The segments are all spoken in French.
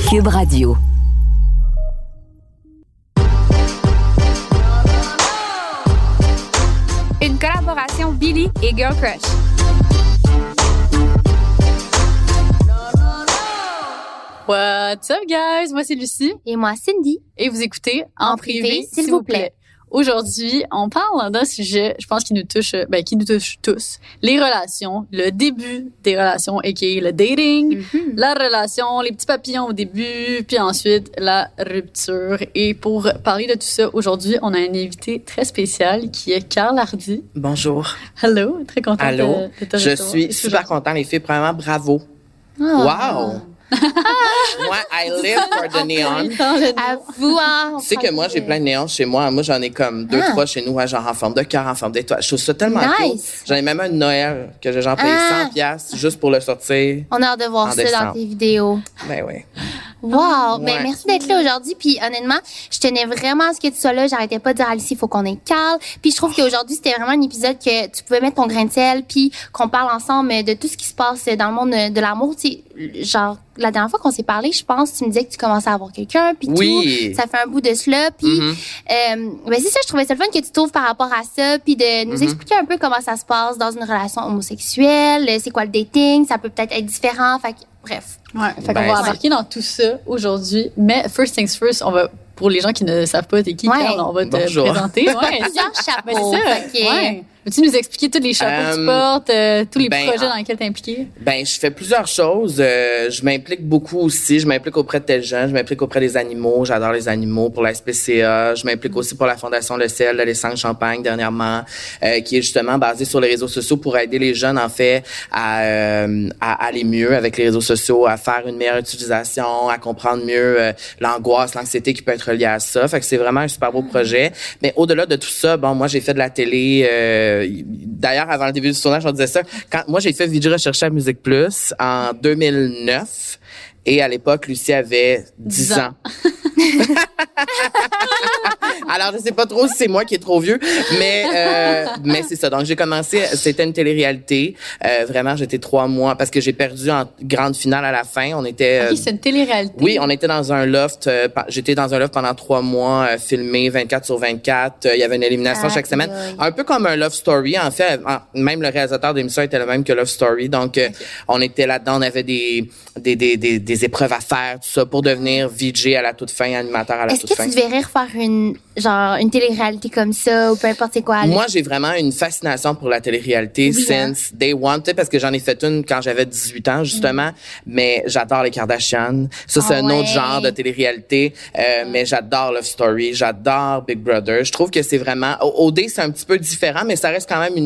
Cube Radio. Une collaboration Billy et Girl Crush. What's up, guys? Moi, c'est Lucie. Et moi, Cindy. Et vous écoutez En privé, s'il vous plaît. Aujourd'hui, on parle d'un sujet, je pense, qui nous touche tous. Les relations, le début des relations, a.k.a. le dating, la relation, les petits papillons au début, puis ensuite, la rupture. Et pour parler de tout ça, aujourd'hui, on a un invité très spécial qui est Carl Hardy. Bonjour. Hello, très contente Allô. de te Je recevoir. suis super content, les filles. Premièrement, bravo. Wow! Moi, I live for the neon. À vous, hein? Tu sais que moi, j'ai plein de néons chez moi. Moi, j'en ai comme 2, 3 chez nous, genre en forme de cœur, en forme d'étoile. Je trouve ça tellement cool. J'en ai même un de Noël que j'ai genre payé 100$ juste pour le sortir. On a hâte de voir ça dans tes vidéos. Ben oui. Wow! Ben, merci d'être là aujourd'hui. Puis honnêtement, je tenais vraiment à ce que tu sois là. J'arrêtais pas de dire à Lucie, il faut qu'on ait Carl. Puis je trouve qu'aujourd'hui, c'était vraiment un épisode que tu pouvais mettre ton grain de sel, puis qu'on parle ensemble de tout ce qui se passe dans le monde de l'amour. Tu sais, genre, la dernière fois qu'on s'est parlé, je pense, tu me disais que tu commençais à avoir quelqu'un, puis tout. Ça fait un bout de cela. Puis, ben c'est ça, je trouvais ça le fun que tu trouves par rapport à ça, puis de nous expliquer un peu comment ça se passe dans une relation homosexuelle, c'est quoi le dating, ça peut peut-être être différent. Fait que, bref. Ouais, fait qu'on va embarquer dans tout ça aujourd'hui. Mais first things first, on va, pour les gens qui ne savent pas t'es qui, Carl, on va te présenter. Ouais, plusieurs chapeaux. C'est ça. Ouais. Peux-tu nous expliquer tous les chapeaux que tu portes, tous les projets dans lesquels tu es impliqué? Ben, je fais plusieurs choses. Je m'implique beaucoup aussi. Je m'implique auprès de jeunes. Je m'implique auprès des animaux. J'adore les animaux pour la SPCA. Je m'implique aussi pour la Fondation Le Ciel de l'Essence Champagne dernièrement, qui est justement basée sur les réseaux sociaux pour aider les jeunes, en fait, à aller mieux avec les réseaux sociaux, à faire une meilleure utilisation, à comprendre mieux l'angoisse, l'anxiété qui peut être liée à ça. Fait que c'est vraiment un super beau projet. Mais au-delà de tout ça, bon, moi, j'ai fait de la télé. D'ailleurs, avant le début du tournage, on disait ça. Moi, j'ai fait VJ Recherché à Musique Plus en 2009. Et à l'époque, Lucie avait 10 ans. Alors, je sais pas trop si c'est moi qui est trop vieux, mais c'est ça. Donc, j'ai commencé, c'était une télé-réalité. Vraiment, j'étais 3 mois parce que j'ai perdu en grande finale à la fin. On était... OK, c'est une télé-réalité. Oui, on était dans un loft. J'étais dans un loft pendant 3 mois, filmé 24/24. Il y avait une élimination chaque semaine. Un peu comme un Love Story. En fait, même le réalisateur de l'émission était le même que Love Story. Donc, on était là-dedans. On avait des épreuves à faire, tout ça, pour devenir VJ à la toute fin, animateur à la toute fin. Est-ce que tu verrais refaire une télé-réalité comme ça ou peu importe c'est quoi? Moi, j'ai vraiment une fascination pour la télé-réalité since day one, tu sais, parce que j'en ai fait une quand j'avais 18 ans, justement, mais j'adore les Kardashians. Ça, c'est un autre genre de télé-réalité, mais j'adore Love Story, j'adore Big Brother. Je trouve que c'est vraiment... OD, c'est un petit peu différent, mais ça reste quand même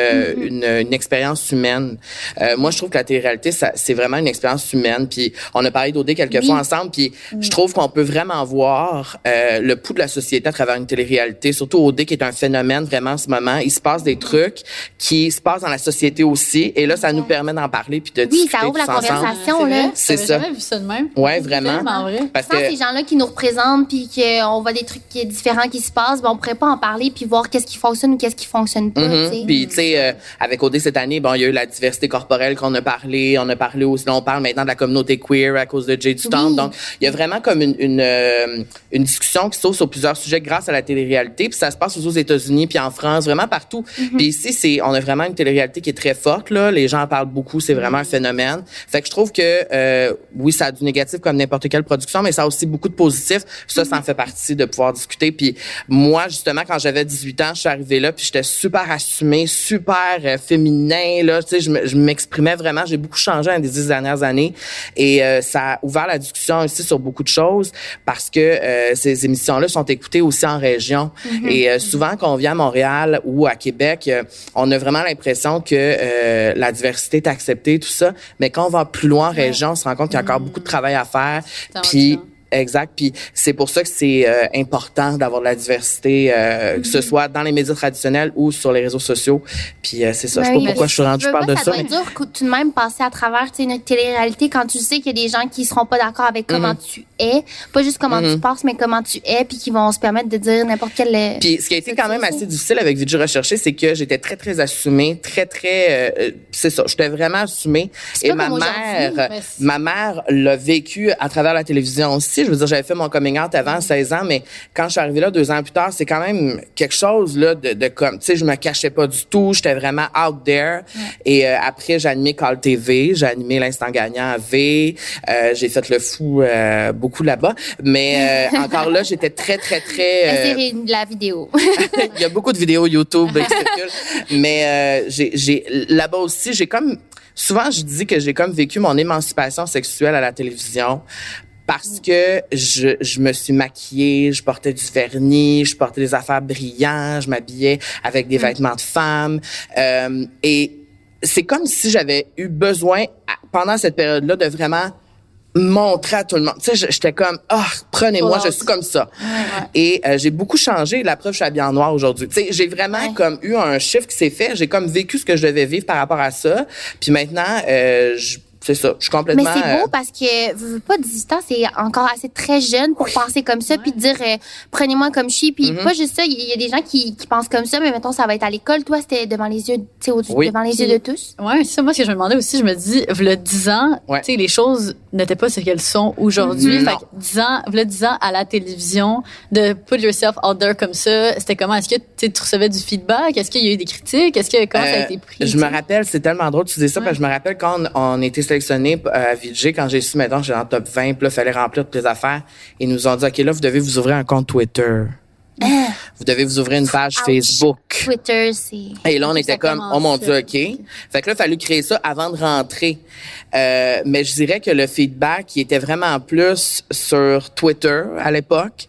une expérience humaine. Moi, je trouve que la télé-réalité, c'est vraiment une expérience humaine, puis on a parlé d'OD quelques fois ensemble, puis je trouve qu'on peut vraiment voir le pouls de la société à travers une télé-réalité, surtout OD qui est un phénomène vraiment en ce moment. Il se passe des trucs qui se passent dans la société aussi, et là, ça nous permet d'en parler puis de discuter ça ouvre la ensemble. conversation, là. C'est ça. J'avais jamais vu ça de même. Ouais, vraiment. Vrai. Parce sans que ces gens-là qui nous représentent puis qu'on voit des trucs différents qui se passent, ben on pourrait pas en parler puis voir qu'est-ce qui fonctionne ou qu'est-ce qui fonctionne pas. Puis tu sais, avec OD cette année, bon, il y a eu la diversité corporelle qu'on a parlé. On a parlé aussi, là, on parle maintenant de la communauté queer à cause de Jay du Temple. Donc, il y a vraiment comme une discussion qui s'ouvre sur plusieurs sujets grâce à la télé-réalité. Puis ça se passe aussi aux États-Unis, puis en France, vraiment partout. Puis ici, on a vraiment une télé-réalité qui est très forte, là. Les gens en parlent beaucoup, c'est vraiment un phénomène. Fait que je trouve que, oui, ça a du négatif comme n'importe quelle production, mais ça a aussi beaucoup de positif. Ça, ça en fait partie de pouvoir discuter. Puis moi, justement, quand j'avais 18 ans, je suis arrivée là, puis j'étais super assumée, super féminin, là. Tu sais, je m'exprimais vraiment. J'ai beaucoup changé dans les 10 dernières années. Et ça a ouvert la discussion aussi sur beaucoup de choses parce que ces émissions-là sont écoutées aussi en région. Et souvent, quand on vient à Montréal ou à Québec, on a vraiment l'impression que la diversité est acceptée, tout ça. Mais quand on va plus loin en région, on se rend compte qu'il y a encore beaucoup de travail à faire. Puis Exact. Puis c'est pour ça que c'est important d'avoir de la diversité, que ce soit dans les médias traditionnels ou sur les réseaux sociaux. Puis c'est ça. Je sais pas pourquoi je suis rendue parle de ça. Ça doit être dur tout de même passer à travers une télé-réalité quand tu sais qu'il y a des gens qui seront pas d'accord avec comment tu es, pas juste comment tu penses, mais comment tu es, puis qui vont se permettre de dire n'importe quel. Puis ce qui a été quand même assez difficile avec Vie du recherché, c'est que j'étais très très assumée, très c'est ça. J'étais vraiment assumée. Et ma mère l'a vécu à travers la télévision aussi. Je veux dire, j'avais fait mon coming out avant 16 ans, mais quand je suis arrivée là 2 ans plus tard, c'est quand même quelque chose là de comme, tu sais, je me cachais pas du tout. J'étais vraiment out there. Et après, j'ai animé Call TV, j'ai animé l'Instant Gagnant à V. J'ai fait le fou beaucoup là-bas, mais encore là, j'étais très très très. La vidéo. Il y a beaucoup de vidéos YouTube qui circulent, mais j'ai là-bas aussi, j'ai comme souvent je dis que j'ai comme vécu mon émancipation sexuelle à la télévision. Parce que je me suis maquillée, je portais du vernis, je portais des affaires brillantes, je m'habillais avec des vêtements de femme. Et c'est comme si j'avais eu besoin, pendant cette période-là, de vraiment montrer à tout le monde. Tu sais, j'étais comme, prenez-moi, je suis comme ça. Et j'ai beaucoup changé. La preuve, je suis habillée en noir aujourd'hui. Tu sais, j'ai vraiment comme eu un chiffre qui s'est fait. J'ai comme vécu ce que je devais vivre par rapport à ça. Puis maintenant, c'est ça. Je suis complètement. Mais c'est beau parce que pas 18 ans, c'est encore assez très jeune pour penser comme ça puis dire prenez-moi comme je suis. Puis pas juste ça, il y a des gens qui pensent comme ça, mais mettons ça va être à l'école. Toi, c'était devant les yeux, tu sais, devant les yeux de tous. Ouais, c'est ça. Moi, ce que je me demandais aussi, je me dis, v'là 10 ans, tu sais, les choses n'étaient pas ce qu'elles sont aujourd'hui. Fait que 10 ans à la télévision, de put yourself out there comme ça, c'était comment? Est-ce que tu recevais du feedback? Est-ce qu'il y a eu des critiques? Comment ça a été pris? Je me rappelle, c'est tellement drôle que tu dis ça, parce que je me rappelle quand on était sélectionné à VJ, quand j'ai su, maintenant, j'étais dans le top 20, puis là, il fallait remplir toutes les affaires. Ils nous ont dit, OK, là, vous devez vous ouvrir un compte Twitter. Vous devez vous ouvrir une page Facebook. Twitter, c'est... Et là, on était comme, oh mon Dieu, OK. Fait que là, il a fallu créer ça avant de rentrer. Mais je dirais que le feedback, il était vraiment plus sur Twitter à l'époque.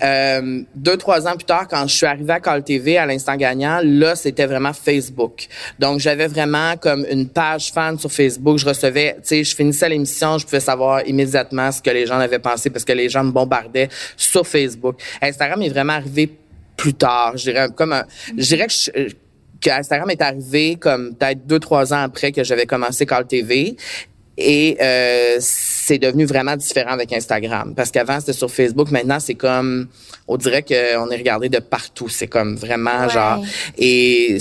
2-3 ans plus tard, quand je suis arrivée à Call TV, à l'Instant Gagnant, là, c'était vraiment Facebook. Donc, j'avais vraiment comme une page fan sur Facebook. Je recevais, tu sais, je finissais l'émission, je pouvais savoir immédiatement ce que les gens avaient pensé parce que les gens me bombardaient sur Facebook. Instagram est vraiment arrivé plus tard. Je dirais que Instagram est arrivé comme peut-être 2-3 ans après que j'avais commencé Call TV. Et c'est devenu vraiment différent avec Instagram. Parce qu'avant, c'était sur Facebook. Maintenant, c'est comme... On dirait qu'on est regardé de partout. C'est comme vraiment genre... Et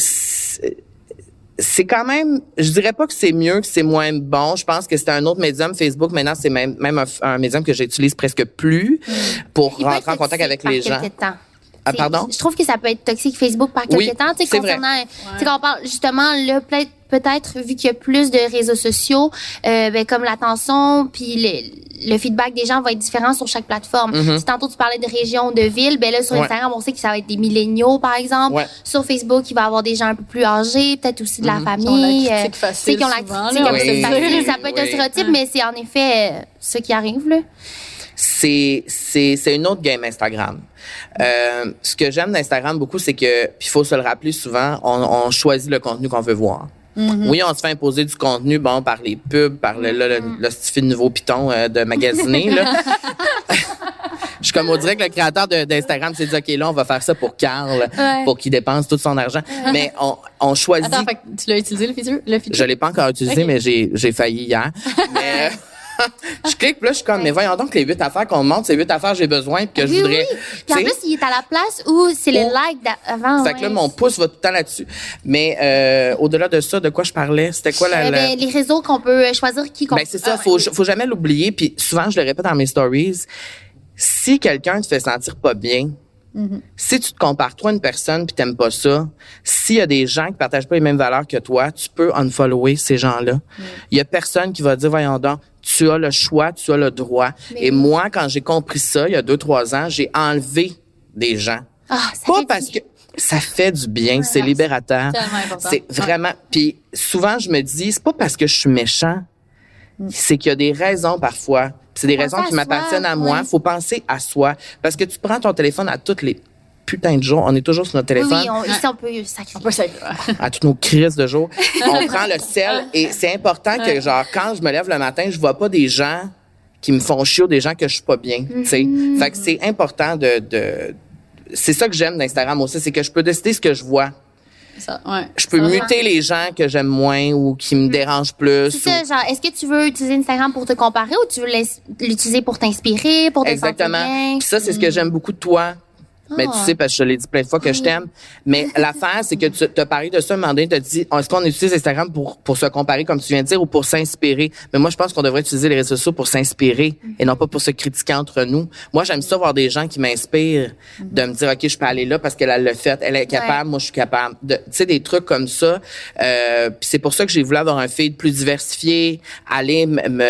c'est quand même... Je dirais pas que c'est mieux, que c'est moins bon. Je pense que c'était un autre médium. Facebook, maintenant, c'est même un médium que j'utilise presque plus pour rentrer en contact avec les gens. Ah, pardon? Je trouve que ça peut être toxique, Facebook, par quelque temps. Tu sais, concernant... Tu sais, quand on parle justement, là, peut-être vu qu'il y a plus de réseaux sociaux, comme l'attention puis le feedback des gens va être différent sur chaque plateforme. Si tantôt tu parlais de région, de ville, ben là sur Instagram on sait que ça va être des milléniaux par exemple. Sur Facebook il va y avoir des gens un peu plus âgés, peut-être aussi de la famille, qui ont la critique facile, qui ont la critique facile. Ça peut être un stéréotype, mais c'est en effet ce qui arrive là. C'est une autre game Instagram. Ce que j'aime d'Instagram beaucoup, c'est que, puis il faut se le rappeler souvent, on choisit le contenu qu'on veut voir. Oui, on se fait imposer du contenu, bon, par les pubs, par le stifi de nouveau piton de magasiner, là. Je suis comme, on dirait que le créateur d'Instagram s'est dit, OK, là, on va faire ça pour Carl, pour qu'il dépense tout son argent. Mais on choisit... Attends, fait que tu l'as utilisé, le feature? Je l'ai pas encore utilisé, mais j'ai failli hier. Mais... je clique, puis là, je suis comme, mais voyons donc les 8 affaires qu'on me montre, c'est 8 affaires que j'ai besoin, puis que je voudrais. Puis en plus, il est à la place où c'est le like d'avant. Fait que là, mon pouce va tout le temps là-dessus. Mais au-delà de ça, de quoi je parlais? C'était quoi les réseaux qu'on peut choisir qui qu'on... Ben, c'est ça, faut jamais l'oublier, puis souvent, je le répète dans mes stories, si quelqu'un te fait sentir pas bien, si tu te compares toi à une personne puis t'aimes pas ça, s'il y a des gens qui partagent pas les mêmes valeurs que toi, tu peux unfollower ces gens-là. Il y a personne qui va dire, voyons donc, tu as le choix, tu as le droit. Et moi, quand j'ai compris ça, il y a 2-3 ans, j'ai enlevé des gens. Pas parce que ça fait du bien, c'est libérateur. C'est vraiment... Puis souvent, je me dis, c'est pas parce que je suis méchant, c'est qu'il y a des raisons parfois. C'est des raisons qui m'appartiennent à moi. Faut penser à soi. Parce que tu prends ton téléphone à toutes les putains de jours. On est toujours sur notre téléphone. Oui, ici, on peut sacrifier. À toutes nos crises de jours. On prend le sel et c'est important que, genre, quand je me lève le matin, je vois pas des gens qui me font chier ou des gens que je suis pas bien, tu sais. Fait que c'est important c'est ça que j'aime d'Instagram aussi, c'est que je peux décider ce que je vois. Ça, ouais. Je peux muter les gens que j'aime moins ou qui me dérangent plus. C'est ça, genre, est-ce que tu veux utiliser Instagram pour te comparer ou tu veux l'utiliser pour t'inspirer, pour te sentir bien? Puis ça, c'est ce que j'aime beaucoup de toi. Mais tu sais, parce que je te l'ai dit plein de fois que je t'aime. Mais l'affaire, c'est que tu as parlé de ça un moment donné, tu as dit, est-ce qu'on utilise Instagram pour se comparer, comme tu viens de dire, ou pour s'inspirer? Mais moi, je pense qu'on devrait utiliser les réseaux sociaux pour s'inspirer et non pas pour se critiquer entre nous. Moi, j'aime ça voir des gens qui m'inspirent, de me dire, OK, je peux aller là parce qu'elle l'a fait, elle est capable, moi, je suis capable. Tu sais, des trucs comme ça. Puis c'est pour ça que j'ai voulu avoir un feed plus diversifié, aller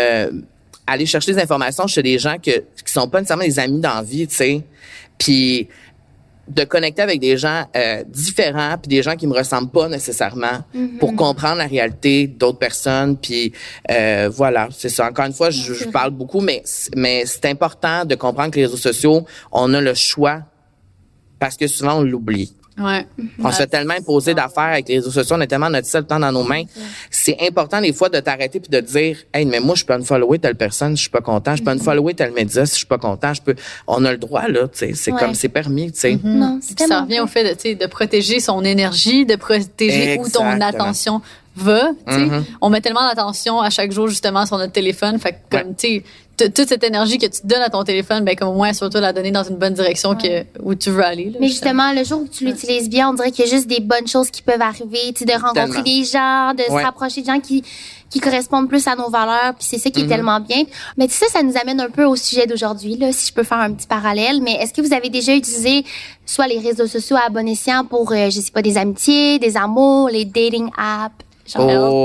chercher des informations chez des gens qui sont pas nécessairement des amis d'envie, tu sais. Puis de connecter avec des gens différents puis des gens qui me ressemblent pas nécessairement pour comprendre la réalité d'autres personnes puis voilà, c'est ça. Encore une fois, je parle beaucoup mais c'est important de comprendre que les réseaux sociaux, on a le choix parce que souvent on l'oublie. Ouais. On se fait tellement imposer d'affaires avec les réseaux sociaux, on a tellement notre seul temps dans nos mains. C'est important des fois de t'arrêter puis de te dire, hey, mais moi je peux unfollower telle personne, je suis pas content, je peux unfollower tel média si je suis pas content, on a le droit là, tu sais, c'est comme c'est permis, tu sais. Non, c'est puis ça revient au fait de protéger son énergie, de protéger où ton attention va, tu sais. On met tellement d'attention à chaque jour justement sur notre téléphone, fait que comme tu sais toute cette énergie que tu donnes à ton téléphone, ben comme au moins surtout la donner dans une bonne direction où tu veux aller. Là, mais justement, le jour où tu l'utilises bien, on dirait qu'il y a juste des bonnes choses qui peuvent arriver, tu sais, de rencontrer des gens, de se rapprocher de gens qui correspondent plus à nos valeurs, puis c'est ça qui est tellement bien. Mais tu sais, ça nous amène un peu au sujet d'aujourd'hui, là, si je peux faire un petit parallèle. Mais est-ce que vous avez déjà utilisé soit les réseaux sociaux à bon escient pour, je sais pas, des amitiés, des amours, les dating apps? Genre,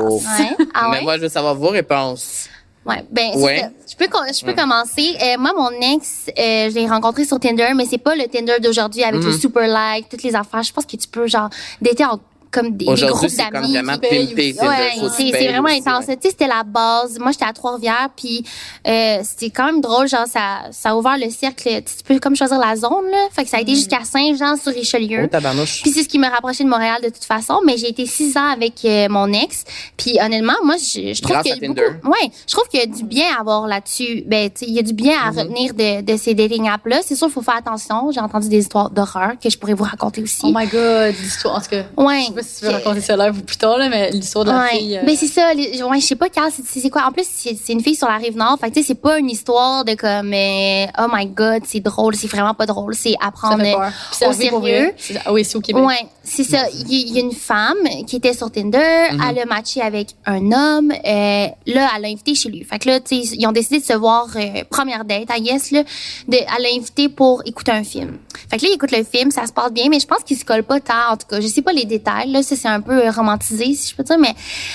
Mais moi, je veux savoir vos réponses. Ouais, ben je peux commencer. Moi, mon ex, je l'ai rencontré sur Tinder, mais c'est pas le Tinder d'aujourd'hui avec le super like, toutes les affaires. Je pense que tu peux genre dater comme des groupes d'amis. C'est comme vraiment pimpé. C'est vraiment intense. Tu sais, c'était la base. Moi, j'étais à Trois-Rivières, puis c'était quand même drôle. Genre, ça a ouvert le cercle. Tu peux comme choisir la zone, là. Fait que ça a été jusqu'à Saint-Jean-sur-Richelieu. Oh, tabarnouche. Puis c'est ce qui me rapprochait de Montréal de toute façon. Mais j'ai été 6 ans avec mon ex. Puis honnêtement, moi, je trouve qu'il y a je trouve qu'il y a du bien à avoir là-dessus. Ben, tu sais, il y a du bien à retenir de ces dating apps-là. C'est sûr, il faut faire attention. J'ai entendu des histoires d'horreur que je pourrais vous raconter aussi. Oh my God, l'histoire, en tout cas. Ouais. Je sais pas si tu veux raconter ça là plus tard, là, mais l'histoire de la fille. Ben, c'est ça. Je sais pas, Carl, c'est quoi. En plus, c'est une fille sur la Rive-Nord. Fait que, tu sais, c'est pas une histoire de comme, oh my God, c'est drôle. C'est vraiment pas drôle. C'est apprendre au sérieux. Oui, c'est au Québec. Ouais, c'est ça. Il y a une femme qui était sur Tinder. Elle a matché avec un homme. Là, elle l'a invité chez lui. Fait que là, tu sais, ils ont décidé de se voir, première date, I guess, là. Elle l'a invité pour écouter un film. Fait que là, il écoute le film. Ça se passe bien, mais je pense qu'il se colle pas tant. En tout cas, je sais pas les détails, là. Ça, c'est un peu romantisé, si je peux dire, mais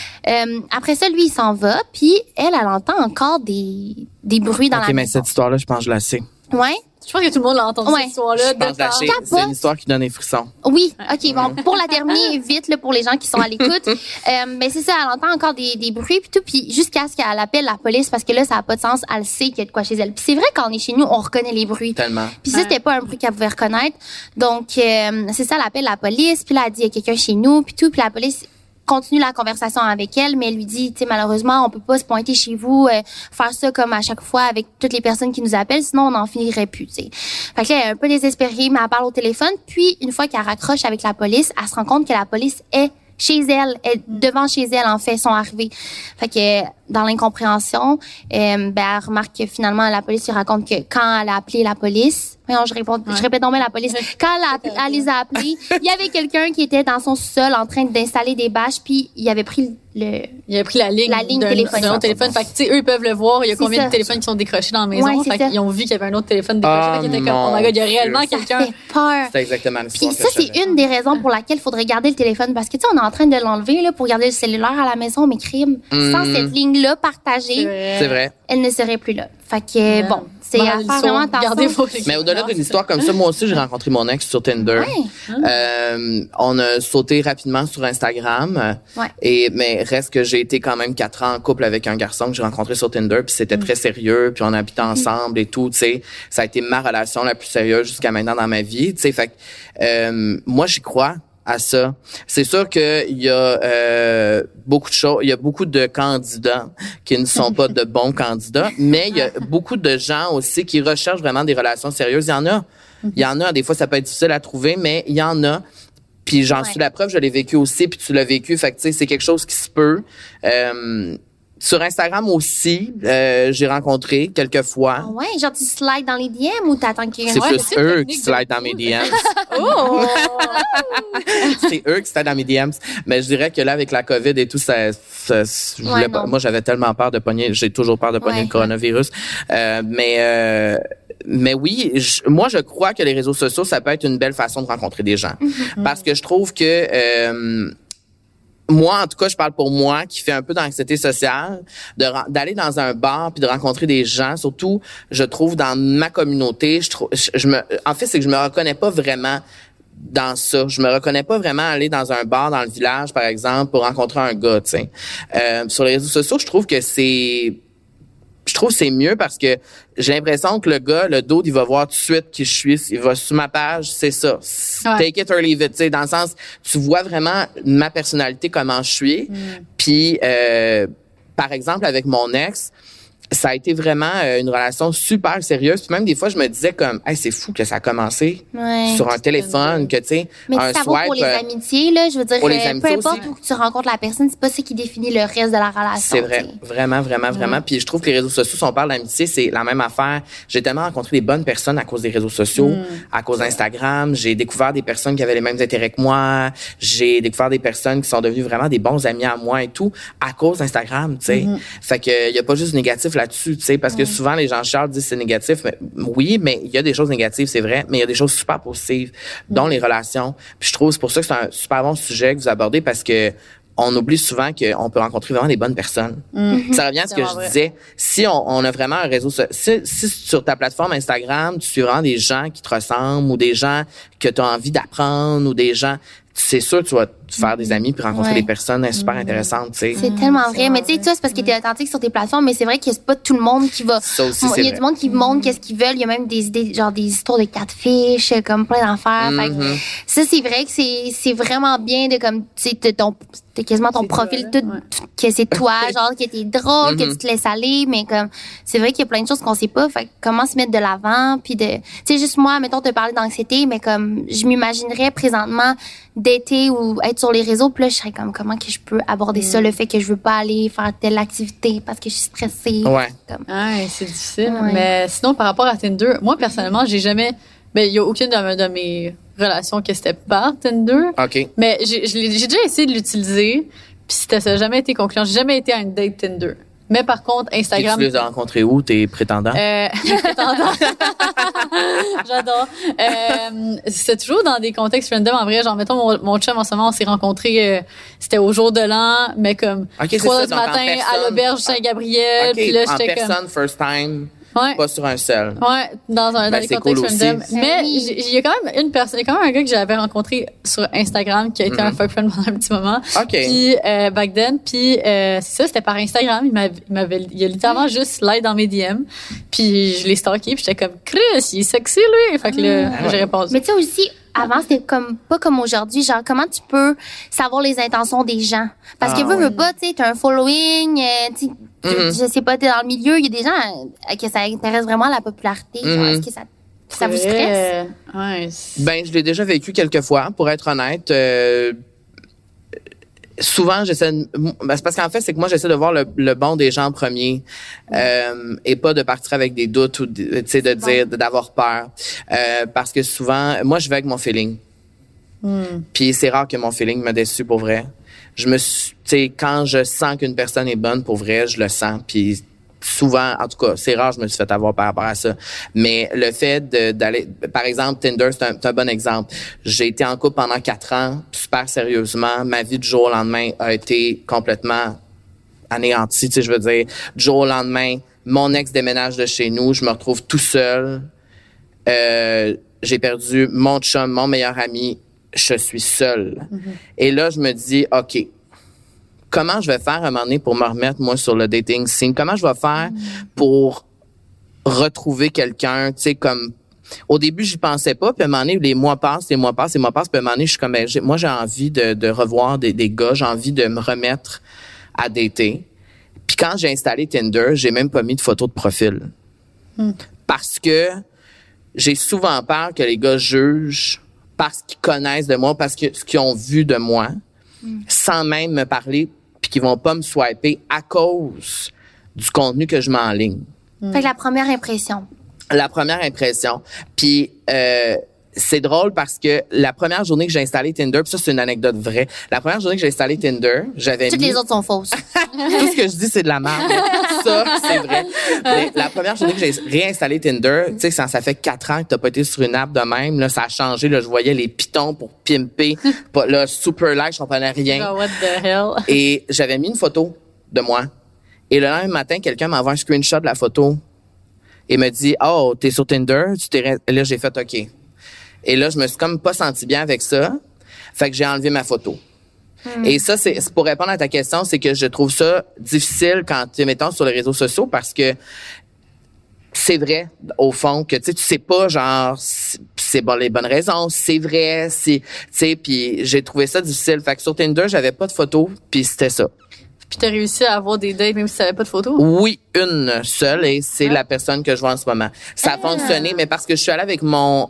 après ça, lui, il s'en va, puis elle entend encore des bruits dans la maison. OK, mais cette histoire-là, je pense que je la sais. Ouais? Je pense que tout le monde l'a entendu, cette histoire-là. Je pense que c'est une histoire qui donne des frissons. Oui, OK. Bon, pour la terminer vite, là, pour les gens qui sont à l'écoute, ben c'est ça, elle entend encore des bruits puis tout, puis jusqu'à ce qu'elle appelle la police, parce que là, ça n'a pas de sens, elle sait qu'il y a de quoi chez elle. Puis c'est vrai, quand on est chez nous, on reconnaît les bruits. Tellement. Puis ça, c'était pas un bruit qu'elle pouvait reconnaître. Donc, c'est ça, elle appelle la police, puis là, elle dit, il y a quelqu'un chez nous, puis tout, puis la police continue la conversation avec elle, mais elle lui dit, tu sais, malheureusement, on peut pas se pointer chez vous, faire ça comme à chaque fois avec toutes les personnes qui nous appellent, sinon on n'en finirait plus, tu sais. Fait que là, elle est un peu désespérée, mais elle parle au téléphone, puis une fois qu'elle raccroche avec la police, elle se rend compte que la police est chez elle, devant chez elle, en fait, sont arrivés. Fait que, dans l'incompréhension, elle remarque que finalement, la police lui raconte que quand elle a appelé la police, je répète donc bien la police, quand elle les a appelés, il y avait quelqu'un qui était dans son sous-sol en train d'installer des bâches, puis il avait pris la ligne téléphonique. D'un autre téléphone. Fait que, tu sais, eux, ils peuvent le voir. Il y a combien de téléphones qui sont décrochés dans la maison. Ouais, fait qu'ils ont vu qu'il y avait un autre téléphone décroché. Fait qu'ils étaient comme, oh my God, il y a réellement quelqu'un. Ça fait peur. C'est exactement l'histoire. Puis ça, c'est une des raisons pour laquelle il faudrait garder le téléphone. Parce que, tu sais, on est en train de l'enlever, là, pour garder le cellulaire à la maison, mais crime. Sans cette ligne-là partagée. C'est vrai. Elle ne serait plus là. Fait que, bon, c'est à faire vraiment attention. Mais au-delà d'une histoire comme ça, moi aussi, j'ai rencontré mon ex sur Tinder. On a sauté rapidement sur Instagram. Mais reste que j'ai été quand même 4 ans en couple avec un garçon que j'ai rencontré sur Tinder, puis c'était très sérieux, puis on habitait ensemble et tout, tu sais. Ça a été ma relation la plus sérieuse jusqu'à maintenant dans ma vie, tu sais. Fait que, moi, j'y crois. à ça. C'est sûr qu'il y a beaucoup de choses, il y a beaucoup de candidats qui ne sont pas de bons candidats, mais il y a beaucoup de gens aussi qui recherchent vraiment des relations sérieuses. Il y en a, des fois ça peut être difficile à trouver, mais il y en a. Puis j'en suis la preuve, je l'ai vécu aussi, puis tu l'as vécu, fait que tu sais, c'est quelque chose qui se peut. Sur Instagram aussi, j'ai rencontré quelques fois. Ouais, genre tu slides dans les DM ou t'attends que... C'est plus eux qui slident dans mes DM. Oh! C'est eux qui slident dans mes DMs. Mais je dirais que là, avec la COVID et tout, je voulais pas, moi, j'avais tellement peur de pogner, j'ai toujours peur de pogner le coronavirus. Mais oui, moi, je crois que les réseaux sociaux, ça peut être une belle façon de rencontrer des gens. Parce que je trouve que... moi, en tout cas, je parle pour moi, qui fait un peu d'anxiété sociale, d'aller dans un bar puis de rencontrer des gens. Surtout, je trouve dans ma communauté, en fait, c'est que je me reconnais pas vraiment dans ça. Je me reconnais pas vraiment aller dans un bar dans le village, par exemple, pour rencontrer un gars. Tu sais, sur les réseaux sociaux, je trouve que c'est mieux parce que j'ai l'impression que le gars, le dude, il va voir tout de suite qui je suis. Il va sur ma page, c'est ça. Take it or leave it. Tu sais, dans le sens, tu vois vraiment ma personnalité, comment je suis. Puis, par exemple, avec mon ex, ça a été vraiment une relation super sérieuse. Puis même des fois, je me disais comme, hey, c'est fou que ça a commencé sur un téléphone, que tu sais, mais un ça swipe. vaut pour les amitiés, là. Je veux dire, peu importe où tu rencontres la personne, c'est pas ça qui définit le reste de la relation. C'est vrai, vraiment. Puis je trouve que les réseaux sociaux, si on parle d'amitié, c'est la même affaire. J'ai tellement rencontré des bonnes personnes à cause des réseaux sociaux, à cause d'Instagram. J'ai découvert des personnes qui avaient les mêmes intérêts que moi. J'ai découvert des personnes qui sont devenues vraiment des bons amis à moi et tout à cause d'Instagram, tu sais. Fait que il y a pas juste négatif là-dessus, tu sais, parce que souvent les gens chialent, disent c'est négatif, mais oui, mais il y a des choses négatives, c'est vrai, mais il y a des choses super positives, dont les relations. Puis je trouve c'est pour ça que c'est un super bon sujet que vous abordez parce que on oublie souvent qu'on peut rencontrer vraiment des bonnes personnes. Ça revient à ce que je disais. Si on a vraiment un réseau, si sur ta plateforme Instagram, tu suis vraiment des gens qui te ressemblent ou des gens que tu as envie d'apprendre ou des gens, c'est sûr tu vas te faire des amis puis rencontrer des personnes super intéressantes, tu sais. C'est tellement vrai. Mais tu sais, c'est parce que t'es authentique sur tes plateformes, mais c'est vrai que c'est pas tout le monde qui va... Ça aussi, il y a du monde qui montre qu'est-ce qu'ils veulent. Il y a même des idées, genre des histoires de catfish, comme plein d'affaires. Fait que ça, c'est vrai que c'est vraiment bien de comme, tu sais, t'as quasiment ton profil tout, que c'est toi, genre, que t'es drôle, que tu te laisses aller, mais comme, c'est vrai qu'il y a plein de choses qu'on sait pas. Fait que comment se mettre de l'avant, puis tu sais, juste moi, mettons, te parler d'anxiété, mais comme, je m'imaginerais présentement d'été ou être sur les réseaux, puis là, je serais comme, comment que je peux aborder ça, le fait que je veux pas aller faire telle activité parce que je suis stressée. Comme. C'est difficile. Mais sinon, par rapport à Tinder, moi, personnellement, j'ai jamais, il y a aucune de mes relations que c'était par Tinder. OK. Mais j'ai déjà essayé de l'utiliser, puis ça n'a jamais été concluant. J'ai jamais été à une date Tinder. Mais par contre, Instagram... Et tu les as rencontrés où, tes prétendants? Mes prétendants. J'adore. C'est toujours dans des contextes random. En vrai, genre, mettons, mon chum, en ce moment, on s'est rencontrés, c'était au jour de l'an, mais comme 3 heures du matin à l'auberge Saint-Gabriel. Puis là, j'étais comme... personne, first time. Ouais. Pas sur un seul. Ouais, dans des contextes cool random. aussi. Mais il y a quand même il y a quand même un gars que j'avais rencontré sur Instagram qui a été un fuck friend pendant un petit moment. OK. Puis back then, puis c'est ça, c'était par Instagram, il a littéralement juste slide dans mes DM. Puis je l'ai stalké, puis j'étais comme Chris, il est sexy lui. Fait que là, j'ai répondu. Mais tu sais aussi, avant, c'était comme pas comme aujourd'hui. Genre, comment tu peux savoir les intentions des gens? Parce que veux pas, tu sais, t'as un following, tu sais, je sais pas, t'es dans le milieu, il y a des gens que ça intéresse vraiment la popularité. Genre, est-ce que ça vous stresse? Ouais. Je l'ai déjà vécu quelques fois, pour être honnête. Souvent, c'est parce qu'en fait, c'est que moi, j'essaie de voir le bon des gens en premier, et pas de partir avec des doutes ou, tu sais, de dire, d'avoir peur. Parce que souvent, moi, je vais avec mon feeling. Puis c'est rare que mon feeling me déçue pour vrai. Tu sais, quand je sens qu'une personne est bonne pour vrai, je le sens. Puis souvent, en tout cas, c'est rare, je me suis fait avoir par rapport à ça. Mais le fait d'aller, par exemple, Tinder, c'est un bon exemple. J'ai été en couple pendant 4 ans, super sérieusement. Ma vie du jour au lendemain a été complètement anéantie, tu sais, je veux dire. Du jour au lendemain, mon ex déménage de chez nous, je me retrouve tout seul. J'ai perdu mon chum, mon meilleur ami. Je suis seule. Et là, je me dis, OK, comment je vais faire à un moment donné pour me remettre, moi, sur le dating scene? Comment je vais faire pour retrouver quelqu'un, tu sais, comme... au début, j'y pensais pas. Puis à un moment donné, les mois passent. Puis à un moment donné, je suis comme, moi, j'ai envie de revoir des gars. J'ai envie de me remettre à dater. Puis quand j'ai installé Tinder, j'ai même pas mis de photo de profil. Parce que j'ai souvent peur que les gars jugent parce qu'ils connaissent de moi, parce que ce qu'ils ont vu de moi, sans même me parler, puis qu'ils vont pas me swiper à cause du contenu que je mets en ligne. Fait que la première impression. La première impression. Puis c'est drôle parce que la première journée que j'ai installé Tinder, puis ça, c'est une anecdote vraie. La première journée que j'ai installé Tinder, j'avais Toutes les autres sont fausses. Tout ce que je dis, c'est de la merde. Ça, c'est vrai. Mais la première journée que j'ai réinstallé Tinder, tu sais, ça fait 4 ans que t'as pas été sur une app de même, là, ça a changé, là, je voyais les pitons pour pimper. Là, super like, je comprenais rien. Oh, what the hell? Et j'avais mis une photo de moi. Et le lendemain matin, quelqu'un m'envoie un screenshot de la photo et me dit, oh, t'es sur Tinder? Et là, j'ai fait OK. Et là, je me suis comme pas senti bien avec ça. Fait que j'ai enlevé ma photo. Et ça, c'est pour répondre à ta question, c'est que je trouve ça difficile quand tu es, mettons, sur les réseaux sociaux parce que c'est vrai, au fond, que tu sais pas, genre, c'est bon, les bonnes raisons, c'est vrai, tu sais, puis j'ai trouvé ça difficile. Fait que sur Tinder, j'avais pas de photo, puis c'était ça. Puis t'as réussi à avoir des dates même si t'avais pas de photo? Oui, une seule, et c'est la personne que je vois en ce moment. Ça a fonctionné, mais parce que je suis allée avec mon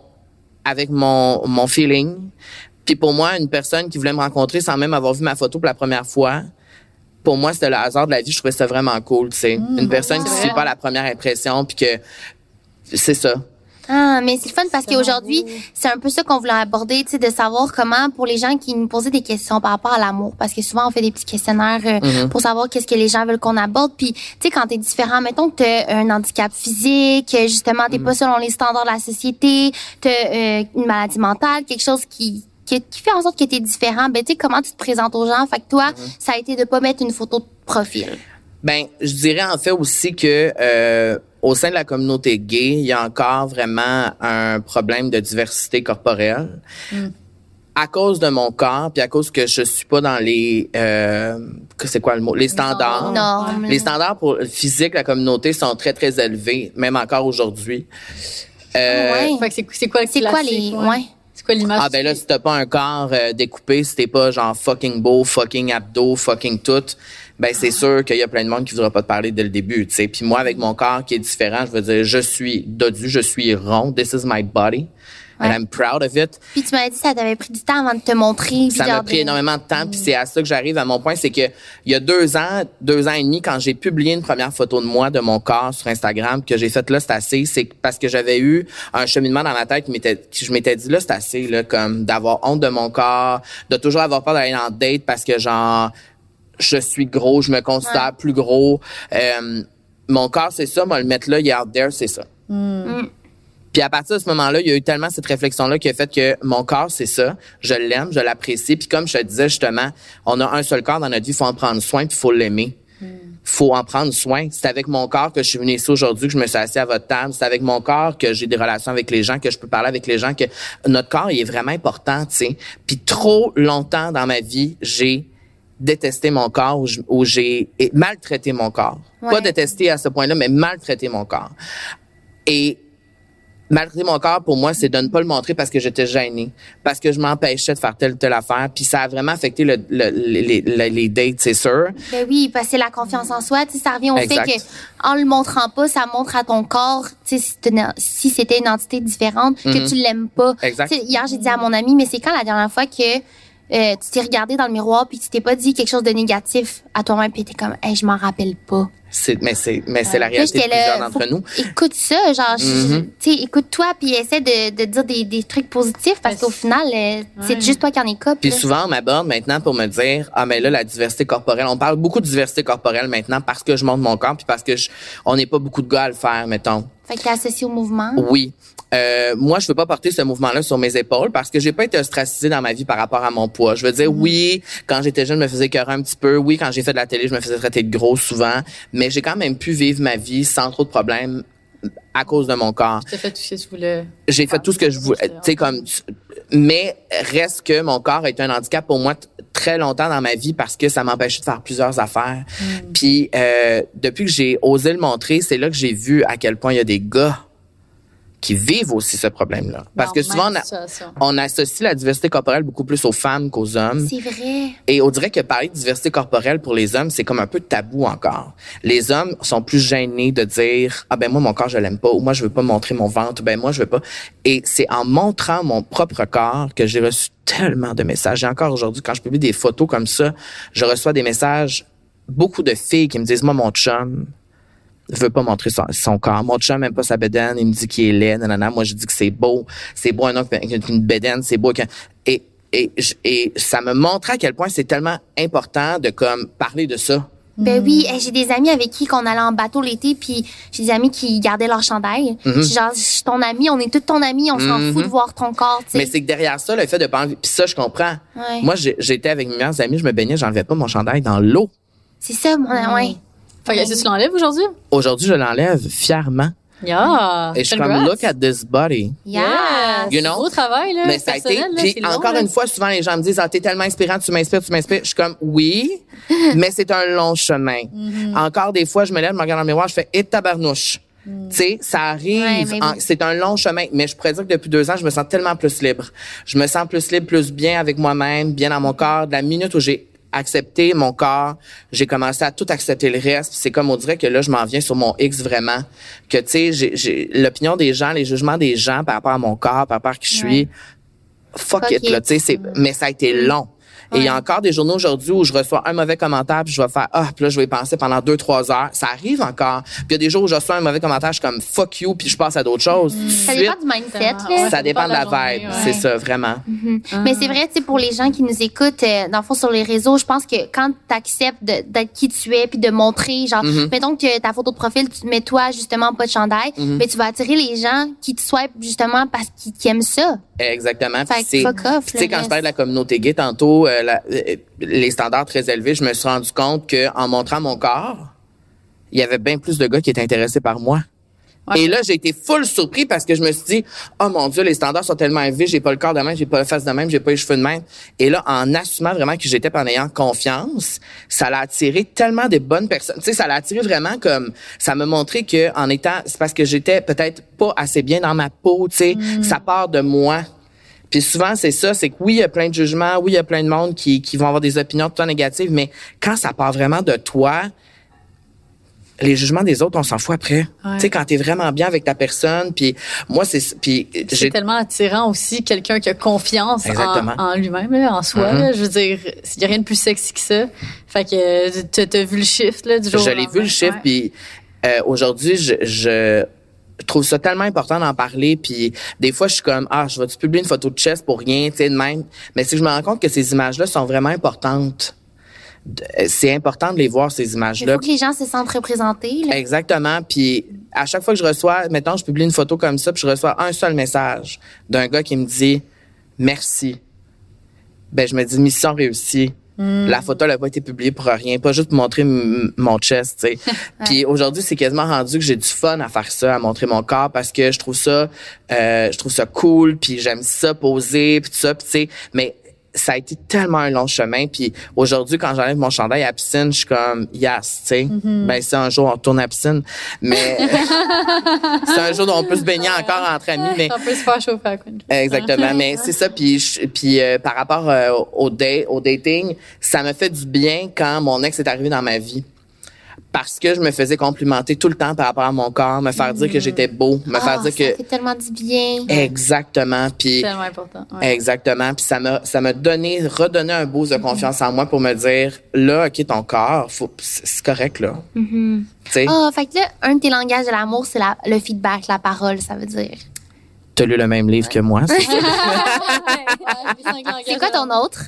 feeling. Puis pour moi, une personne qui voulait me rencontrer sans même avoir vu ma photo pour la première fois, pour moi, c'était le hasard de la vie. Je trouvais ça vraiment cool, tu sais. Une personne qui ne suit pas la première impression, puis que c'est ça. Ah, mais c'est le fun parce qu'aujourd'hui, c'est un peu ça qu'on voulait aborder, tu sais, de savoir comment, pour les gens qui nous posaient des questions par rapport à l'amour, parce que souvent, on fait des petits questionnaires pour savoir qu'est-ce que les gens veulent qu'on aborde. Puis, tu sais, quand t'es différent, mettons que t'as un handicap physique, justement, t'es pas selon les standards de la société, t'as une maladie mentale, quelque chose qui fait en sorte que t'es différent, ben, tu sais, comment tu te présentes aux gens? Fait que toi, ça a été de pas mettre une photo de profil. Ben, je dirais en fait aussi que au sein de la communauté gay, il y a encore vraiment un problème de diversité corporelle. À cause de mon corps, puis à cause que je suis pas dans les c'est quoi le mot, les standards. Non. Les standards pour le physique, la communauté sont très très élevés, même encore aujourd'hui. Fait que c'est quoi les C'est quoi l'image? Ah ben là, si t'as pas un corps découpé, si t'es pas genre fucking beau, fucking abdos, fucking tout, ben c'est sûr qu'il y a plein de monde qui voudra pas te parler dès le début, tu sais. Puis moi, avec mon corps qui est différent, je veux dire, je suis dodu, je suis rond, this is my body, and I'm proud of it. Puis tu m'avais dit que ça t'avait pris du temps avant de te montrer. Ça m'a pris énormément de temps, puis c'est à ça que j'arrive à mon point, c'est que il y a 2 ans et demi, quand j'ai publié une première photo de moi, de mon corps sur Instagram, que j'ai fait là, c'est assez, c'est parce que j'avais eu un cheminement dans ma tête qui je m'étais dit là, c'est assez, là, comme d'avoir honte de mon corps, de toujours avoir peur d'aller en date parce que genre, je suis gros, je me considère plus gros. Mon corps, c'est ça, moi, le mettre là, il est out there, c'est ça. Puis à partir de ce moment-là, il y a eu tellement cette réflexion-là qui a fait que mon corps, c'est ça. Je l'aime, je l'apprécie. Puis comme je te disais justement, on a un seul corps dans notre vie, il faut en prendre soin, puis il faut l'aimer. Faut en prendre soin. C'est avec mon corps que je suis venue ici aujourd'hui, que je me suis assis à votre table. C'est avec mon corps que j'ai des relations avec les gens, que je peux parler avec les gens, que notre corps, il est vraiment important, tu sais. Puis trop longtemps dans ma vie, j'ai détesté mon corps ou j'ai maltraité mon corps. Pas détesté à ce point-là, mais maltraité mon corps. Et maltraiter mon corps, pour moi, c'est de ne pas le montrer parce que j'étais gênée, parce que je m'empêchais de faire telle affaire, puis ça a vraiment affecté les dates, c'est sûr. Ben oui, parce que c'est la confiance en soi, tu sais, ça revient au fait que en le montrant pas, ça montre à ton corps, tu sais, si c'était une entité différente, que tu l'aimes pas. Exact. Hier, j'ai dit à mon ami, mais c'est quand la dernière fois que tu t'es regardé dans le miroir puis tu t'es pas dit quelque chose de négatif à toi-même puis t'es comme, hey, je m'en rappelle pas. Mais c'est la réalité de plusieurs d'entre nous. Écoute ça, genre, tu sais, écoute-toi puis essaie de dire des trucs positifs parce qu'au final, c'est juste toi qui en écope. Puis souvent, on m'aborde maintenant pour me dire, ah, mais là, la diversité corporelle, on parle beaucoup de diversité corporelle maintenant parce que je montre mon corps puis parce que on n'est pas beaucoup de gars à le faire, mettons. Fait que t'es associé au mouvement? Oui. Moi, je veux pas porter ce mouvement-là sur mes épaules parce que j'ai pas été ostracisée dans ma vie par rapport à mon poids. Je veux dire, oui, quand j'étais jeune, je me faisais écœurer un petit peu. Oui, quand j'ai fait de la télé, je me faisais traiter de gros souvent. Mais j'ai quand même pu vivre ma vie sans trop de problèmes à cause de mon corps. Tu as fait tout ce que tu voulais. J'ai fait tout ce que je voulais. Tu sais, comme, mais reste que mon corps a été un handicap pour moi très longtemps dans ma vie parce que ça m'empêchait de faire plusieurs affaires. Puis, depuis que j'ai osé le montrer, c'est là que j'ai vu à quel point il y a des gars qui vivent aussi ce problème-là. Parce que souvent, on associe la diversité corporelle beaucoup plus aux femmes qu'aux hommes. C'est vrai. Et on dirait que parler de diversité corporelle pour les hommes, c'est comme un peu tabou encore. Les hommes sont plus gênés de dire, ah ben moi, mon corps, je l'aime pas, ou moi, je veux pas montrer mon ventre, ou ben moi, je veux pas. Et c'est en montrant mon propre corps que j'ai reçu tellement de messages. Et encore aujourd'hui, quand je publie des photos comme ça, je reçois des messages, beaucoup de filles qui me disent, moi, mon chum veut pas montrer son corps. Mon chum aime pas sa bédaine, il me dit qu'il est laid, nanana. Moi, je dis que c'est beau un homme avec une bédaine, c'est beau. Et ça me montre à quel point c'est tellement important de comme parler de ça. Ben oui, j'ai des amis avec qui qu'on allait en bateau l'été, puis j'ai des amis qui gardaient leur chandail. Genre, je suis ton ami, on est tous ton ami, on s'en fout de voir ton corps, tu sais. Mais c'est que derrière ça, le fait de pas enlever, puis ça, je comprends. Ouais. Moi, j'étais avec mes meilleurs amis, je me baignais, j'enlevais pas mon chandail dans l'eau. C'est ça, ouais. Fait que est-ce que tu l'enlèves aujourd'hui? Aujourd'hui, je l'enlève fièrement. Yeah. Et je suis comme, look at this body. Yeah. You know? Gros travail, là. Mais ça a été, puis encore une fois, souvent, les gens me disent, ah, t'es tellement inspirant, tu m'inspires. Je suis comme, oui, mais c'est un long chemin. Encore des fois, je me lève, je me regarde dans le miroir, je fais, et tabarnouche. Tu sais, ça arrive, c'est un long chemin, mais je pourrais dire que depuis 2 ans, je me sens tellement plus libre. Je me sens plus libre, plus bien avec moi-même, bien dans mon corps. De la minute où j'ai accepté mon corps, j'ai commencé à tout accepter le reste. C'est comme on dirait que là, je m'en viens sur mon X vraiment. Que tu sais, j'ai l'opinion des gens, les jugements des gens par rapport à mon corps, par rapport à qui je suis. Fuck it, là, tu sais, mais ça a été long. Et il y a encore des journaux aujourd'hui où je reçois un mauvais commentaire puis je vais faire puis là je vais y penser pendant 2-3 heures. Ça arrive encore. Puis il y a des jours où je reçois un mauvais commentaire, je suis comme fuck you puis je passe à d'autres choses. Ça dépend du mindset, là. Ça dépend de la vibe, c'est ça vraiment. Mais c'est vrai, tu sais, pour les gens qui nous écoutent, dans le fond sur les réseaux, je pense que quand tu acceptes d'être qui tu es puis de montrer, genre, mettons que ta photo de profil, tu mets toi justement pas de chandail, mais tu vas attirer les gens qui te swipent justement parce qu'ils aiment ça. Exactement. Fait que fuck off. Tu sais, quand je parlais de la communauté gay tantôt, les standards très élevés, je me suis rendu compte que en montrant mon corps, il y avait bien plus de gars qui étaient intéressés par moi. Ouais. Et là, j'ai été full surpris parce que je me suis dit, oh mon Dieu, les standards sont tellement élevés, j'ai pas le corps de même, j'ai pas la face de même, j'ai pas les cheveux de même. Et là, en assumant vraiment que j'étais, en ayant confiance, ça l'a attiré tellement de bonnes personnes. Tu sais, ça l'a attiré vraiment comme, ça m'a montré que en étant, c'est parce que j'étais peut-être pas assez bien dans ma peau, tu sais, ça part de moi. Puis souvent, c'est ça, c'est que oui, il y a plein de jugements, oui, il y a plein de monde qui vont avoir des opinions tout le temps négatives, mais quand ça part vraiment de toi, les jugements des autres, on s'en fout après. Tu sais, quand t'es vraiment bien avec ta personne, puis moi, c'est tellement attirant aussi, quelqu'un qui a confiance en lui-même, là, en soi. Là, je veux dire, il y a rien de plus sexy que ça. Fait que t'as vu le shift là, du jour au lendemain. Je l'ai vu le shift, puis aujourd'hui, je trouve ça tellement important d'en parler, puis des fois je suis comme je vais-tu publier une photo de chest pour rien, tu sais, de même, mais si je me rends compte que ces images-là sont vraiment importantes, c'est important de les voir, ces images-là. Il faut que les gens se sentent représentés, là. Exactement, puis à chaque fois que je reçois, mettons, je publie une photo comme ça, puis je reçois un seul message d'un gars qui me dit merci, ben je me dis mission réussie. La photo n'a pas été publiée pour rien, pas juste pour montrer mon chest, tu sais. Puis aujourd'hui, c'est quasiment rendu que j'ai du fun à faire ça, à montrer mon corps, parce que je trouve ça cool, puis j'aime ça poser, puis tout ça, puis tu sais. Mais ça a été tellement un long chemin, puis aujourd'hui, quand j'enlève mon chandail à la piscine, je suis comme yes, tu sais. Ben c'est un jour on retourne à la piscine, mais c'est un jour où on peut se baigner encore entre amis, mais on peut se faire chauffer à quoi. Exactement, mais c'est ça, puis par rapport au dating, ça me fait du bien quand mon ex est arrivé dans ma vie. Parce que je me faisais complimenter tout le temps par rapport à mon corps, me faire dire que j'étais beau, me faire dire que... Ça fait tellement du bien. Exactement. Puis, c'est tellement important. Ouais. Exactement. Puis ça m'a redonné un boost de confiance en moi pour me dire, là, OK, ton corps, c'est correct, là. Tu sais? Fait que là, un de tes langages de l'amour, c'est le feedback, la parole, ça veut dire. T'as lu le même livre que moi, c'est ça? C'est quoi ton autre?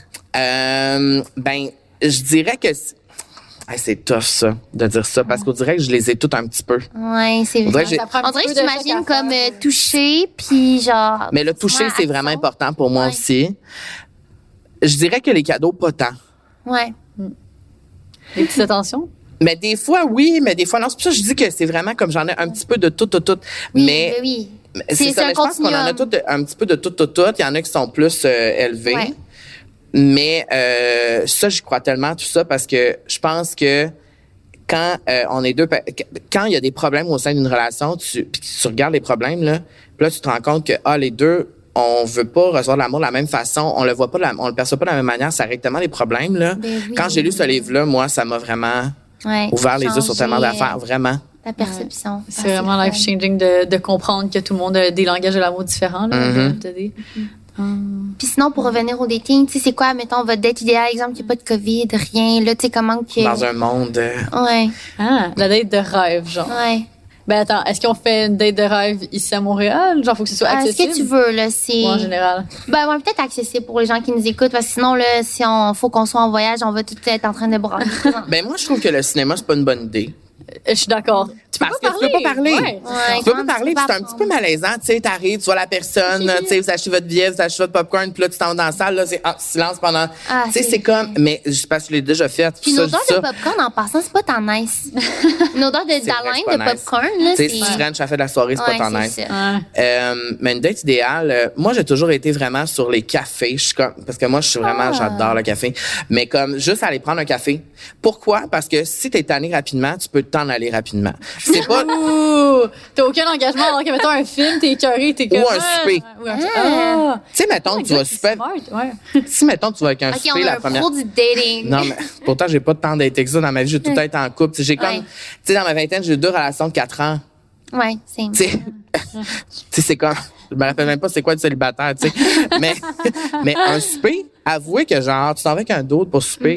Ben, je dirais que... c'est tough, ça, de dire ça, parce qu'on dirait que je les ai toutes un petit peu. Ouais, c'est vrai. On dirait que je t'imagine comme toucher, puis genre... Mais le toucher, c'est vraiment important pour moi aussi. Je dirais que les cadeaux, pas tant. Ouais. Les petites attentions? Mais des fois, oui, mais des fois, non. C'est pour ça que je dis que c'est vraiment comme j'en ai un petit peu de tout. Oui, mais oui. C'est ça, mais je pense qu'on en a tout, un petit peu de tout. Il y en a qui sont plus élevés. Ouais. Mais ça, j'y crois tellement, tout ça, parce que je pense que quand on est deux, quand il y a des problèmes au sein d'une relation, puis tu regardes les problèmes là, puis là tu te rends compte que les deux, on veut pas recevoir de l'amour de la même façon, on le voit pas, on le perçoit pas de la même manière, ça règle tellement les problèmes là. Ben oui. Quand j'ai lu ce livre-là, moi, ça m'a vraiment ouvert les yeux sur tellement d'affaires, vraiment. La perception. C'est vraiment life-changing de comprendre que tout le monde a des langages de l'amour différents. Là, Puis sinon, pour revenir au dating, tu sais, c'est quoi, mettons, votre date idéal, exemple, qu'il n'y a pas de COVID, rien, là, tu sais, comment que... Dans un monde... Ouais. La date de rêve, genre. Ouais. Ben attends, est-ce qu'on fait une date de rêve ici à Montréal? Genre, faut que ce soit accessible? Ce que tu veux, là, c'est... Ou en général? Ben, ouais, peut-être accessible pour les gens qui nous écoutent, parce que sinon, là, si faut qu'on soit en voyage, on va tout être en train de brailler. Ben, moi, je trouve que le cinéma, c'est pas une bonne idée. Je suis d'accord. Parce que tu peux pas parler. Ouais. Tu peux pas parler, puis c'est un petit peu malaisant. Tu sais, t'arrives, tu vois la personne, tu sais, vous achetez votre billet, vous achetez votre popcorn, puis là, tu t'en vas dans la salle, là, c'est silence pendant... tu sais, c'est comme... Mais je pense que je l'ai déjà fait. Puis une odeur de popcorn, en passant, c'est pas tant nice. Une odeur d'haleine de popcorn, là, c'est... Tu sais, si French a fait de la soirée, c'est pas tant nice. Mais une date idéale, moi, j'ai toujours été vraiment sur les cafés. Je suis comme... Parce que moi, je suis vraiment... J'adore le café. Mais comme, juste aller prendre un café. Pourquoi? Parce que si t'es tanné rapidement, tu peux t'en aller rapidement. C'est pas... T'as aucun engagement alors que, mettons, un film, t'es écœuré, t'es comme... Ou un souper. Tu sais, mettons, tu vas super... Si, mettons, tu vas avec un souper la première... OK, on a un pro du dating. Non, mais pourtant, j'ai pas de temps d'être ça dans ma vie. J'ai tout le temps été en couple. J'ai comme... Tu sais, dans ma vingtaine, j'ai eu 2 relations de 4 ans. Ouais, c'est... Tu sais, c'est comme... Je me rappelle même pas c'est quoi le célibataire, tu sais. mais un souper, avouez que genre, tu t'en vas avec un d'autre pour souper.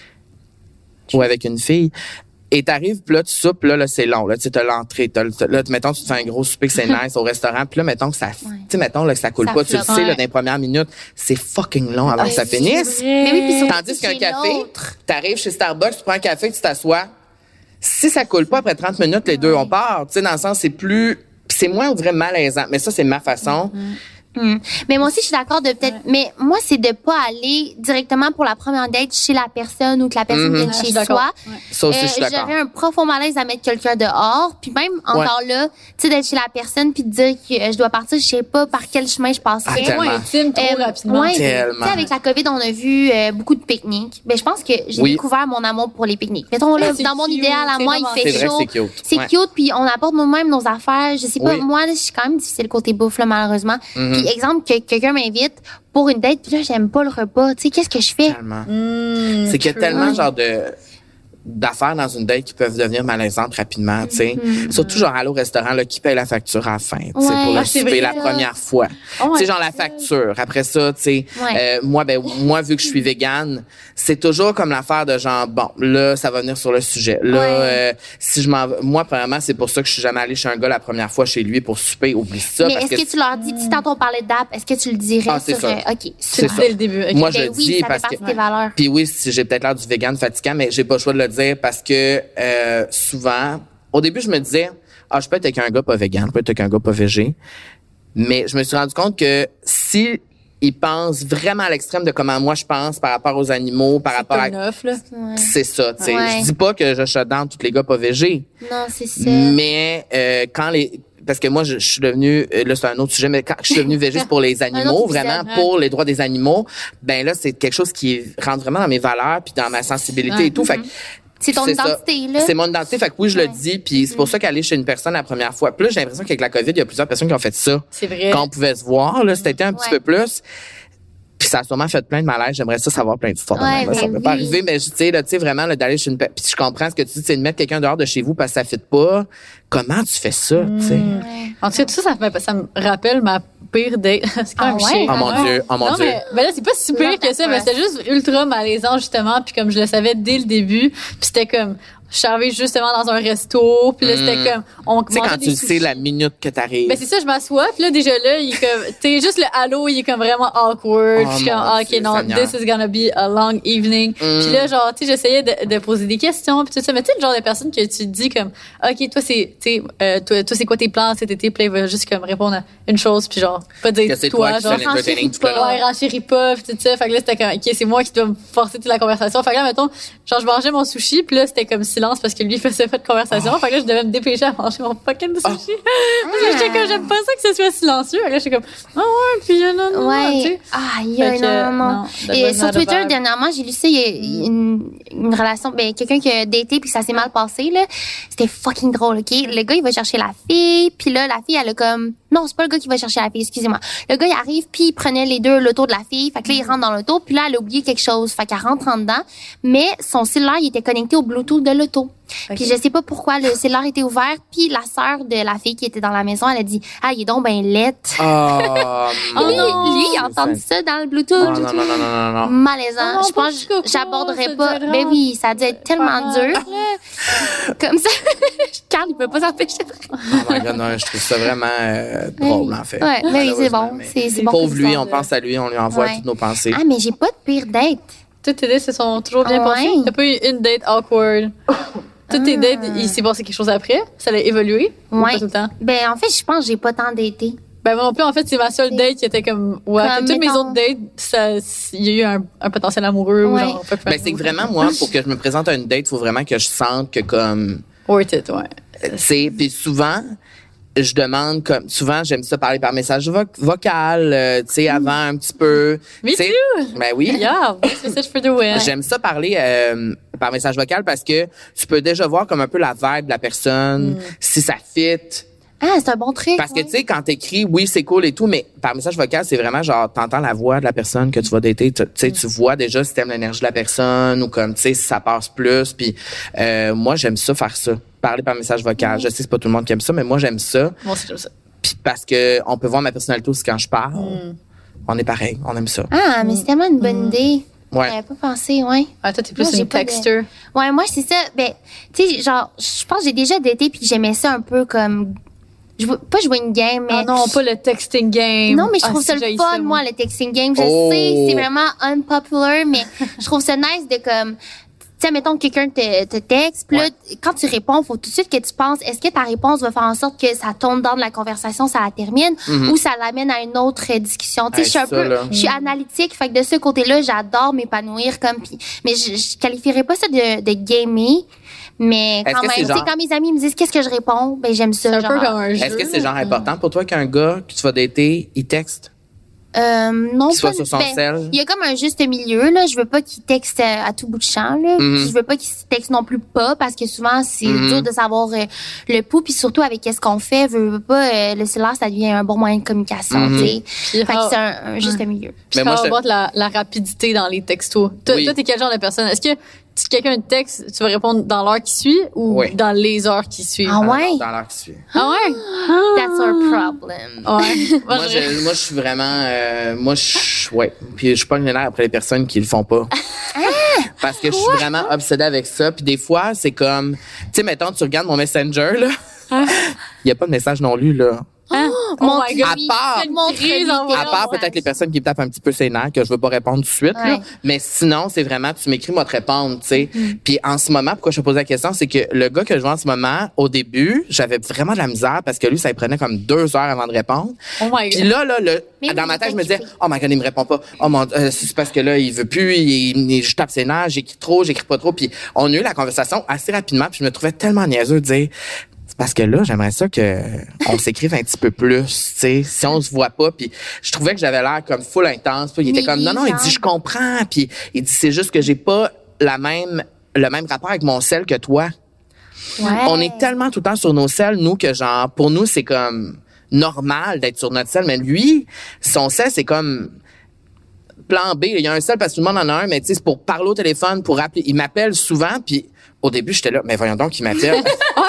Ou avec une fille. Et t'arrives, puis là, tu soupes, là, c'est long. Là, tu sais, t'as l'entrée. Là, mettons, tu te fais un gros souper que c'est nice au restaurant. Puis là, mettons que ça... Tu sais, mettons là, que ça coule pas. Tu le sais, là, dans les premières minutes, c'est fucking long avant que ça finisse. Mais oui, puis tandis qu'un café, t'arrives chez Starbucks, tu prends un café, tu t'assois. Si ça coule pas après 30 minutes, les deux, on part. Tu sais, dans le sens, c'est plus... c'est moins, on dirait, malaisant. Mais ça, c'est ma façon. Mais moi aussi, je suis d'accord de peut-être... Mais moi, c'est de pas aller directement pour la première date chez la personne ou que la personne vienne chez soi. Ça aussi, je suis d'accord. J'aurais un profond malaise à mettre quelqu'un dehors. Puis même, encore là, tu sais, d'être chez la personne puis de dire que je dois partir, je sais pas par quel chemin je passerais. C'est moins intime, trop rapidement. Tu sais, avec la COVID, on a vu beaucoup de pique-niques. Ben, je pense que j'ai découvert mon amour pour les pique-niques. Mettons, là, dans mon idéal, à moi, il fait chaud. C'est cute, puis on apporte nous-mêmes nos affaires. Je sais pas, moi, là, je suis quand même difficile côté bouffe, là, malheureusement. Puis, exemple, que quelqu'un m'invite pour une date, puis là, j'aime pas le repas. Tu sais, qu'est-ce que je fais? C'est qu'il y a tellement, genre, d'affaires dans une date qui peuvent devenir malaisantes rapidement, tu sais. Surtout, genre, aller au restaurant, là, qui paye la facture à la fin, tu sais, pour le souper la première fois. Tu sais, genre, la facture. Après ça, tu sais, moi, vu que je suis végane, c'est toujours comme l'affaire de genre, bon, là, ça va venir sur le sujet. Là, si je m'en... Moi, premièrement, c'est pour ça que je suis jamais allée chez un gars la première fois chez lui pour souper. Oublie ça. Mais est-ce que tu leur dis, si tantôt on parlait d'app, est-ce que tu le dirais? Ah, c'est ça. OK. C'est ça. Dès le début. Okay. Moi, je le dis parce que... tes valeurs. Puis oui, j'ai peut-être l'air du vegan fatigant, mais j'ai pas le choix de le dire parce que souvent, au début, je me disais, je peux être avec un gars pas vegan, je peux être avec un gars pas végé. Mais je me suis rendu compte que si il pense vraiment à l'extrême de comment moi je pense par rapport aux animaux, par rapport à... C'est ça, tu sais. Je dis pas que je shut down tous les gars pas végés. Non, c'est ça. Mais quand les... Parce que moi, je suis devenue, là, c'est un autre sujet, mais quand je suis devenue végiste pour les animaux, vraiment, pour les droits des animaux, ben là, c'est quelque chose qui rentre vraiment dans mes valeurs puis dans ma sensibilité et tout. Fait que, c'est ton identité, là. C'est mon identité. Fait que oui, je le dis. Puis c'est pour ça qu'aller chez une personne la première fois. Plus j'ai l'impression qu'avec la COVID, il y a plusieurs personnes qui ont fait ça. C'est vrai. Quand on pouvait se voir, là, c'était un petit peu plus. Puis ça a sûrement fait plein de malaise. J'aimerais ça savoir plein de fois. Ça peut pas arriver, mais tu sais, vraiment, là, d'aller chez une puis je comprends ce que tu dis, c'est de mettre quelqu'un dehors de chez vous parce que ça fit pas. Comment tu fais ça, tu sais? En tout cas, tout ça me rappelle ma pire date. C'est quand même chiant. Oh mon Dieu, oh mon Dieu. Mais là, c'est pas si pire que ça, mais c'était juste ultra malaisant, justement. Puis comme je le savais dès le début, puis c'était comme, je suis arrivée justement dans un resto, puis là, c'était comme, on tu sais, quand tu sais la minute que t'arrives. Ben, c'est ça, je m'assois, puis là, déjà là, il est comme, tu sais, juste le halo, il est comme vraiment awkward. Puis je suis comme, OK, non, this is gonna be a long evening. Puis là, genre, tu sais, j'essayais de poser des questions, puis tout ça. Mais tu sais, le genre de personne que tu te dis comme, OK, toi, toi, c'est quoi tes plans cet été? Puis là, il va juste comme répondre à une chose, puis genre, pas dire toi, genre, renchéris pas, puis tout ça. Fait que là, c'était comme, OK, c'est moi qui dois me forcer toute la conversation. Fait que là, mettons, genre, je mangeais mon sushi, puis là, c'était comme si silence parce que lui faisait pas de conversation. Fait que là, je devais me dépêcher à manger mon fucking sushi. Parce que j'étais comme, j'aime pas ça que ce soit silencieux. Fait que là, j'étais comme, ah ouais, puis non, tu sais. Non. Et sur Twitter, dernièrement, j'ai lu ça, il y a une relation, quelqu'un qui a daté puis ça s'est mal passé, là. C'était fucking drôle, OK? Le gars, il va chercher la fille, puis là, la fille, elle a comme... Non, c'est pas le gars qui va chercher la fille, excusez-moi. Le gars, il arrive, puis il prenait les deux l'auto de la fille. Fait que là, il rentre dans l'auto, puis là, elle a oublié quelque chose. Fait qu'elle rentre en dedans, mais son cellulaire, il était connecté au Bluetooth de l'auto. Okay. Puis je sais pas pourquoi le cellulaire était ouvert, puis la sœur de la fille qui était dans la maison, elle a dit « Ah, il est donc ben laite. » Lui, il a entendu ça dans le Bluetooth. Non. Malaisant. Je pense que j'aborderais pas. Ben oui, ça a dû être tellement dur. Comme ça. Carl, il peut pas s'empêcher. Oh my God, non, je trouve ça vraiment drôle, en fait. Ouais, mais c'est bon. C'est bon. Pauvre lui, on pense à lui, on lui envoie toutes nos pensées. Ah, mais j'ai pas de pire date. Toutes tes dates se sont toujours bien passées? T'as pas eu une date awkward? Toutes tes dates, il s'est passé quelque chose après? Ça a évolué? Ou pas tout le temps? Ben, en fait, je pense que j'ai pas tant daté. Ben, moi non plus, en fait, c'est ma seule date qui était comme, toutes mes autres dates, il y a eu un potentiel amoureux ou genre, ben, c'est que vraiment, moi, pour que je me présente à une date, il faut vraiment que je sente que comme. Worth it, ouais. Tu sais, puis souvent, je demande comme souvent j'aime ça parler par message vocal tu sais avant un petit peu. Me too. Ben oui. Yeah, message for the win. J'aime ça parler par message vocal parce que tu peux déjà voir comme un peu la vibe de la personne, si ça fit. Ah, c'est un bon truc. Parce que tu sais quand t'écris oui, c'est cool et tout, mais par message vocal, c'est vraiment genre t'entends la voix de la personne que tu vas dater, tu sais tu vois déjà si t'aimes l'énergie de la personne ou comme tu sais si ça passe plus puis moi j'aime ça faire ça. Parler par message vocal. Je sais que c'est pas tout le monde qui aime ça, mais moi, j'aime ça. Moi aussi, j'aime ça. Puis parce que on peut voir ma personnalité aussi quand je parle. On est pareil, on aime ça. Ah, mais c'est tellement une bonne idée. Ouais. J'avais pas pensé, ouais. Ah, toi, t'es plus une texter. Ouais, moi, c'est ça. Ben, tu sais, genre, je pense que j'ai déjà daté puis j'aimais ça un peu comme... Pas jouer une game, mais... Ah non, pas le texting game. Non, mais je trouve ça le fun, moi, le texting game. Je sais, c'est vraiment unpopular, mais je trouve ça nice de comme... Tu sais, mettons que quelqu'un te texte, puis là, quand tu réponds, faut tout de suite que tu penses, est-ce que ta réponse va faire en sorte que ça tombe dans de la conversation, ça la termine, ou ça l'amène à une autre discussion. Tu sais, je suis analytique, fait que de ce côté-là, j'adore m'épanouir comme, mais je qualifierais pas ça de gamer. Mais quand même, tu sais, quand mes amis me disent qu'est-ce que je réponds, ben j'aime ça. C'est un peu comme un jeu. Est-ce que c'est genre important pour toi qu'un gars que tu vas dater, il texte? Non, qu'il soit sur son cell. Il y a comme un juste milieu, là. Je veux pas qu'il texte à tout bout de champ, là. Puis je veux pas qu'il texte non plus pas, parce que souvent, c'est dur de savoir le pouls. Puis surtout, avec qu'est-ce qu'on fait, veut pas, le cellulaire, ça devient un bon moyen de communication, tu sais. Fait que c'est un juste milieu. Puis il faut avoir de la rapidité dans les textos. Toi, t'es quel genre de personne? Est-ce que si quelqu'un te texte, tu vas répondre dans l'heure qui suit ou dans les heures qui suivent? Ah ouais? Dans l'heure qui suit. Ah ouais? That's our problem. Ouais. moi, je suis vraiment... Puis je suis pas une nerf après les personnes qui le font pas. Parce que je suis vraiment obsédée avec ça. Puis des fois, c'est comme... Tu sais, mettons, tu regardes mon Messenger, là. Il y a pas de message non lu, là. Mon à part peut-être les personnes qui me tapent un petit peu ses nerfs que je veux pas répondre tout de suite là, mais sinon c'est vraiment tu m'écris moi te répondre tu sais. Puis en ce moment pourquoi je te pose la question c'est que le gars que je vois en ce moment au début j'avais vraiment de la misère parce que lui ça lui prenait comme 2 heures avant de répondre. Puis là dans ma tête je me disais oh my God il me répond pas, oh mon c'est parce que là il veut plus, je tape ses nerfs, j'écris pas trop. Puis on a eu la conversation assez rapidement puis je me trouvais tellement niaiseux de dire parce que là, j'aimerais ça que on s'écrive un petit peu plus, tu sais, si on se voit pas. Puis je trouvais que j'avais l'air comme full intense. Puis il était comme non, il dit je comprends. Puis il dit c'est juste que j'ai pas le même rapport avec mon cell que toi. Ouais. On est tellement tout le temps sur nos cells, nous, que genre pour nous c'est comme normal d'être sur notre cell, mais lui, son cell c'est comme plan B. Il y a un cell parce que tout le monde en a un, mais tu sais c'est pour parler au téléphone, pour appeler. Il m'appelle souvent, puis au début j'étais là, mais voyons donc il m'appelle.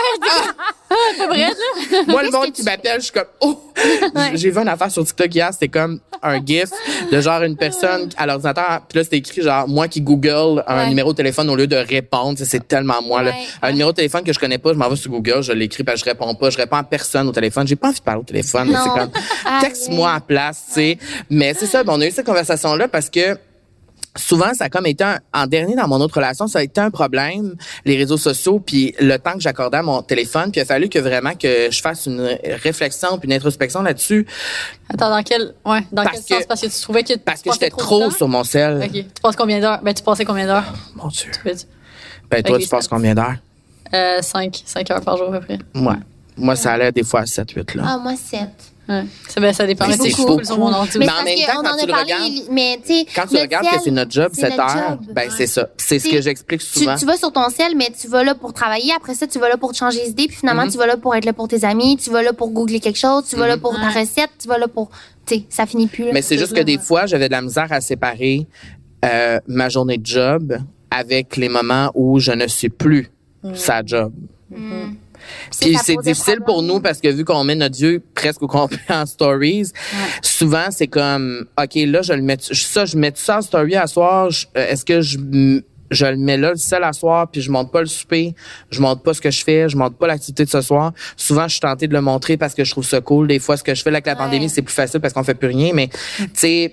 Pas vrai, là? Moi, le monde qui m'appelle, je suis comme, oh! J'ai vu une affaire sur TikTok hier, c'était comme un gif de genre une personne à l'ordinateur, puis là, c'était écrit genre, moi qui Google un numéro de téléphone au lieu de répondre, c'est tellement moi, là. Un numéro de téléphone que je connais pas, je m'en vais sur Google, je l'écris, puis je réponds pas, je réponds à personne au téléphone, j'ai pas envie de parler au téléphone, c'est comme, texte-moi à place, tu sais. Mais c'est ça, on a eu cette conversation-là parce que, souvent, ça a comme été en dernier dans mon autre relation, ça a été un problème, les réseaux sociaux, puis le temps que j'accordais à mon téléphone, puis il a fallu que vraiment que je fasse une réflexion puis une introspection là-dessus. Attends, dans quel sens? Parce que tu trouvais que parce que j'étais trop sur mon cell. OK. Tu passes combien d'heures? Ben, tu passais combien d'heures? Mon Dieu. Ben, toi, tu passes combien d'heures? 5 heures par jour à peu près. Ouais. Moi, ça allait des fois à 7-8, là. Ah, moi, 7. Ouais. Ça dépend. Mais c'est beaucoup sur mon ordi. Mais en même temps, quand tu le regardes, quand tu regardes que c'est notre job, 7 heures, ben c'est ça. C'est ce que j'explique souvent. Tu vas sur ton cell, mais tu vas là pour travailler. Après ça, tu vas là pour te changer d'idée. Puis finalement, tu vas là pour être là pour tes amis. Tu vas là pour googler quelque chose. Tu vas là pour ta recette. Tu vas là pour... Tu sais, ça finit plus. Là. Mais c'est juste que des fois, j'avais de la misère à séparer ma journée de job avec les moments où je ne suis plus sa job. Puis c'est difficile pour nous parce que vu qu'on met notre Dieu presque au complet en stories, souvent c'est comme OK, là je mets ça en story à soir, est-ce que je le mets là le seul à soir puis je montre pas le souper, je montre pas ce que je fais, je montre pas l'activité de ce soir. Souvent je suis tentée de le montrer parce que je trouve ça cool. Des fois ce que je fais avec la pandémie, c'est plus facile parce qu'on fait plus rien, mais tu sais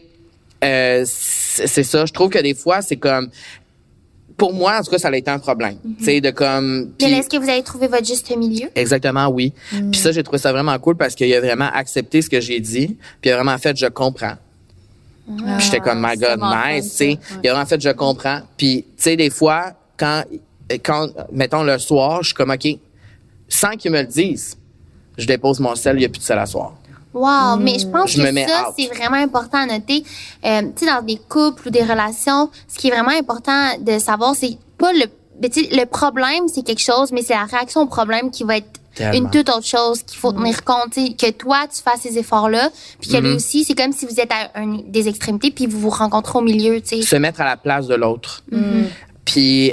c'est ça, je trouve que des fois c'est comme pour moi, en tout cas, ça a été un problème. Tu sais, de comme... Mais est-ce que vous avez trouvé votre juste milieu? Exactement, oui. Puis ça, j'ai trouvé ça vraiment cool parce qu'il a vraiment accepté ce que j'ai dit. Puis il a vraiment fait « je comprends ». Puis j'étais comme « my God, nice », tu sais. Il a vraiment fait « je comprends ». Puis, tu sais, des fois, quand, mettons, le soir, je suis comme « OK », sans qu'ils me le disent, je dépose mon sel, il n'y a plus de sel à soir. Wow, mais je pense que ça, c'est vraiment important à noter. Tu sais, dans des couples ou des relations, ce qui est vraiment important de savoir, c'est pas le problème, c'est quelque chose, mais c'est la réaction au problème qui va être une toute autre chose qu'il faut tenir compte. Que toi, tu fasses ces efforts-là, puis que lui aussi, c'est comme si vous êtes à des extrémités, puis vous vous rencontrez au milieu, tu sais. Se mettre à la place de l'autre. Puis,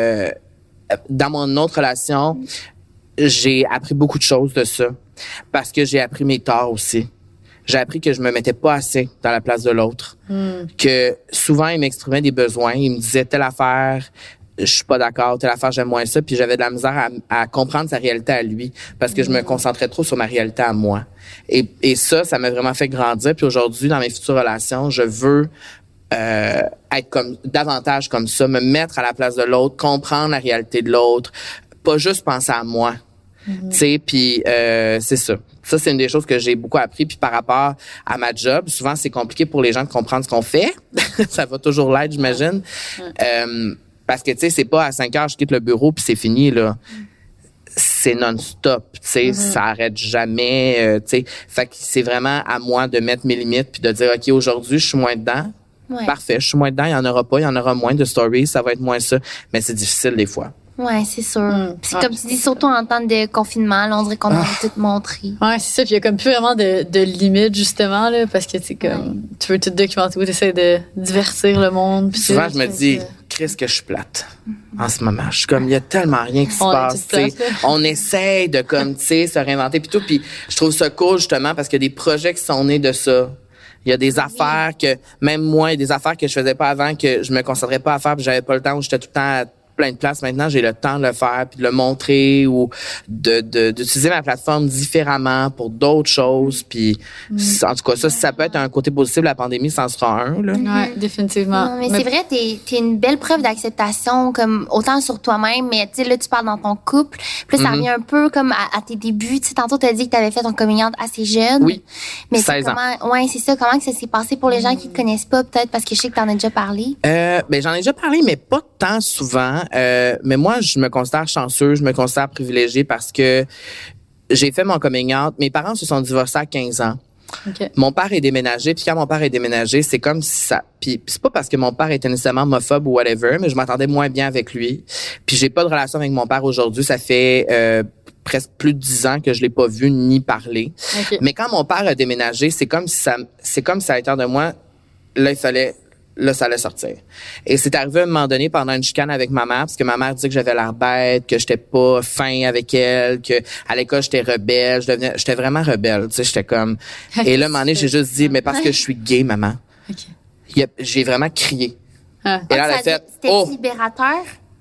dans mon autre relation, j'ai appris beaucoup de choses de ça. Parce que j'ai appris mes torts aussi. J'ai appris que je me mettais pas assez dans la place de l'autre. Que souvent, il m'exprimait des besoins. Il me disait telle affaire, je suis pas d'accord, telle affaire, j'aime moins ça. Puis j'avais de la misère à comprendre sa réalité à lui. Parce que je me concentrais trop sur ma réalité à moi. Et ça m'a vraiment fait grandir. Puis aujourd'hui, dans mes futures relations, je veux être davantage comme ça, me mettre à la place de l'autre, comprendre la réalité de l'autre, pas juste penser à moi. Tu sais, puis c'est ça. Ça, c'est une des choses que j'ai beaucoup appris. Puis par rapport à ma job, souvent, c'est compliqué pour les gens de comprendre ce qu'on fait. Ça va toujours l'être, j'imagine. Parce que, tu sais, c'est pas à 5 heures, je quitte le bureau, puis c'est fini, là. C'est non-stop, tu sais, ça arrête jamais, tu sais. Fait que c'est vraiment à moi de mettre mes limites puis de dire, OK, aujourd'hui, je suis moins dedans. Parfait, je suis moins dedans, il y en aura pas, il y en aura moins de stories, ça va être moins ça. Mais c'est difficile des fois. Ouais, c'est sûr. C'est comme tu dis, surtout en temps de confinement, là, on dirait qu'on a tout montré. Ouais, c'est ça. Puis il y a comme plus vraiment de limites, justement, là, parce que c'est comme, tu veux tout documenter, tu essaies de divertir le monde. Puis souvent, je me dis, Chris, que je suis plate en ce moment. Je suis comme, il y a tellement rien qui se passe, tu sais. On essaie de, comme, tu sais, se réinventer puis tout. Puis je trouve ça cool, justement, parce qu'il y a des projets qui sont nés de ça. Il y a des affaires que, même moi, il y a des affaires que je faisais pas avant, que je me concentrais pas à faire puis j'avais pas le temps, où j'étais tout le temps à plein de place. Maintenant, j'ai le temps de le faire puis de le montrer ou d'utiliser ma plateforme différemment pour d'autres choses. Puis, en tout cas, ça, si ça peut être un côté positif de la pandémie, ça en sera un, là. Ouais, définitivement. Non, mais c'est vrai, t'es une belle preuve d'acceptation, comme, autant sur toi-même, mais, tu sais, là, tu parles dans ton couple. Puis là, ça revient un peu comme à tes débuts. Tu sais, tantôt, t'as dit que t'avais fait ton coming out assez jeune. Oui. Mais 16 ans. Ouais, c'est ça. Comment que ça s'est passé pour les gens qui te connaissent pas, peut-être, parce que je sais que t'en as déjà parlé? Ben, j'en ai déjà parlé, mais pas tant souvent. Mais moi, je me considère chanceux, je me considère privilégiée parce que j'ai fait mon coming out. Mes parents se sont divorcés à 15 ans. Okay. Mon père est déménagé, puis quand mon père est déménagé, c'est comme si ça... Puis c'est pas parce que mon père était nécessairement homophobe ou whatever, mais je m'entendais moins bien avec lui. Puis j'ai pas de relation avec mon père aujourd'hui. Ça fait presque plus de 10 ans que je l'ai pas vu ni parlé. Okay. Mais quand mon père a déménagé, c'est comme si ça a été de moi, là, ça allait sortir. Et c'est arrivé à un moment donné pendant une chicane avec ma mère, parce que ma mère disait que j'avais l'air bête, que j'étais pas fin avec elle, que à l'école j'étais rebelle, j'étais vraiment rebelle, tu sais, j'étais comme... Et là, un moment donné, j'ai juste dit, mais parce que je suis gay, maman. Okay. J'ai vraiment crié. Ah. Et là, elle a fait... C'était libérateur?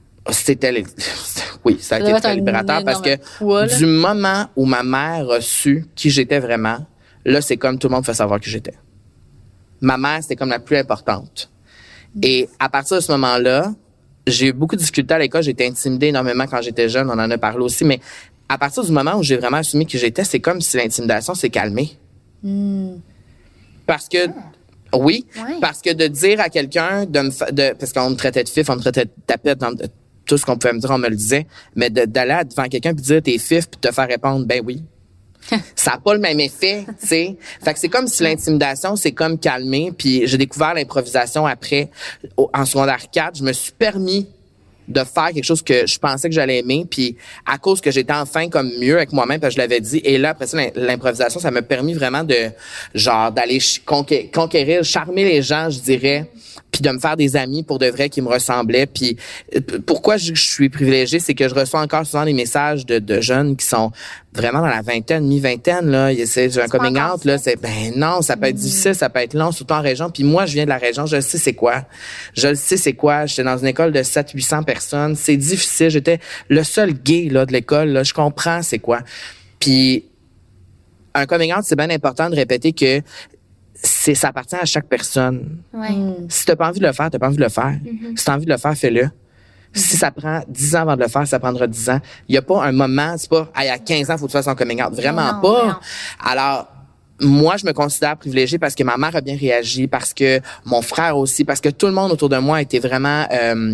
Oui, ça a été très libérateur parce que du moment où ma mère a su qui j'étais vraiment, là, c'est comme tout le monde fait savoir qui j'étais. Ma mère, c'était comme la plus importante. Et à partir de ce moment-là, j'ai eu beaucoup de difficultés à l'école. J'étais intimidée énormément quand j'étais jeune. On en a parlé aussi. Mais à partir du moment où j'ai vraiment assumé qui j'étais, c'est comme si l'intimidation s'est calmée. Parce que, parce que de dire à quelqu'un, parce qu'on me traitait de fif, on me traitait de tapette, tout ce qu'on pouvait me dire, on me le disait. Mais d'aller devant quelqu'un puis dire t'es fif puis te faire répondre, ben oui. Ça n'a pas le même effet, tu sais. Fait que c'est comme si l'intimidation s'est comme calmée. Puis j'ai découvert l'improvisation après, en secondaire 4. Je me suis permis de faire quelque chose que je pensais que j'allais aimer, puis à cause que j'étais enfin comme mieux avec moi-même, parce que je l'avais dit, et là après ça l'improvisation, ça m'a permis vraiment de genre d'aller conquérir, charmer les gens, je dirais, puis de me faire des amis pour de vrai qui me ressemblaient. Puis pourquoi je suis privilégiée, c'est que je reçois encore souvent des messages de jeunes qui sont vraiment dans la vingtaine, mi-vingtaine, là. J'ai un coming out, là. C'est, ben non, ça peut être difficile, ça peut être long, surtout en région. Puis moi, je viens de la région, je le sais c'est quoi. Je le sais c'est quoi. J'étais dans une école de 700-800 personnes. C'est difficile. J'étais le seul gay, là, de l'école, là. Je comprends c'est quoi. Puis, un coming out, c'est bien important de répéter que ça appartient à chaque personne. Ouais. Si t'as pas envie de le faire, t'as pas envie de le faire. Si t'as envie de le faire, fais-le. Si ça prend 10 ans avant de le faire, ça prendra 10 ans. Il y a pas un moment, c'est pas, il y a 15 ans, faut que tu fasses ton coming out. Vraiment non, pas. Non. Alors, moi, je me considère privilégiée parce que ma mère a bien réagi, parce que mon frère aussi, parce que tout le monde autour de moi était vraiment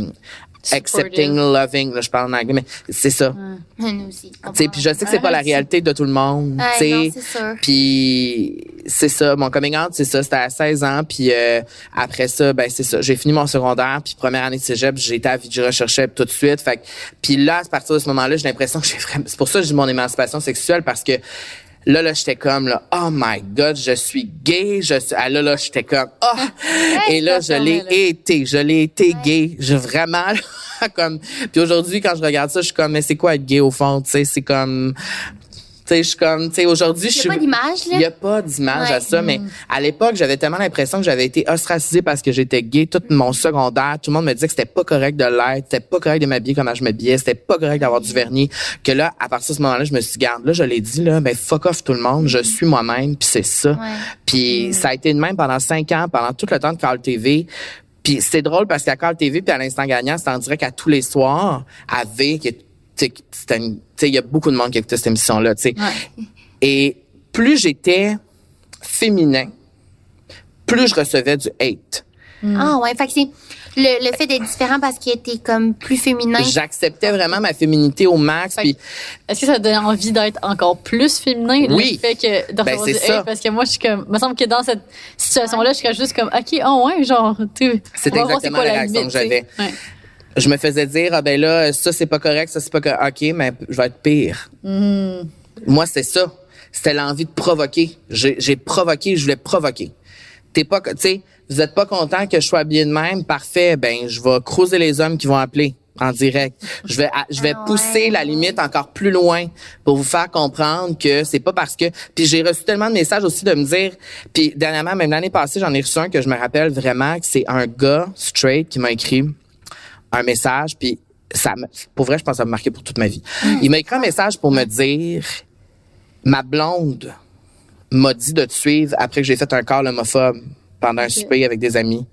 accepting, loving. Là, je parle en anglais, mais c'est ça. Nous aussi. Puis je sais que c'est pas la réalité de tout le monde. Non, c'est sûr. Puis c'est ça, mon coming out, c'est ça, c'était à 16 ans. Puis après ça, ben c'est ça, j'ai fini mon secondaire. Puis première année de cégep, j'ai été à Vidji recherchais tout de suite. Fait que, puis là, à partir de ce moment-là, j'ai l'impression que j'ai vraiment... C'est pour ça que j'ai mon émancipation sexuelle, parce que là, j'étais comme, là, oh my God, je suis gay, là, j'étais comme, oh! Et là, je l'ai été gay. J'ai vraiment, là, comme, puis aujourd'hui, quand je regarde ça, je suis comme, mais c'est quoi être gay au fond, tu sais, c'est comme, tu sais, je suis comme, tu sais, aujourd'hui, il y a pas d'image, là. Il y a pas d'image à ça, mais à l'époque, j'avais tellement l'impression que j'avais été ostracisée parce que j'étais gay. Tout mon secondaire, tout le monde me disait que c'était pas correct de l'être, c'était pas correct de m'habiller comme je m'habillais, c'était pas correct d'avoir du vernis. Que là, à partir de ce moment-là, je me suis dit, garde, là, je l'ai dit, là, ben, fuck off tout le monde, je suis moi-même, puis c'est ça. Puis ça a été de même pendant 5 ans, pendant tout le temps de Call TV. Puis c'est drôle parce qu'à Call TV puis à l'Instant Gagnant, c'était en direct à tous les soirs, à V, il y a beaucoup de monde qui écoutait cette émission-là, tu sais. Ouais. Et plus j'étais féminin, plus je recevais du hate. Ah ouais, fait que c'est le fait d'être différent parce qu'il était comme plus féminin. J'acceptais vraiment ma féminité au max. Puis est-ce que ça te donne envie d'être encore plus féminin? Oui. Le fait que de recevoir du hate, parce que moi, je suis comme, me semble que dans cette situation-là, je suis juste comme, OK, oh ouais, genre, tu c'est exactement la réaction que j'avais. Ouais. Je me faisais dire, ah ben là, ça c'est pas correct, ça c'est pas correct. OK, mais je vais être pire. Moi, c'est ça. C'était l'envie de provoquer. J'ai provoqué, je voulais provoquer. Tu sais, vous êtes pas content que je sois habillé de même, parfait, ben je vais creuser les hommes qui vont appeler en direct. Je vais pousser la limite encore plus loin pour vous faire comprendre que c'est pas parce que... Puis j'ai reçu tellement de messages aussi de me dire... Puis dernièrement, même l'année passée, j'en ai reçu un que je me rappelle vraiment, que c'est un gars straight qui m'a écrit un message, puis pour vrai, je pense que ça m'a marqué pour toute ma vie. Il m'a écrit un message pour me dire, ma blonde m'a dit de te suivre après que j'ai fait un call homophobe pendant un souper avec des amis.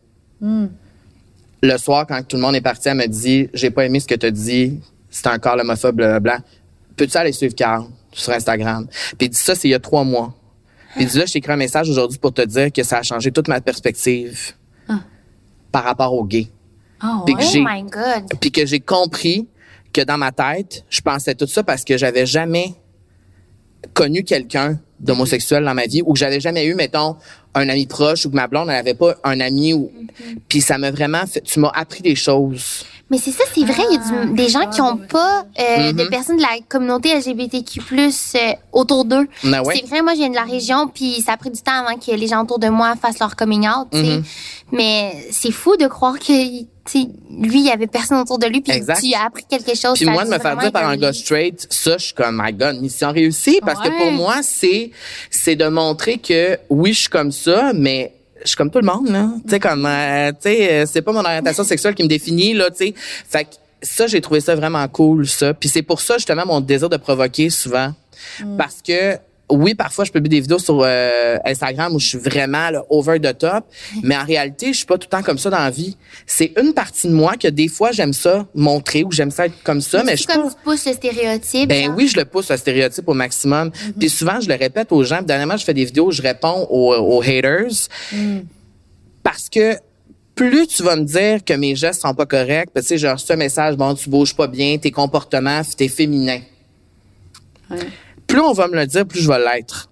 Le soir, quand tout le monde est parti, elle m'a dit, j'ai pas aimé ce que tu as dit, c'est un call homophobe, blablabla. Peux-tu aller suivre Carl sur Instagram? Puis il dit ça, c'est il y a 3 mois. Puis il dit là, je t'ai écrit un message aujourd'hui pour te dire que ça a changé toute ma perspective par rapport aux gays. Oh my God. Puis que j'ai compris que dans ma tête, je pensais tout ça parce que j'avais jamais connu quelqu'un d'homosexuel dans ma vie ou que j'avais jamais eu, mettons, un ami proche ou que ma blonde n'avait pas un ami. Puis ça m'a vraiment fait... Tu m'as appris des choses. Mais c'est ça, c'est vrai. Il y a des gens qui n'ont pas de personnes de la communauté LGBTQ+, autour d'eux. C'est vrai, moi, je viens de la région, puis ça a pris du temps avant que les gens autour de moi fassent leur coming out. Mais c'est fou de croire que lui, il y avait personne autour de lui, puis tu as appris quelque chose. Puis moi, de me faire dire par un gars straight, ça, je suis comme, my God, mission réussie. Parce que pour moi, c'est de montrer que, oui, je suis comme ça, mais je suis comme tout le monde, là. Tu sais, comme, c'est pas mon orientation sexuelle qui me définit, là, tu sais. Fait que ça, j'ai trouvé ça vraiment cool, ça. Puis c'est pour ça, justement, mon désir de provoquer souvent. Parce que, oui, parfois, je publie des vidéos sur Instagram où je suis vraiment là, over the top, mais en réalité, je suis pas tout le temps comme ça dans la vie. C'est une partie de moi que des fois, j'aime ça montrer ou j'aime ça être comme ça, mais je comme tu pousses le stéréotype. Ben oui, je le pousse, le stéréotype au maximum. Puis souvent, je le répète aux gens. Puis dernièrement, je fais des vidéos où je réponds aux haters parce que plus tu vas me dire que mes gestes sont pas corrects, tu sais, genre, ce message, bon, tu bouges pas bien, tes comportements, t'es féminin. Ouais. Plus on va me le dire, plus je vais l'être.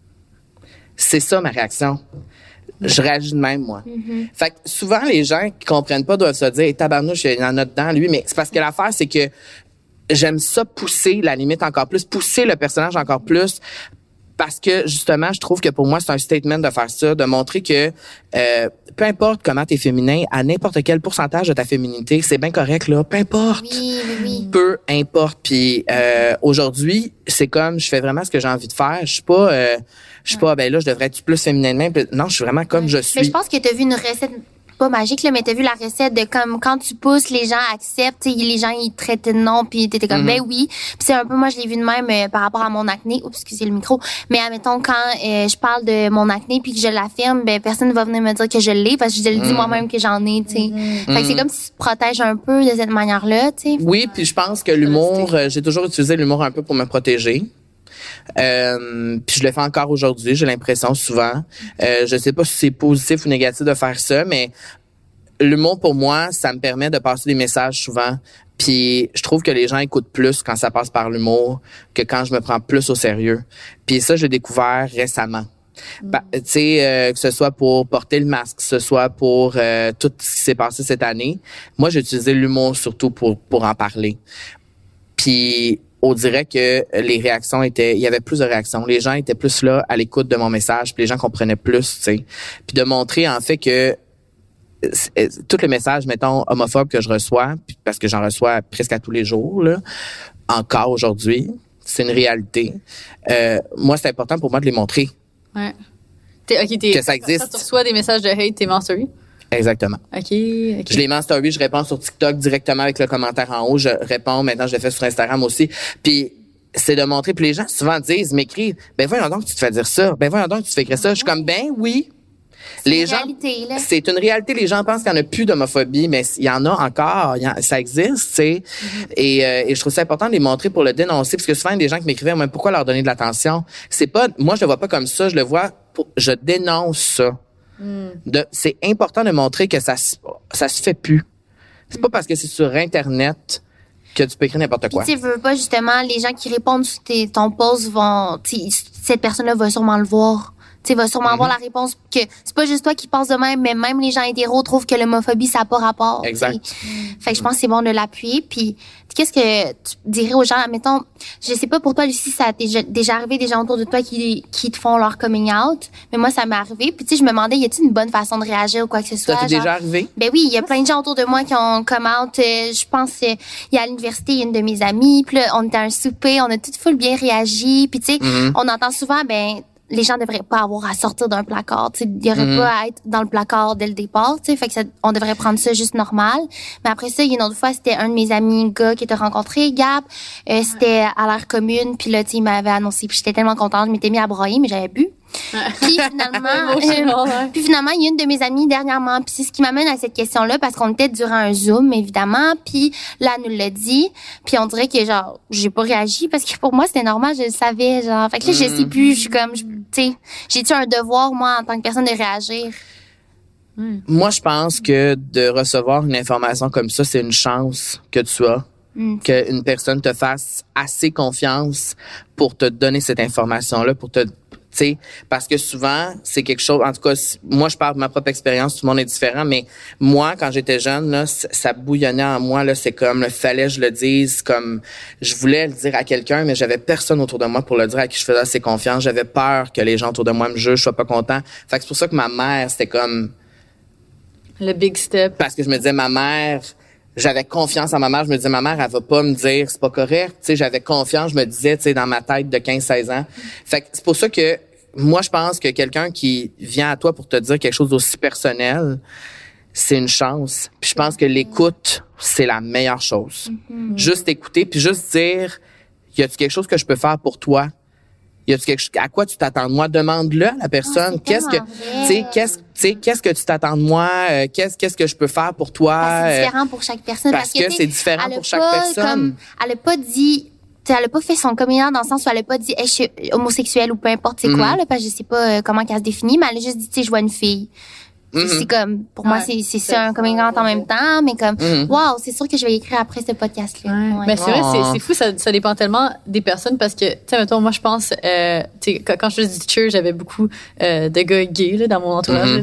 C'est ça, ma réaction. Je réagis de même, moi. Fait que souvent, les gens qui comprennent pas doivent se dire, hey, tabarnouche, il y en a dedans, lui. Mais c'est parce que l'affaire, c'est que j'aime ça pousser la limite encore plus, pousser le personnage encore plus. Parce que, justement, je trouve que pour moi, c'est un statement de faire ça, de montrer que peu importe comment t'es féminin, à n'importe quel pourcentage de ta féminité, c'est bien correct, là. Peu importe. Oui. Peu importe. Puis aujourd'hui, c'est comme, je fais vraiment ce que j'ai envie de faire. Je suis pas, ben là, je devrais être plus féminin. Non, je suis vraiment comme je suis. Mais je pense que t'as vu une recette pas magique, là, mais t'as vu la recette de comme quand tu pousses, les gens acceptent, les gens ils traitent de non, puis t'étais comme ben oui. Puis c'est un peu, moi je l'ai vu de même par rapport à mon acné. Oups, excusez le micro. Mais admettons quand je parle de mon acné puis que je l'affirme, ben personne va venir me dire que je l'ai parce que je le dis moi-même que j'en ai, tu sais. Fait que c'est comme si tu te protèges un peu de cette manière-là, tu sais. Oui, puis je pense que l'humour, j'ai toujours utilisé l'humour un peu pour me protéger. Puis je le fais encore aujourd'hui, j'ai l'impression souvent. Je sais pas si c'est positif ou négatif de faire ça, mais l'humour pour moi, ça me permet de passer des messages souvent. Puis je trouve que les gens écoutent plus quand ça passe par l'humour que quand je me prends plus au sérieux. Puis ça, j'ai découvert récemment. Tu sais, que ce soit pour porter le masque, que ce soit pour tout ce qui s'est passé cette année. Moi, j'ai utilisé l'humour surtout pour en parler. Puis on dirait que les réactions il y avait plus de réactions. Les gens étaient plus là à l'écoute de mon message, puis les gens comprenaient plus, tu sais. Puis de montrer en fait que tous les messages, mettons, homophobes que je reçois, parce que j'en reçois presque à tous les jours, là, encore aujourd'hui, c'est une réalité. Moi, c'est important pour moi de les montrer. Ouais. Que ça existe. Quand tu reçois des messages de hate, t'es menstrué? Exactement. OK. Je les mets en story, je réponds sur TikTok directement avec le commentaire en haut. Je réponds, maintenant je le fais sur Instagram aussi. Puis c'est de montrer. Puis les gens souvent m'écrivent, ben voyons donc que tu te fais dire ça. Ben voyons donc que tu te fais écrire ça. Je suis comme, ben oui. Les gens, c'est une réalité. Les gens pensent qu'il n'y en a plus d'homophobie, mais il y en a encore. Ça existe, tu sais. Et je trouve ça important de les montrer pour le dénoncer, parce que souvent, il y a des gens qui m'écrivaient, mais pourquoi leur donner de l'attention? C'est pas, moi, je le vois pas comme ça. Je le vois, je dénonce ça. C'est important de montrer que ça se fait plus. C'est pas parce que c'est sur Internet que tu peux écrire n'importe quoi. Tu veux pas, justement, les gens qui répondent sur ton post vont, cette personne-là va sûrement le voir. Tu va sûrement avoir la réponse que c'est pas juste toi qui penses de même, mais même les gens hétéros trouvent que l'homophobie, ça n'a pas rapport. Exact. Fait que je pense que c'est bon de l'appuyer. Puis, qu'est-ce que tu dirais aux gens? Mettons, je sais pas pour toi, Lucie, ça a déjà arrivé des gens autour de toi qui te font leur coming out. Mais moi, ça m'est arrivé. Puis, tu sais, je me demandais, y a-t-il une bonne façon de réagir ou quoi que ce soit? Ça t'est déjà arrivé? Ben oui, il y a plein de gens autour de moi qui ont come out. Je pense, il y a à l'université, il y a une de mes amies. Puis là, on était à un souper, on a tout full bien réagi. Puis, tu sais, on entend souvent, les gens devraient pas avoir à sortir d'un placard. Il y aurait pas à être dans le placard dès le départ. Fait que on devrait prendre ça juste normal. Mais après ça, il y a une autre fois, c'était un de mes amis gars qui était rencontré, Gap. C'était à l'air commune. Puis là, il m'avait annoncé. Puis j'étais tellement contente. Je m'étais mis à broyer, mais j'avais bu. Puis finalement, il y a une de mes amies dernièrement. Puis c'est ce qui m'amène à cette question-là, parce qu'on était durant un Zoom, évidemment. Puis là, elle nous l'a dit. Puis on dirait que, genre, j'ai pas réagi, parce que pour moi, c'était normal, je le savais, genre. Fait que là, je sais plus, je suis comme, tu sais, j'ai-tu un devoir, moi, en tant que personne, de réagir? Moi, je pense que de recevoir une information comme ça, c'est une chance que tu as. Qu'une personne te fasse assez confiance pour te donner cette information-là, pour te, tu sais, parce que souvent, c'est quelque chose, en tout cas, moi, je parle de ma propre expérience, tout le monde est différent, mais moi, quand j'étais jeune, là, ça bouillonnait en moi, là, c'est comme, fallait que je le dise, comme, je voulais le dire à quelqu'un, mais j'avais personne autour de moi pour le dire, à qui je faisais assez confiance, j'avais peur que les gens autour de moi me jugent, je sois pas content. Fait que c'est pour ça que ma mère, c'était comme... Le big step. Parce que je me disais, ma mère... J'avais confiance en ma mère. Je me disais, ma mère, elle va pas me dire c'est pas correct. Tu sais, j'avais confiance. Je me disais, tu sais, dans ma tête de 15-16 ans. Fait que c'est pour ça que moi, je pense que quelqu'un qui vient à toi pour te dire quelque chose d'aussi personnel, c'est une chance. Puis je pense que l'écoute, c'est la meilleure chose. Juste écouter, puis juste dire, y a-tu quelque chose que je peux faire pour toi? Y a-tu quelque chose, à quoi tu t'attends de moi? Demande-le à la personne. Qu'est-ce que tu t'attends de moi? Qu'est-ce que je peux faire pour toi? C'est différent pour chaque personne. Parce que c'est différent pour chaque personne. Elle a pas dit, elle a pas fait son coming out dans le sens où elle a pas dit, hey, je suis homosexuelle ou peu importe c'est quoi, là, parce que je sais pas comment qu'elle se définit, mais elle a juste dit, tu sais, je vois une fille. C'est comme, pour moi, c'est ça, un coming out en même temps, mais comme, wow, c'est sûr que je vais écrire après ce podcast-là. Ouais. Mais c'est vrai, c'est fou, ça dépend tellement des personnes parce que, tu sais, mettons, moi, je pense, tu sais, quand je faisais du cheer, j'avais beaucoup de gars gays, là, dans mon entourage,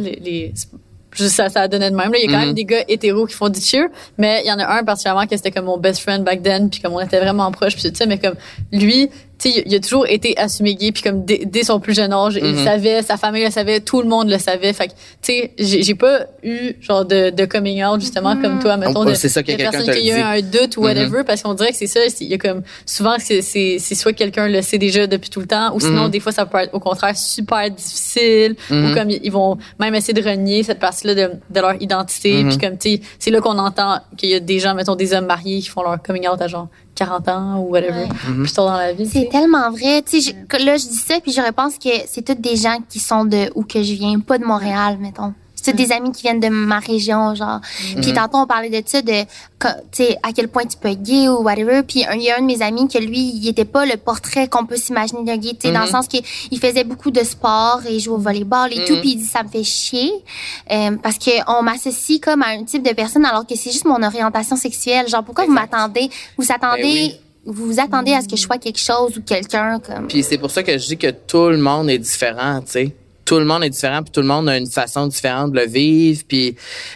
là, ça donnait de même. Là. Il y a quand même des gars hétéros qui font du cheer, mais il y en a un particulièrement que c'était comme mon best friend back then, puis comme on était vraiment proches, puis tout ça, mais comme lui, tu sais, il a toujours été assumé gay, puis comme dès son plus jeune âge, il savait, sa famille le savait, tout le monde le savait. Fait que, tu sais, j'ai pas eu genre de coming out justement comme toi, mettons, c'est ça que personne qui a eu un doute ou whatever, parce qu'on dirait que c'est ça. Il y a comme souvent c'est soit quelqu'un le sait déjà depuis tout le temps, ou sinon des fois ça peut être au contraire super difficile, ou comme ils vont même essayer de renier cette partie-là de leur identité, puis comme tu sais, c'est là qu'on entend qu'il y a des gens, mettons des hommes mariés qui font leur coming out à genre 40 ans ou whatever, plus tard dans la vie. C'est tellement vrai. Tu sais, là, je dis ça, puis je repense que c'est toutes des gens qui sont de où que je viens, pas de Montréal, mettons. C'est des amis qui viennent de ma région, genre. Puis tantôt, on parlait de ça, tu sais, à quel point tu peux être gay ou whatever. Puis il y a un de mes amis que lui, il était pas le portrait qu'on peut s'imaginer d'un gay, tu sais, dans le sens qu'il faisait beaucoup de sport et jouait au volleyball et tout. Puis il dit, ça me fait chier, parce que on m'associe comme à un type de personne alors que c'est juste mon orientation sexuelle. Genre, pourquoi vous m'attendez, vous vous attendez à ce que je sois quelque chose ou quelqu'un comme. Puis c'est pour ça que je dis que tout le monde est différent, tu sais. Tout le monde est différent, puis tout le monde a une façon différente de le vivre. Puis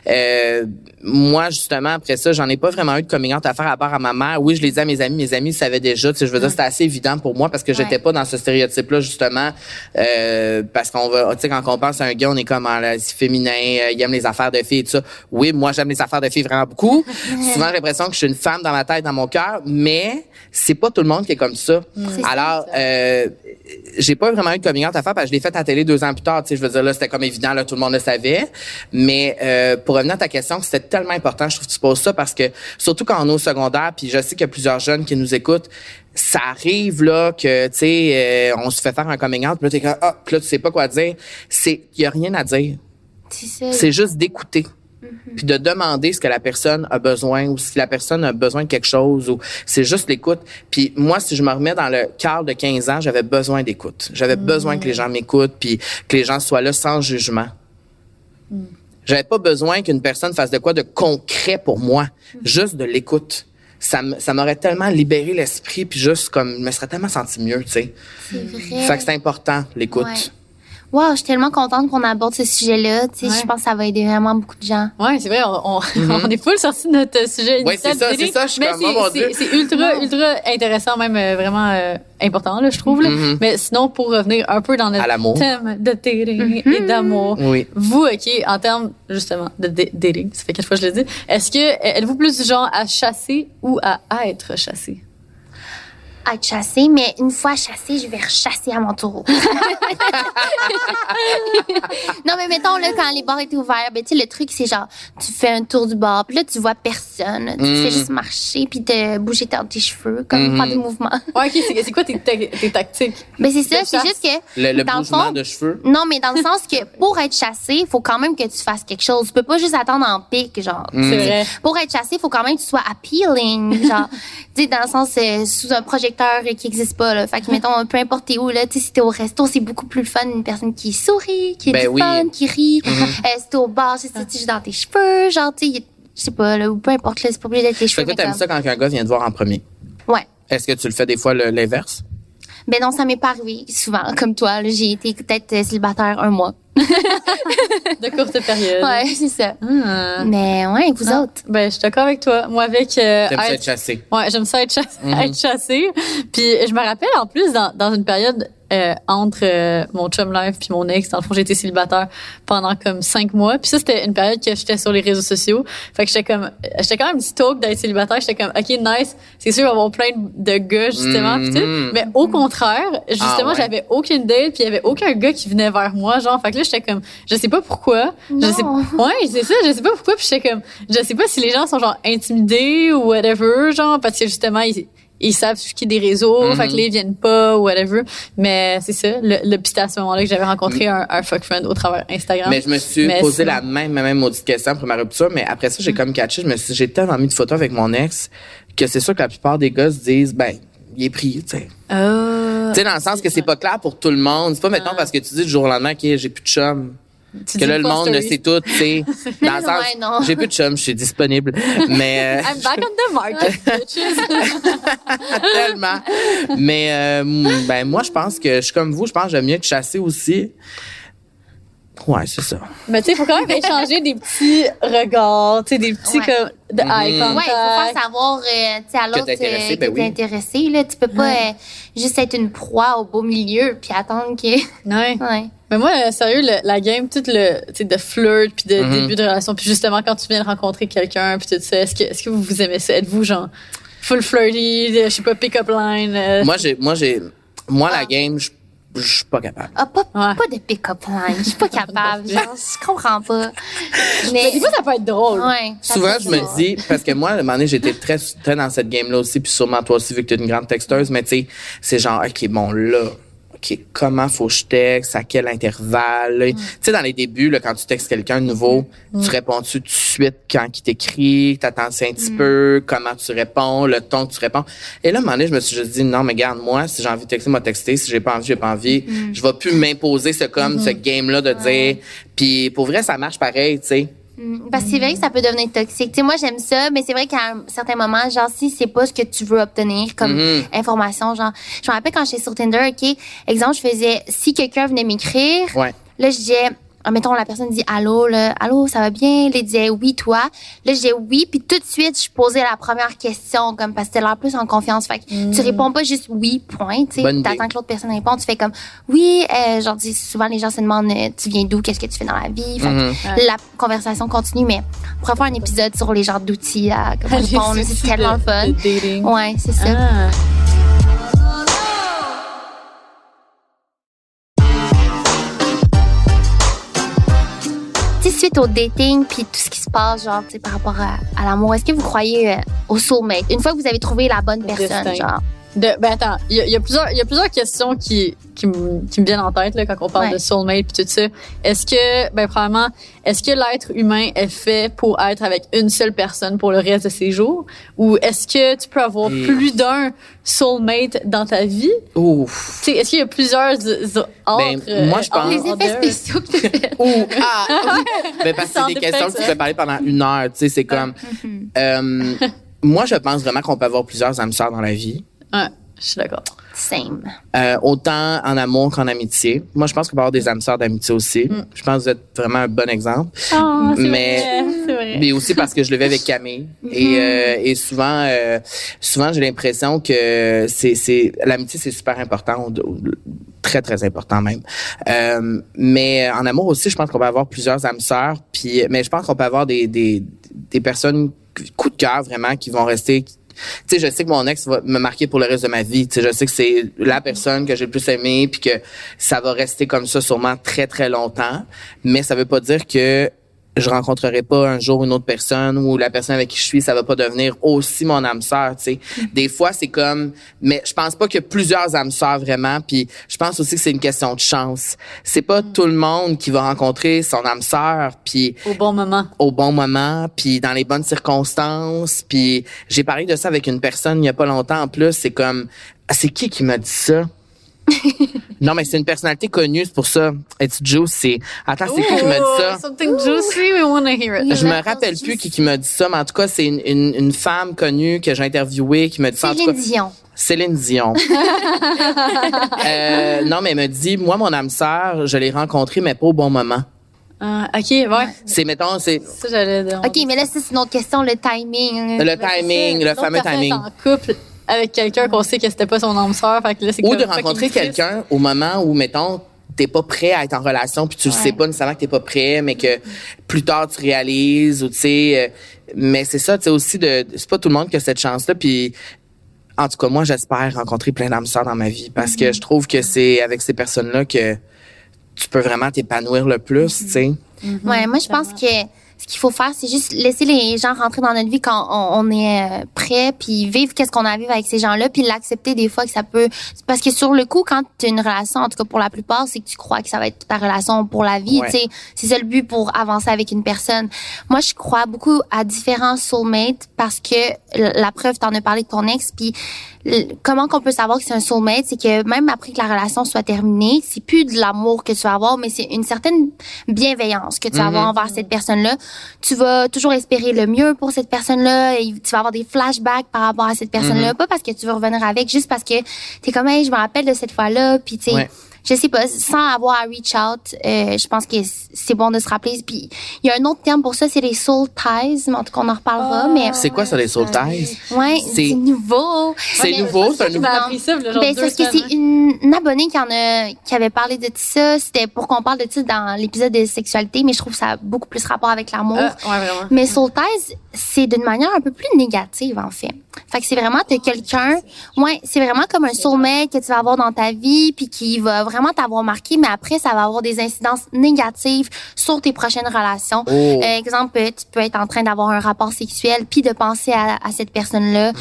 moi, justement, après ça, j'en ai pas vraiment eu de coming out à faire à part à ma mère. Oui, je l'ai dit à mes amis le savaient déjà. Tu sais, je veux dire, c'était assez évident pour moi parce que j'étais pas dans ce stéréotype-là, justement. Parce qu'on va, tu sais, quand on pense à un gars, on est comme c'est féminin, il aime les affaires de filles et tout ça. Oui, moi, j'aime les affaires de filles vraiment beaucoup. Souvent, j'ai l'impression que je suis une femme dans ma tête, dans mon cœur, mais c'est pas tout le monde qui est comme ça. Alors, j'ai pas vraiment eu de coming out à faire parce que je l'ai fait à la télé 2 ans plus tard. Tu sais, je veux dire, là, c'était comme évident, là, tout le monde le savait. Mais pour revenir à ta question, c'était tellement important, je trouve que tu poses ça, parce que surtout quand on est au secondaire, puis je sais qu'il y a plusieurs jeunes qui nous écoutent, ça arrive là que, tu sais, on se fait faire un coming out, puis là, t'es comme, puis là, tu sais pas quoi dire. Il y a rien à dire. C'est juste d'écouter. Puis de demander ce que la personne a besoin, ou si la personne a besoin de quelque chose, ou c'est juste l'écoute. Puis moi, si je me remets dans le cadre de 15 ans, j'avais besoin d'écoute. J'avais besoin que les gens m'écoutent, puis que les gens soient là sans jugement. J'avais pas besoin qu'une personne fasse de quoi de concret pour moi, juste de l'écoute. Ça m'aurait tellement libéré l'esprit, puis juste comme, je me serais tellement senti mieux, tu sais. C'est vrai. Fait que c'est important, l'écoute. Ouais. Wow, je suis tellement contente qu'on aborde ce sujet-là. Tu sais, je pense que ça va aider vraiment beaucoup de gens. Ouais, c'est vrai, on est full sorti de notre sujet initial. Ouais, c'est ça, je suis comme, mon Dieu. C'est ultra intéressant, même vraiment important, là, je trouve. Là. Mais sinon, pour revenir un peu dans notre thème de dating et d'amour, vous, OK, en termes, justement, de dating, ça fait 4 fois que je le dis, êtes-vous plus du genre à chasser ou à être chassé? À être chassée, mais une fois chassée, je vais rechasser à mon tour. Non, mais mettons, là, quand les bars étaient ouverts, ben, tu sais, le truc, c'est genre, tu fais un tour du bar, puis là, tu vois personne. Tu fais juste marcher, puis te bouger tes cheveux, comme faire des mouvements. Ouais, OK, c'est quoi tes tactiques? Ben, c'est ça, c'est juste que. Le bougement de cheveux? Non, mais dans le sens que pour être chassé, il faut quand même que tu fasses quelque chose. Tu peux pas juste attendre en pic, genre. C'est vrai. Pour être chassé, il faut quand même que tu sois appealing, genre, tu sais, dans le sens, sous un projecteur qui existe pas, là. Fait que, mettons, peu importe t'es où, là, tu sais, si t'es au resto, c'est beaucoup plus fun une personne qui sourit, qui est fun, qui rit. Si t'es au bar, si tu joues dans tes cheveux, genre, tu sais, je sais pas, là, ou peu importe, là, c'est pas obligé d'être les cheveux. Fait que t'aimes ça quand un gars vient te voir en premier? Ouais. Est-ce que tu le fais des fois l'inverse? Ben non, ça m'est pas arrivé souvent, comme toi, là. J'ai été peut-être célibataire 1 mois. De courte période. Ouais, c'est ça. Mais ouais, vous autres. Ben, je suis d'accord avec toi. Moi, avec... T'aimes ça être chassé. Ouais, j'aime ça être chassé. Puis je me rappelle, en plus, dans une période entre mon chum live puis mon ex, dans le fond, j'ai été célibataire pendant comme 5 mois. Puis ça, c'était une période que j'étais sur les réseaux sociaux. Fait que j'étais quand même stoked d'être célibataire. J'étais comme, OK, nice. C'est sûr, il va y avoir plein de gars, justement. Pis mais au contraire, justement, j'avais aucune date puis il y avait aucun gars qui venait vers moi, genre. Fait que là, j'étais comme, je sais pas pourquoi. Ouais, c'est ça, je sais pas pourquoi. Puis j'étais comme, je sais pas si les gens sont genre intimidés ou whatever, genre, parce que justement, ils savent qui des réseaux, fait que les viennent pas ou whatever. Mais c'est ça, le puis c'était à ce moment-là que j'avais rencontré un fuck friend au travers Instagram. Mais je me suis posé la même maudite question pour ma rupture, mais après ça, j'ai comme catché, j'ai tellement mis de photos avec mon ex que c'est sûr que la plupart des gars se disent, ben, il est pris, tu sais. Tu sais, dans le sens que c'est pas clair pour tout le monde. C'est pas maintenant parce que tu dis du jour au lendemain, OK, j'ai plus de chum. que là, le monde le sait tout, tu sais. Dans le sens, Ouais, non. j'ai plus de chum, je suis disponible. Mais, I'm back on the market, bitches. tellement. Mais, ben, moi, je pense que je suis comme vous, je pense que j'aime mieux que chasser aussi. Ouais, c'est ça. Mais tu sais, il faut quand même échanger des petits regards, tu sais, des petits comme de eye contact. Ouais, il faut faire savoir tu sais, à l'autre t'es intéressé, que ben t'es oui. intéressé. Là. Tu peux pas juste être une proie au beau milieu puis attendre que... Ouais. Ouais. Mais moi, sérieux, la game, tout le, tu sais, de flirt puis de début de relation, puis justement quand tu viens de rencontrer quelqu'un puis tout ça, est-ce que vous aimez ça? Êtes-vous genre full flirty, je sais pas, pick-up line? Moi, la game, je suis pas capable. Ah, pas de pick-up line. Je suis pas capable. Genre, je comprends pas. Mais des fois, ça peut être drôle. Ouais, ça Souvent, peut je me être dis, parce que moi, à un moment donné, j'étais très, très dans cette game-là aussi, puis sûrement toi aussi, vu que t'es une grande texteuse, mais tu sais, c'est genre, OK, bon, là, OK, comment faut que je texte, à quel intervalle, là. Tu sais, dans les débuts, là, quand tu textes quelqu'un de nouveau, tu réponds-tu tout de suite quand il t'écrit, t'attends un petit peu, comment tu réponds, le ton que tu réponds. Et là, à un moment donné, je me suis juste dit, non, mais regarde, moi, si j'ai envie de texter, moi, texter, si j'ai pas envie, je vais plus m'imposer ce game-là de dire, puis pour vrai, ça marche pareil, tu sais. Parce que c'est vrai que ça peut devenir toxique. Tu sais, moi, j'aime ça, mais c'est vrai qu'à un certain moment, genre, si c'est pas ce que tu veux obtenir comme information, genre, je me rappelle quand j'étais sur Tinder, OK, exemple, je faisais, si quelqu'un venait m'écrire, là, je disais, mettons, la personne dit allô, là, allô, ça va bien? Il disait oui, toi. Là, je disais oui, puis tout de suite, je posais la première question, comme, parce que t'as l'air plus en confiance. Fait que tu réponds pas juste oui, point, tu sais. T'attends que l'autre personne réponde. Tu fais comme oui, genre, souvent, les gens se demandent, tu viens d'où? Qu'est-ce que tu fais dans la vie? Fait que la conversation continue, mais on pourrait faire un épisode sur les genres d'outils, là, comment répondre. C'est tellement fun. Dating. Ouais, c'est ça. Ah. Suite au dating puis tout ce qui se passe genre tu sais par rapport à l'amour, est-ce que vous croyez au soulmate une fois que vous avez trouvé la bonne personne destin. genre Ben attends, il y a plusieurs questions qui me viennent en tête là quand on parle de soulmate puis tout ça. Est-ce que probablement est-ce que l'être humain est fait pour être avec une seule personne pour le reste de ses jours, ou est-ce que tu peux avoir plus d'un soulmate dans ta vie? Ouf. Tu sais, est-ce qu'il y a plusieurs autres moi je pense les effets spéciaux que tu fais. Ben parce que c'est des questions que tu peux parler pendant 1 heure, tu sais, c'est comme moi je pense vraiment qu'on peut avoir plusieurs âmes sœurs dans la vie. Ouais, je suis d'accord. Same. Autant en amour qu'en amitié. Moi, je pense qu'on peut avoir des âmes sœurs d'amitié aussi. Je pense que vous êtes vraiment un bon exemple. Oh, c'est vrai. Mais aussi parce que je le vis avec Camille. Et souvent, j'ai l'impression que l'amitié, c'est super important. Très, très important même. Mais en amour aussi, je pense qu'on peut avoir plusieurs âmes sœurs. Mais je pense qu'on peut avoir des personnes coup de cœur vraiment qui vont rester. Tu sais, je sais que mon ex va me marquer pour le reste de ma vie. Tu sais, je sais que c'est la personne que j'ai le plus aimée puis que ça va rester comme ça sûrement très, très longtemps. Mais ça veut pas dire que je rencontrerai pas un jour une autre personne ou la personne avec qui je suis, ça va pas devenir aussi mon âme sœur, tu sais. Des fois, c'est comme, mais je pense pas qu'il y a plusieurs âmes sœurs vraiment, puis je pense aussi que c'est une question de chance. C'est pas tout le monde qui va rencontrer son âme sœur, puis au bon moment, puis dans les bonnes circonstances, puis j'ai parlé de ça avec une personne il y a pas longtemps en plus, c'est comme, c'est qui m'a dit ça? Non, mais c'est une personnalité connue, c'est pour ça. It's juicy. Attends, c'est qui m'a dit ça? Something juicy, we want to hear it. Je me rappelle plus qui m'a dit ça, mais en tout cas, c'est une femme connue que j'ai interviewée qui m'a dit ça. Céline Dion. Céline Dion. Non, mais elle me dit, moi, mon âme sœur, je l'ai rencontrée, mais pas au bon moment. OK, ouais. C'est, mettons, c'est... Ça, j'allais dire. OK, mais là, c'est une autre question, le timing. Le timing, le fameux timing. En couple avec quelqu'un qu'on sait que c'était pas son âme sœur, fait que là, c'est ou de rencontrer quelqu'un au moment où, mettons, t'es pas prêt à être en relation, puis tu le sais pas nécessairement que t'es pas prêt, mais que plus tard tu réalises, ou tu sais, mais c'est ça, tu sais aussi c'est pas tout le monde qui a cette chance-là, puis en tout cas moi j'espère rencontrer plein d'âmes sœurs dans ma vie, parce que je trouve que c'est avec ces personnes-là que tu peux vraiment t'épanouir le plus, tu sais. Ouais, moi je pense que ce qu'il faut faire, c'est juste laisser les gens rentrer dans notre vie quand on est prêt, puis vivre qu'est-ce qu'on a à vivre avec ces gens-là, puis l'accepter des fois que ça peut... Parce que sur le coup, quand tu as une relation, en tout cas pour la plupart, c'est que tu crois que ça va être ta relation pour la vie. Tu sais, c'est ça le but pour avancer avec une personne. Moi, je crois beaucoup à différents soulmates parce que la preuve, t'en as parlé de ton ex, puis comment qu'on peut savoir que c'est un soulmate, c'est que même après que la relation soit terminée, c'est plus de l'amour que tu vas avoir, mais c'est une certaine bienveillance que tu vas avoir envers cette personne-là. Tu vas toujours espérer le mieux pour cette personne-là et tu vas avoir des flashbacks par rapport à cette personne-là, pas parce que tu veux revenir avec, juste parce que t'es comme, hey, je me rappelle de cette fois-là, puis tu sais, je sais pas, sans avoir à reach out, je pense que c'est bon de se rappeler. Puis il y a un autre terme pour ça, c'est les soul ties, mais en tout cas on en reparlera. Mais c'est quoi ça, les soul ties? Ouais, c'est nouveau. C'est nouveau, c'est un nouveau. Appris ça, genre ben, parce que c'est une abonnée qui avait parlé de ça. C'était pour qu'on parle de ça dans l'épisode de sexualité, mais je trouve que ça a beaucoup plus rapport avec l'amour. Ouais, vraiment. Mais soul ties, c'est d'une manière un peu plus négative en fait. Fait que c'est vraiment t'as quelqu'un, c'est vraiment comme un soulmate que tu vas avoir dans ta vie, puis qui va vraiment t'avoir marqué, mais après ça va avoir des incidences négatives sur tes prochaines relations. Exemple, tu peux être en train d'avoir un rapport sexuel puis de penser à cette personne-là.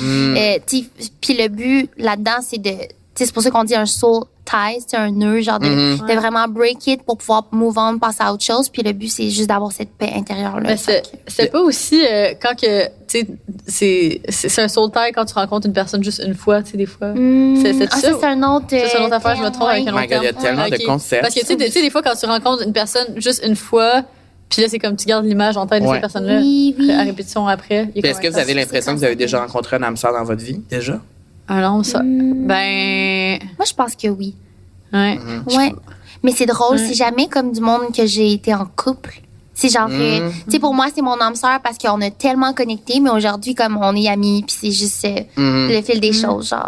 Puis le but là-dedans, c'est pour ça qu'on dit un soul tie, c'est un nœud, genre de vraiment break it pour pouvoir move on, passer à autre chose. Puis le but, c'est juste d'avoir cette paix intérieure-là. Mais c'est pas aussi quand que, tu sais, c'est un soul tie quand tu rencontres une personne juste une fois, tu sais, des fois. C'est ça. C'est un autre. C'est une autre affaire, je me trompe avec un autre terme. Il y a tellement de concepts. Parce que, tu sais, des fois, quand tu rencontres une personne juste une fois, puis là, c'est comme tu gardes l'image en tête de cette personne-là à répétition après. Puis est-ce que vous avez l'impression que vous avez déjà rencontré un âme sœur dans votre vie, déjà? Un homme sœur? Ben... Moi, je pense que oui. Ouais. Mais c'est drôle, c'est jamais comme du monde que j'ai été en couple. C'est genre, tu sais, pour moi, c'est mon âme sœur parce qu'on a tellement connecté, mais aujourd'hui, comme on est amis, puis c'est juste le fil des choses, genre,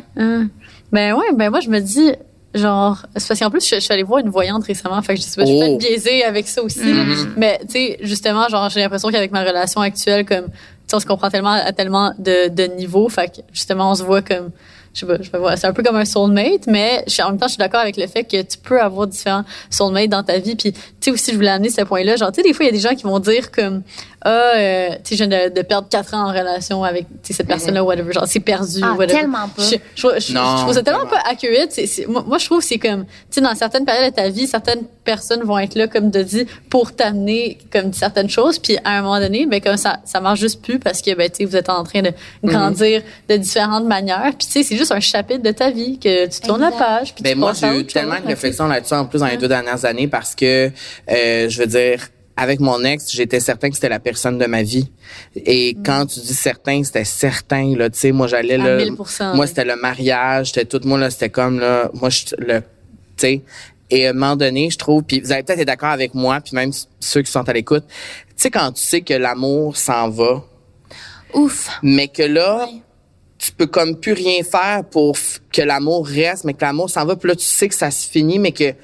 Ben moi, je me dis, genre, c'est parce qu'en plus, je suis allée voir une voyante récemment, fait que je sais pas, je suis peut-être biaisée avec ça aussi, là. Mais, tu sais, justement, genre, j'ai l'impression qu'avec ma relation actuelle, comme, tu sais, on se comprend tellement à tellement de niveaux, fait que, justement, on se voit comme, je sais pas, c'est un peu comme un soulmate, mais en même temps, je suis d'accord avec le fait que tu peux avoir différents soulmates dans ta vie. Puis, tu sais, aussi, je voulais amener ce point-là. Genre, tu sais, des fois, il y a des gens qui vont dire comme, tu sais, je viens de perdre 4 ans en relation avec cette personne-là, whatever. Genre, c'est perdu, whatever. Tellement pas. Je trouve ça tellement pas accurate. Moi, je trouve que c'est comme, tu sais, dans certaines périodes de ta vie, certaines personnes vont être là, comme de dit, pour t'amener comme certaines choses. Puis, à un moment donné, ben, comme ça marche juste plus parce que, ben, tu sais, vous êtes en train de grandir de différentes manières. Puis, tu sais, c'est juste un chapitre de ta vie que tu tournes la page. Puis moi, j'ai eu tellement de réflexions là-dessus, en plus, dans les 2 dernières années, parce que, je veux dire, avec mon ex, j'étais certain que c'était la personne de ma vie. Et quand tu dis certain, c'était certain, là, tu sais, moi, j'allais, là. 1000%, moi, c'était le mariage, c'était tout, moi, là, c'était comme, là, moi, tu sais. Et à un moment donné, je trouve, puis vous allez peut-être être d'accord avec moi, puis même ceux qui sont à l'écoute, tu sais, quand tu sais que l'amour s'en va. Ouf. Mais que là, tu peux comme plus rien faire pour que l'amour reste, mais que l'amour s'en va, puis là, tu sais que ça se finit, mais que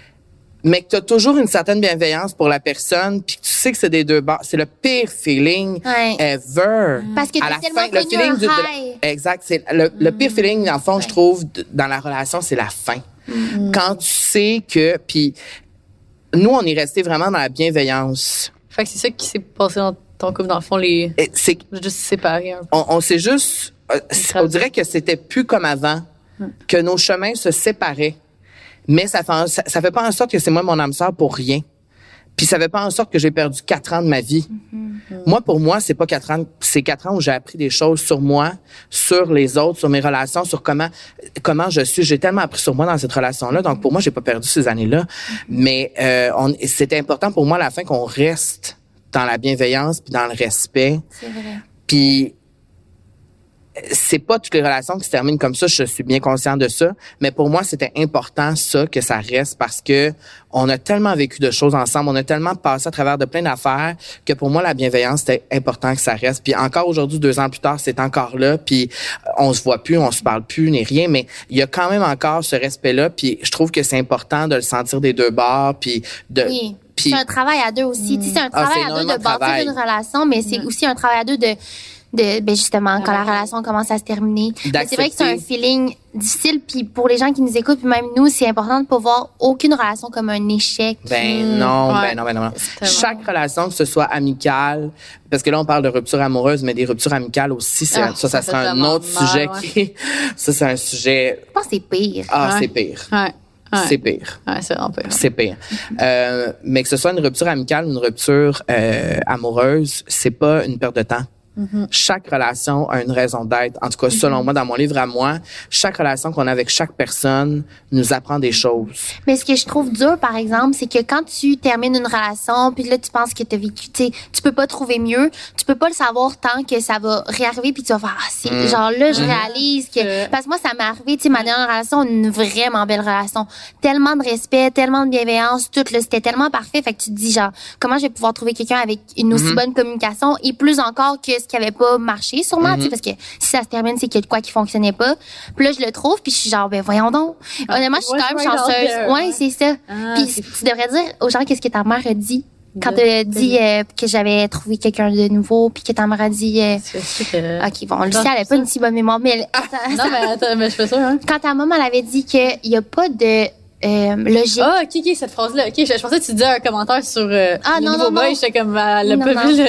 t'as toujours une certaine bienveillance pour la personne, puis tu sais que c'est des deux bords. C'est le pire feeling ever. Parce que t'as tellement connu un high. Exact. C'est le pire feeling, dans le fond, je trouve, dans la relation, c'est la fin. Quand tu sais que... Puis nous, on est restés vraiment dans la bienveillance. Fait que c'est ça qui s'est passé dans ton couple, dans le fond, c'est juste séparés un peu. On s'est juste... on dirait que c'était plus comme avant, que nos chemins se séparaient. Mais ça fait pas en sorte que c'est moi mon âme sœur pour rien. Puis ça fait pas en sorte que j'ai perdu 4 ans de ma vie. Moi, pour moi, c'est pas 4 ans, c'est 4 ans où j'ai appris des choses sur moi, sur les autres, sur mes relations, sur comment je suis. J'ai tellement appris sur moi dans cette relation-là. Donc, pour moi, j'ai pas perdu ces années-là. Mais, c'était important pour moi à la fin qu'on reste dans la bienveillance puis dans le respect. C'est vrai. Puis, c'est pas toutes les relations qui se terminent comme ça, je suis bien conscient de ça, mais pour moi, c'était important ça, que ça reste, parce que on a tellement vécu de choses ensemble, on a tellement passé à travers de plein d'affaires, que pour moi, la bienveillance, c'était important que ça reste. Puis encore aujourd'hui, 2 ans plus tard, c'est encore là, puis on se voit plus, on se parle plus, ni rien, mais il y a quand même encore ce respect-là, puis je trouve que c'est important de le sentir des deux bords, puis de... Oui. Puis, c'est un travail à deux aussi. Tu sais, c'est un travail à deux de bâtir une relation, mais c'est aussi un travail à deux justement, quand la relation commence à se terminer. C'est vrai que c'est un feeling difficile, puis pour les gens qui nous écoutent, puis même nous, c'est important de pas voir aucune relation comme un échec. Non. Chaque relation, que ce soit amicale, parce que là, on parle de rupture amoureuse, mais des ruptures amicales aussi, ça sera un autre sujet ça, c'est un sujet... Je pense que c'est pire. C'est pire. C'est pire. C'est vraiment pire. C'est pire. Mais que ce soit une rupture amicale ou une rupture amoureuse, c'est pas une perte de temps. Chaque relation a une raison d'être. En tout cas, selon moi, dans mon livre à moi, chaque relation qu'on a avec chaque personne nous apprend des choses. Mais ce que je trouve dur, par exemple, c'est que quand tu termines une relation, puis là, tu penses que tu as vécu, tu peux pas trouver mieux, tu peux pas le savoir tant que ça va réarriver, puis tu vas faire, genre là, je réalise que... Parce que moi, ça m'est arrivé, tu sais, ma dernière relation, une vraiment belle relation. Tellement de respect, tellement de bienveillance, tout, là, c'était tellement parfait. Fait que tu te dis, genre, comment je vais pouvoir trouver quelqu'un avec une aussi bonne communication, et plus encore que qui avait pas marché sûrement, tu sais, parce que si ça se termine, c'est qu'il y a de quoi qui fonctionnait pas. Puis là, je le trouve, puis je suis genre, voyons donc. Honnêtement, je suis quand même chanceuse. Ouais, c'est ça. Puis tu devrais dire aux gens qu'est-ce que ta mère a dit quand elle a dit que j'avais trouvé quelqu'un de nouveau, puis que ta mère a dit... OK, bon, Lucie, elle avait pas une si bonne mémoire, mais... Non, mais attends, mais je fais ça, hein. Quand ta maman, elle avait dit qu'il y a pas de... logique. OK, cette phrase-là. OK, je pensais que tu disais un commentaire sur le nouveau boy. J'étais comme, elle a pas vu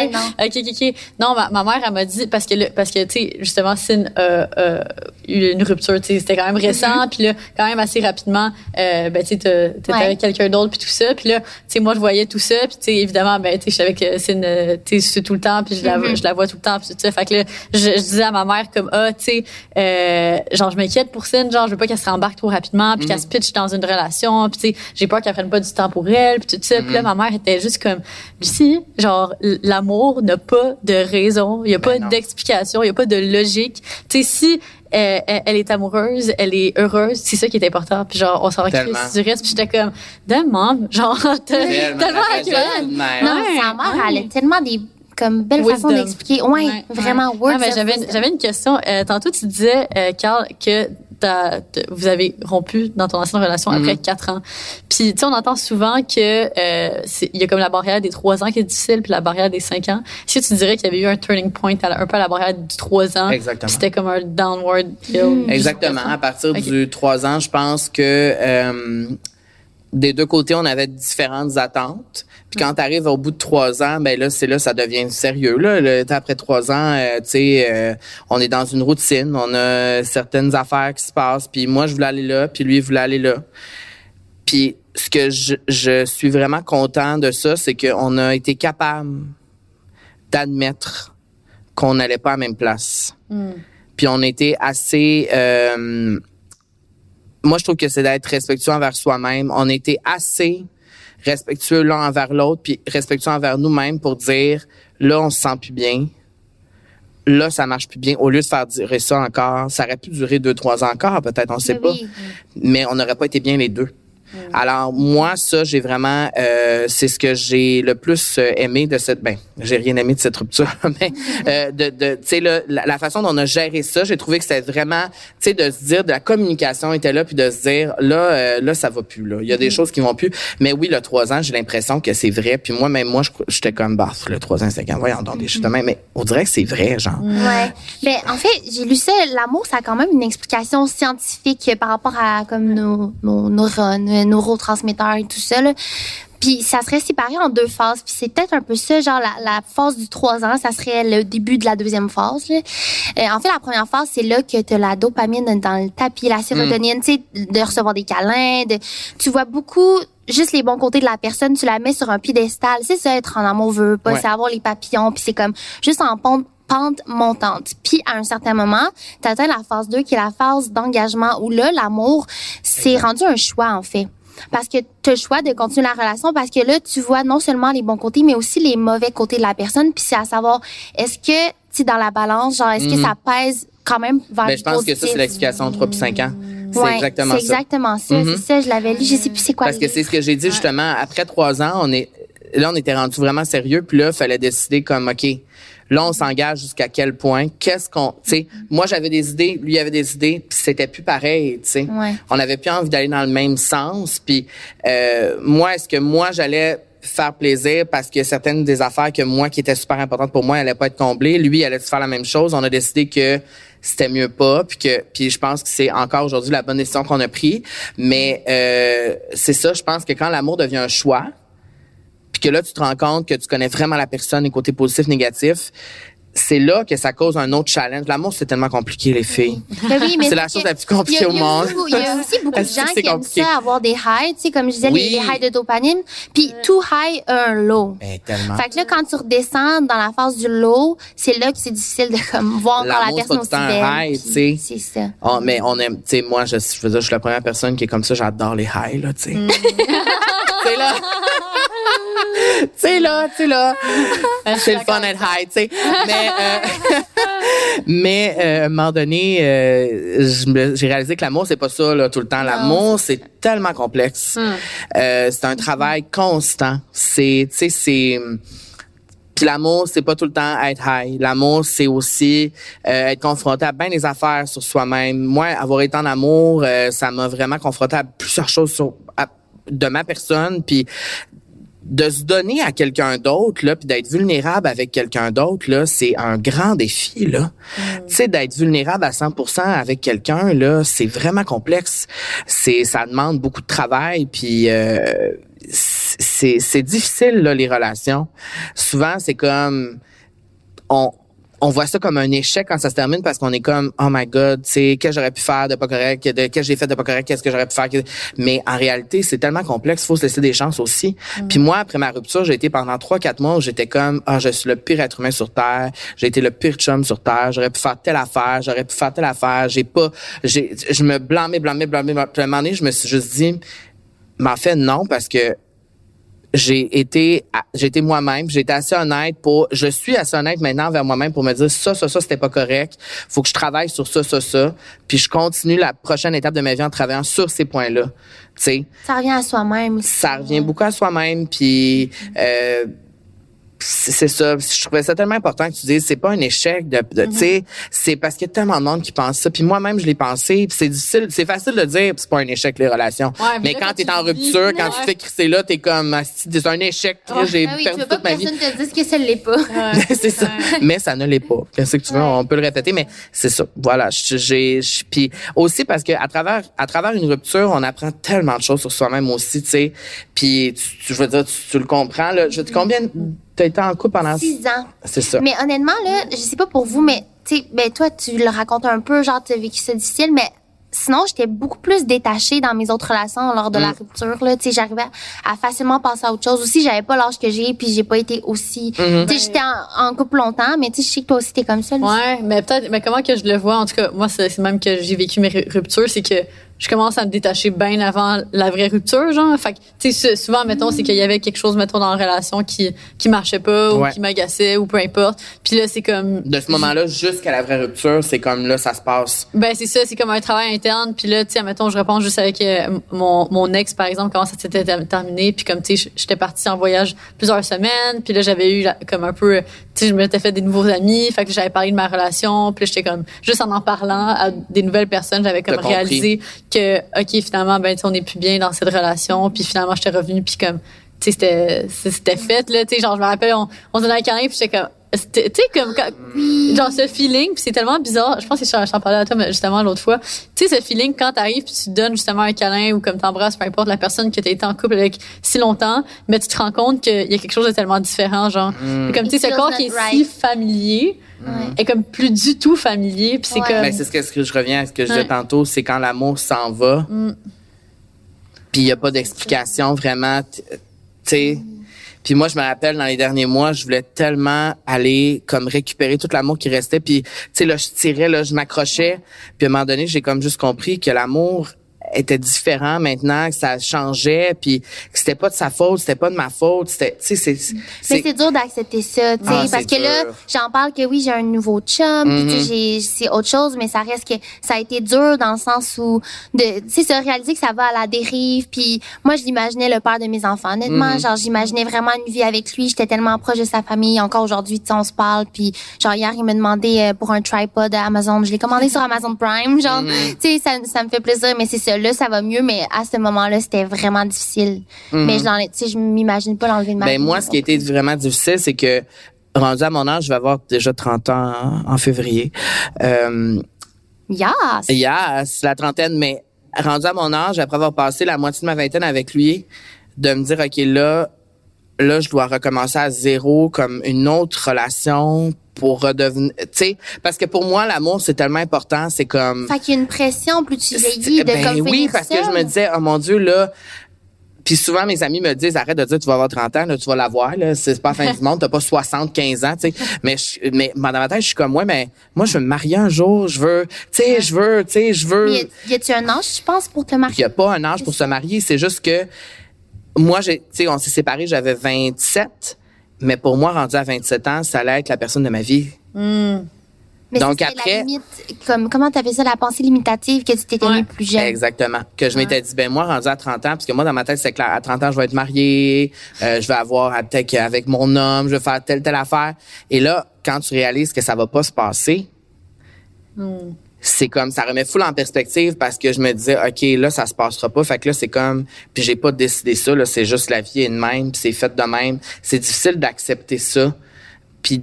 le OK. Non, ma mère, elle m'a dit, parce que, tu sais, justement, Sin a eu une rupture, tu sais, c'était quand même récent, puis là, quand même assez rapidement, tu sais, t'étais avec quelqu'un d'autre, puis tout ça. Puis là, tu sais, moi, je voyais tout ça, puis tu sais, évidemment, tu sais, je savais que Sin, tu sais, tout le temps, puis je la vois tout le temps, puis tout ça. Fait que là, je disais à ma mère comme, tu sais, genre, je m'inquiète pour Sin, genre, je veux pas qu'elle se rembarque trop rapidement, puis qu'elle se pitche dans une relation, puis tu sais, j'ai peur qu'elle prenne pas du temps pour elle, puis tout ça. Puis là, ma mère était juste comme, Lucie, genre, l'amour n'a pas de raison, il y a pas d'explication, il y a pas de logique. Tu sais, si elle est amoureuse, elle est heureuse, c'est ça qui est important. Puis genre, on s'en crisse du reste. Puis j'étais comme, maman, genre, tellement actuelle. Non, sa mère, elle a tellement des comme belle façon d'expliquer. Ouais, vraiment words. Mais j'avais une question. Tantôt, tu disais, Carl, que vous avez rompu dans ton ancienne relation après 4 ans. Puis, tu sais, on entend souvent que il y a comme la barrière des 3 ans qui est difficile, puis la barrière des 5 ans. Est-ce que tu dirais qu'il y avait eu un turning point un peu à la barrière du 3 ans? Exactement. C'était comme un downward hill. Exactement. À partir du 3 ans, je pense que des deux côtés, on avait différentes attentes. Puis quand t'arrives au bout de 3 ans, ben là, ça devient sérieux. Là, après 3 ans, tu sais, on est dans une routine, on a certaines affaires qui se passent. Puis moi, je voulais aller là, puis lui, il voulait aller là. Puis ce que je suis vraiment content de ça, c'est qu'on a été capable d'admettre qu'on n'allait pas à la même place. Puis on était assez... moi, je trouve que c'est d'être respectueux envers soi-même. On était assez respectueux l'un envers l'autre, puis respectueux envers nous-mêmes pour dire, là, on se sent plus bien. Là, ça marche plus bien. Au lieu de faire durer ça encore, ça aurait pu durer 2-3 ans encore, peut-être, on sait pas. Mais on n'aurait pas été bien les deux. Alors, moi, ça, j'ai vraiment... c'est ce que j'ai le plus aimé de cette... Ben, j'ai rien aimé de cette rupture, mais tu sais, la façon dont on a géré ça, j'ai trouvé que c'était vraiment... Tu sais, de se dire, de la communication était là, puis de se dire, là, ça va plus, là. Il y a des choses qui vont plus. Mais oui, le 3 ans, j'ai l'impression que c'est vrai. Puis moi, j'étais comme, le 3 ans, 5 ans, voyons donc, des choses de même. Mais on dirait que c'est vrai, genre. Ouais. Ben, en fait, j'ai lu ça, l'amour, ça a quand même une explication scientifique par rapport à, comme, nos neurones, neurotransmetteurs et tout ça, là. Puis ça serait séparé en 2 phases. Puis c'est peut-être un peu ça, genre la phase du 3 ans, ça serait le début de la deuxième phase. Là. En fait, la première phase, c'est là que tu as la dopamine dans le tapis, la sérotonine, tu sais, de recevoir des câlins. Tu vois beaucoup juste les bons côtés de la personne, tu la mets sur un piédestal. C'est ça, être en amour veut pas, c'est avoir les papillons. Puis c'est comme juste en pente montante. Puis à un certain moment, tu atteins la phase 2 qui est la phase d'engagement où là, l'amour, c'est rendu un choix en fait. Parce que tu as le choix de continuer la relation parce que là, tu vois non seulement les bons côtés, mais aussi les mauvais côtés de la personne. Puis c'est à savoir, est-ce que, tu sais, dans la balance, genre, est-ce que ça pèse quand même vers le je pense que ça, c'est l'explication 3 puis 5 ans. C'est exactement ça. C'est ça, je l'avais lu. Je sais plus c'est quoi. Parce que c'est ce que j'ai dit justement. Après 3 ans, on était rendu vraiment sérieux. Puis là, il fallait décider comme, OK, là, on s'engage jusqu'à quel point? Tu sais, moi, j'avais des idées, lui avait des idées, puis c'était plus pareil, tu sais. On avait plus envie d'aller dans le même sens. Puis est-ce que moi, j'allais faire plaisir parce que certaines des affaires que moi, qui étaient super importantes pour moi, allaient pas être comblées. Lui, il allait faire la même chose. On a décidé que c'était mieux pas, puis je pense que c'est encore aujourd'hui la bonne décision qu'on a prise. Mais c'est ça, je pense que quand l'amour devient un choix, puis que là, tu te rends compte que tu connais vraiment la personne, les côtés positifs, négatifs, c'est là que ça cause un autre challenge. L'amour, c'est tellement compliqué, les filles. Oui, mais c'est la chose la plus compliquée au monde. Il y a aussi beaucoup de gens qui aiment ça, avoir des highs, tu sais, comme je disais, les highs de dopamine. Puis tout high a un low. Tellement. Fait que là, quand tu redescends dans la phase du low, c'est là que c'est difficile de comme voir quand la personne aussi belle. High, tu sais. C'est ça. Oh, mais on aime, tu sais, moi, je suis la première personne qui est comme ça, j'adore les highs, là, tu sais. C'est là. Tu sais là, c'est le fun d'être high, tu sais. Mais à un moment donné, j'ai réalisé que l'amour, c'est pas ça là tout le temps. L'amour, c'est tellement complexe. C'est un travail constant. Puis l'amour, c'est pas tout le temps être high. L'amour, c'est aussi être confronté à bien des affaires sur soi-même. Moi, avoir été en amour, ça m'a vraiment confronté à plusieurs choses de ma personne, puis de se donner à quelqu'un d'autre là, puis d'être vulnérable avec quelqu'un d'autre là, c'est un grand défi là. Tu sais, d'être vulnérable à 100% avec quelqu'un là, c'est vraiment complexe. Ça demande beaucoup de travail, puis c'est difficile là les relations. Souvent c'est comme on voit ça comme un échec quand ça se termine parce qu'on est comme oh my god, tu sais, qu'est-ce que j'aurais pu faire de pas correct, qu'est-ce que j'ai fait de pas correct, qu'est-ce que j'aurais pu faire. Mais en réalité, c'est tellement complexe, faut se laisser des chances aussi. Puis moi, après ma rupture, j'ai été pendant 3-4 mois où j'étais comme je suis le pire être humain sur terre, j'ai été le pire chum sur terre, j'aurais pu faire telle affaire, je me blâmais. Puis à un moment donné, je me suis juste dit mais en fait non, parce que j'ai été moi-même, j'ai été assez honnête je suis assez honnête maintenant envers moi-même pour me dire ça c'était pas correct, faut que je travaille sur ça, puis je continue la prochaine étape de ma vie en travaillant sur ces points-là, tu sais. Ça revient à soi-même aussi. Ça revient beaucoup à soi-même, puis c'est ça. Je trouvais ça tellement important que tu dises c'est pas un échec tu sais, c'est parce qu'il y a tellement de monde qui pense ça. Puis moi-même je l'ai pensé, puis c'est difficile, c'est facile de dire c'est pas un échec les relations. Ouais, mais quand t'es en rupture, quand tu te fais crisser là, t'es comme c'est un échec, j'ai perdu toute ma vie. Tu veux pas que personne te dise que ça l'est pas. C'est ça. Mais ça ne l'est pas. Qu'est-ce que tu veux, on peut le répéter, mais c'est ça. Voilà, puis aussi parce que à travers une rupture, on apprend tellement de choses sur soi-même aussi, tu sais. Puis je veux dire tu le comprends là, combien t'as été en couple pendant 6 ans. C'est ça. Mais honnêtement, là, je sais pas pour vous, mais tu sais, toi, tu le racontes un peu, genre, t'as vécu ça difficile, mais sinon, j'étais beaucoup plus détachée dans mes autres relations lors de la rupture, là. Tu sais, j'arrivais à facilement passer à autre chose. Aussi, j'avais pas l'âge que j'ai, puis j'ai pas été aussi... Tu sais, j'étais en couple longtemps, mais tu sais, je sais que toi aussi, t'es comme ça. Là. Ouais, mais peut-être... Mais comment que je le vois, en tout cas, moi, c'est même que j'ai vécu mes ruptures, c'est que je commence à me détacher bien avant la vraie rupture, genre. Fait que, tu sais, souvent, mettons, c'est qu'il y avait quelque chose, mettons, dans la relation qui marchait pas, ou qui m'agaçait, ou peu importe. Puis là, c'est comme... De ce moment-là jusqu'à la vraie rupture, c'est comme là, ça se passe. Ben, c'est ça, c'est comme un travail interne. Puis là, tu sais, mettons, je réponds juste avec mon ex, par exemple, comment ça s'était terminé. Puis comme, tu sais, j'étais partie en voyage plusieurs semaines. Puis là, j'avais eu comme un peu... Tu sais, je m'étais fait des nouveaux amis. Fait que j'avais parlé de ma relation. Puis là, j'étais comme... Juste en parlant à des nouvelles personnes, j'avais comme réalisé que, OK, finalement, ben, on n'est plus bien dans cette relation. Puis finalement, j'étais revenue, puis comme, tu sais, c'était fait, là. Tu sais, genre, je me rappelle, on se donnait un câlin, puis j'étais comme, tu sais, comme, genre, ce feeling, puis c'est tellement bizarre. Je pense que je t'en parlais à toi, mais justement, l'autre fois. Tu sais, ce feeling, quand t'arrives, puis tu donnes justement un câlin, ou comme t'embrasses, peu importe la personne que t'as été en couple avec si longtemps, mais tu te rends compte qu'il y a quelque chose de tellement différent, genre. Comme, tu sais, ce corps qui est si familier, est comme plus du tout familier, puis c'est comme... Ben, c'est ce que je reviens à ce que je disais tantôt, c'est quand l'amour s'en va, puis il y a pas d'explication vraiment, tu sais. Puis moi, je me rappelle, dans les derniers mois, je voulais tellement aller comme récupérer tout l'amour qui restait. Puis, tu sais, là, je tirais, là, je m'accrochais. Puis à un moment donné, j'ai comme juste compris que l'amour était différent maintenant, que ça changeait, puis que c'était pas de sa faute, c'était pas de ma faute, c'était, tu sais, Mais c'est dur d'accepter ça, tu sais, parce que là, j'en parle que oui, j'ai un nouveau chum, puis tu sais, c'est autre chose, mais ça reste que ça a été dur dans le sens où tu sais, se réaliser que ça va à la dérive, puis moi, je l'imaginais le père de mes enfants, honnêtement, genre, j'imaginais vraiment une vie avec lui, j'étais tellement proche de sa famille, encore aujourd'hui, tu sais, on se parle, puis genre, hier, il me demandait pour un tripod à Amazon, je l'ai commandé sur Amazon Prime, genre, tu sais, ça me fait plaisir, mais c'est ça. ça. Là, ça va mieux, mais à ce moment-là, c'était vraiment difficile. Mais je m'imagine pas l'enlever de ma vie. Moi, ce qui a été vraiment difficile, c'est que rendu à mon âge, je vais avoir déjà 30 ans en février. Yes, la trentaine, mais rendu à mon âge, après avoir passé la moitié de ma vingtaine avec lui, de me dire, OK, là, je dois recommencer à zéro comme une autre relation pour redevenir, tu sais, parce que pour moi, l'amour, c'est tellement important, c'est comme... Fait qu'il y a une pression, plus tu vieillis, de comme oui, parce que je me disais, oh mon Dieu, là... Puis souvent, mes amis me disent, arrête de dire, tu vas avoir 30 ans, là, tu vas l'avoir, là, c'est pas la fin du monde, t'as pas 75 ans, tu sais. Mais dans ma tête, je suis comme, ouais, mais moi, je veux me marier un jour, je veux. Mais y a-tu un âge, je pense, pour te marier? Il y a pas un âge pour se marier, c'est juste que moi, on s'est séparés, j'avais 27, mais pour moi, rendu à 27 ans, ça allait être la personne de ma vie. Mais donc après, la limite, comment t'appelles ça, la pensée limitative que tu t'étais mis plus jeune. Exactement. Que je m'étais dit, moi, rendu à 30 ans, parce que moi, dans ma tête, c'est clair, à 30 ans, je vais être mariée, je vais avoir, peut-être avec mon homme, je vais faire telle affaire. Et là, quand tu réalises que ça va pas se passer, c'est comme, ça remet full en perspective parce que je me disais, OK, là, ça se passera pas. Fait que là, c'est comme, puis j'ai pas décidé ça, là, c'est juste la vie est de même, puis c'est fait de même. C'est difficile d'accepter ça, puis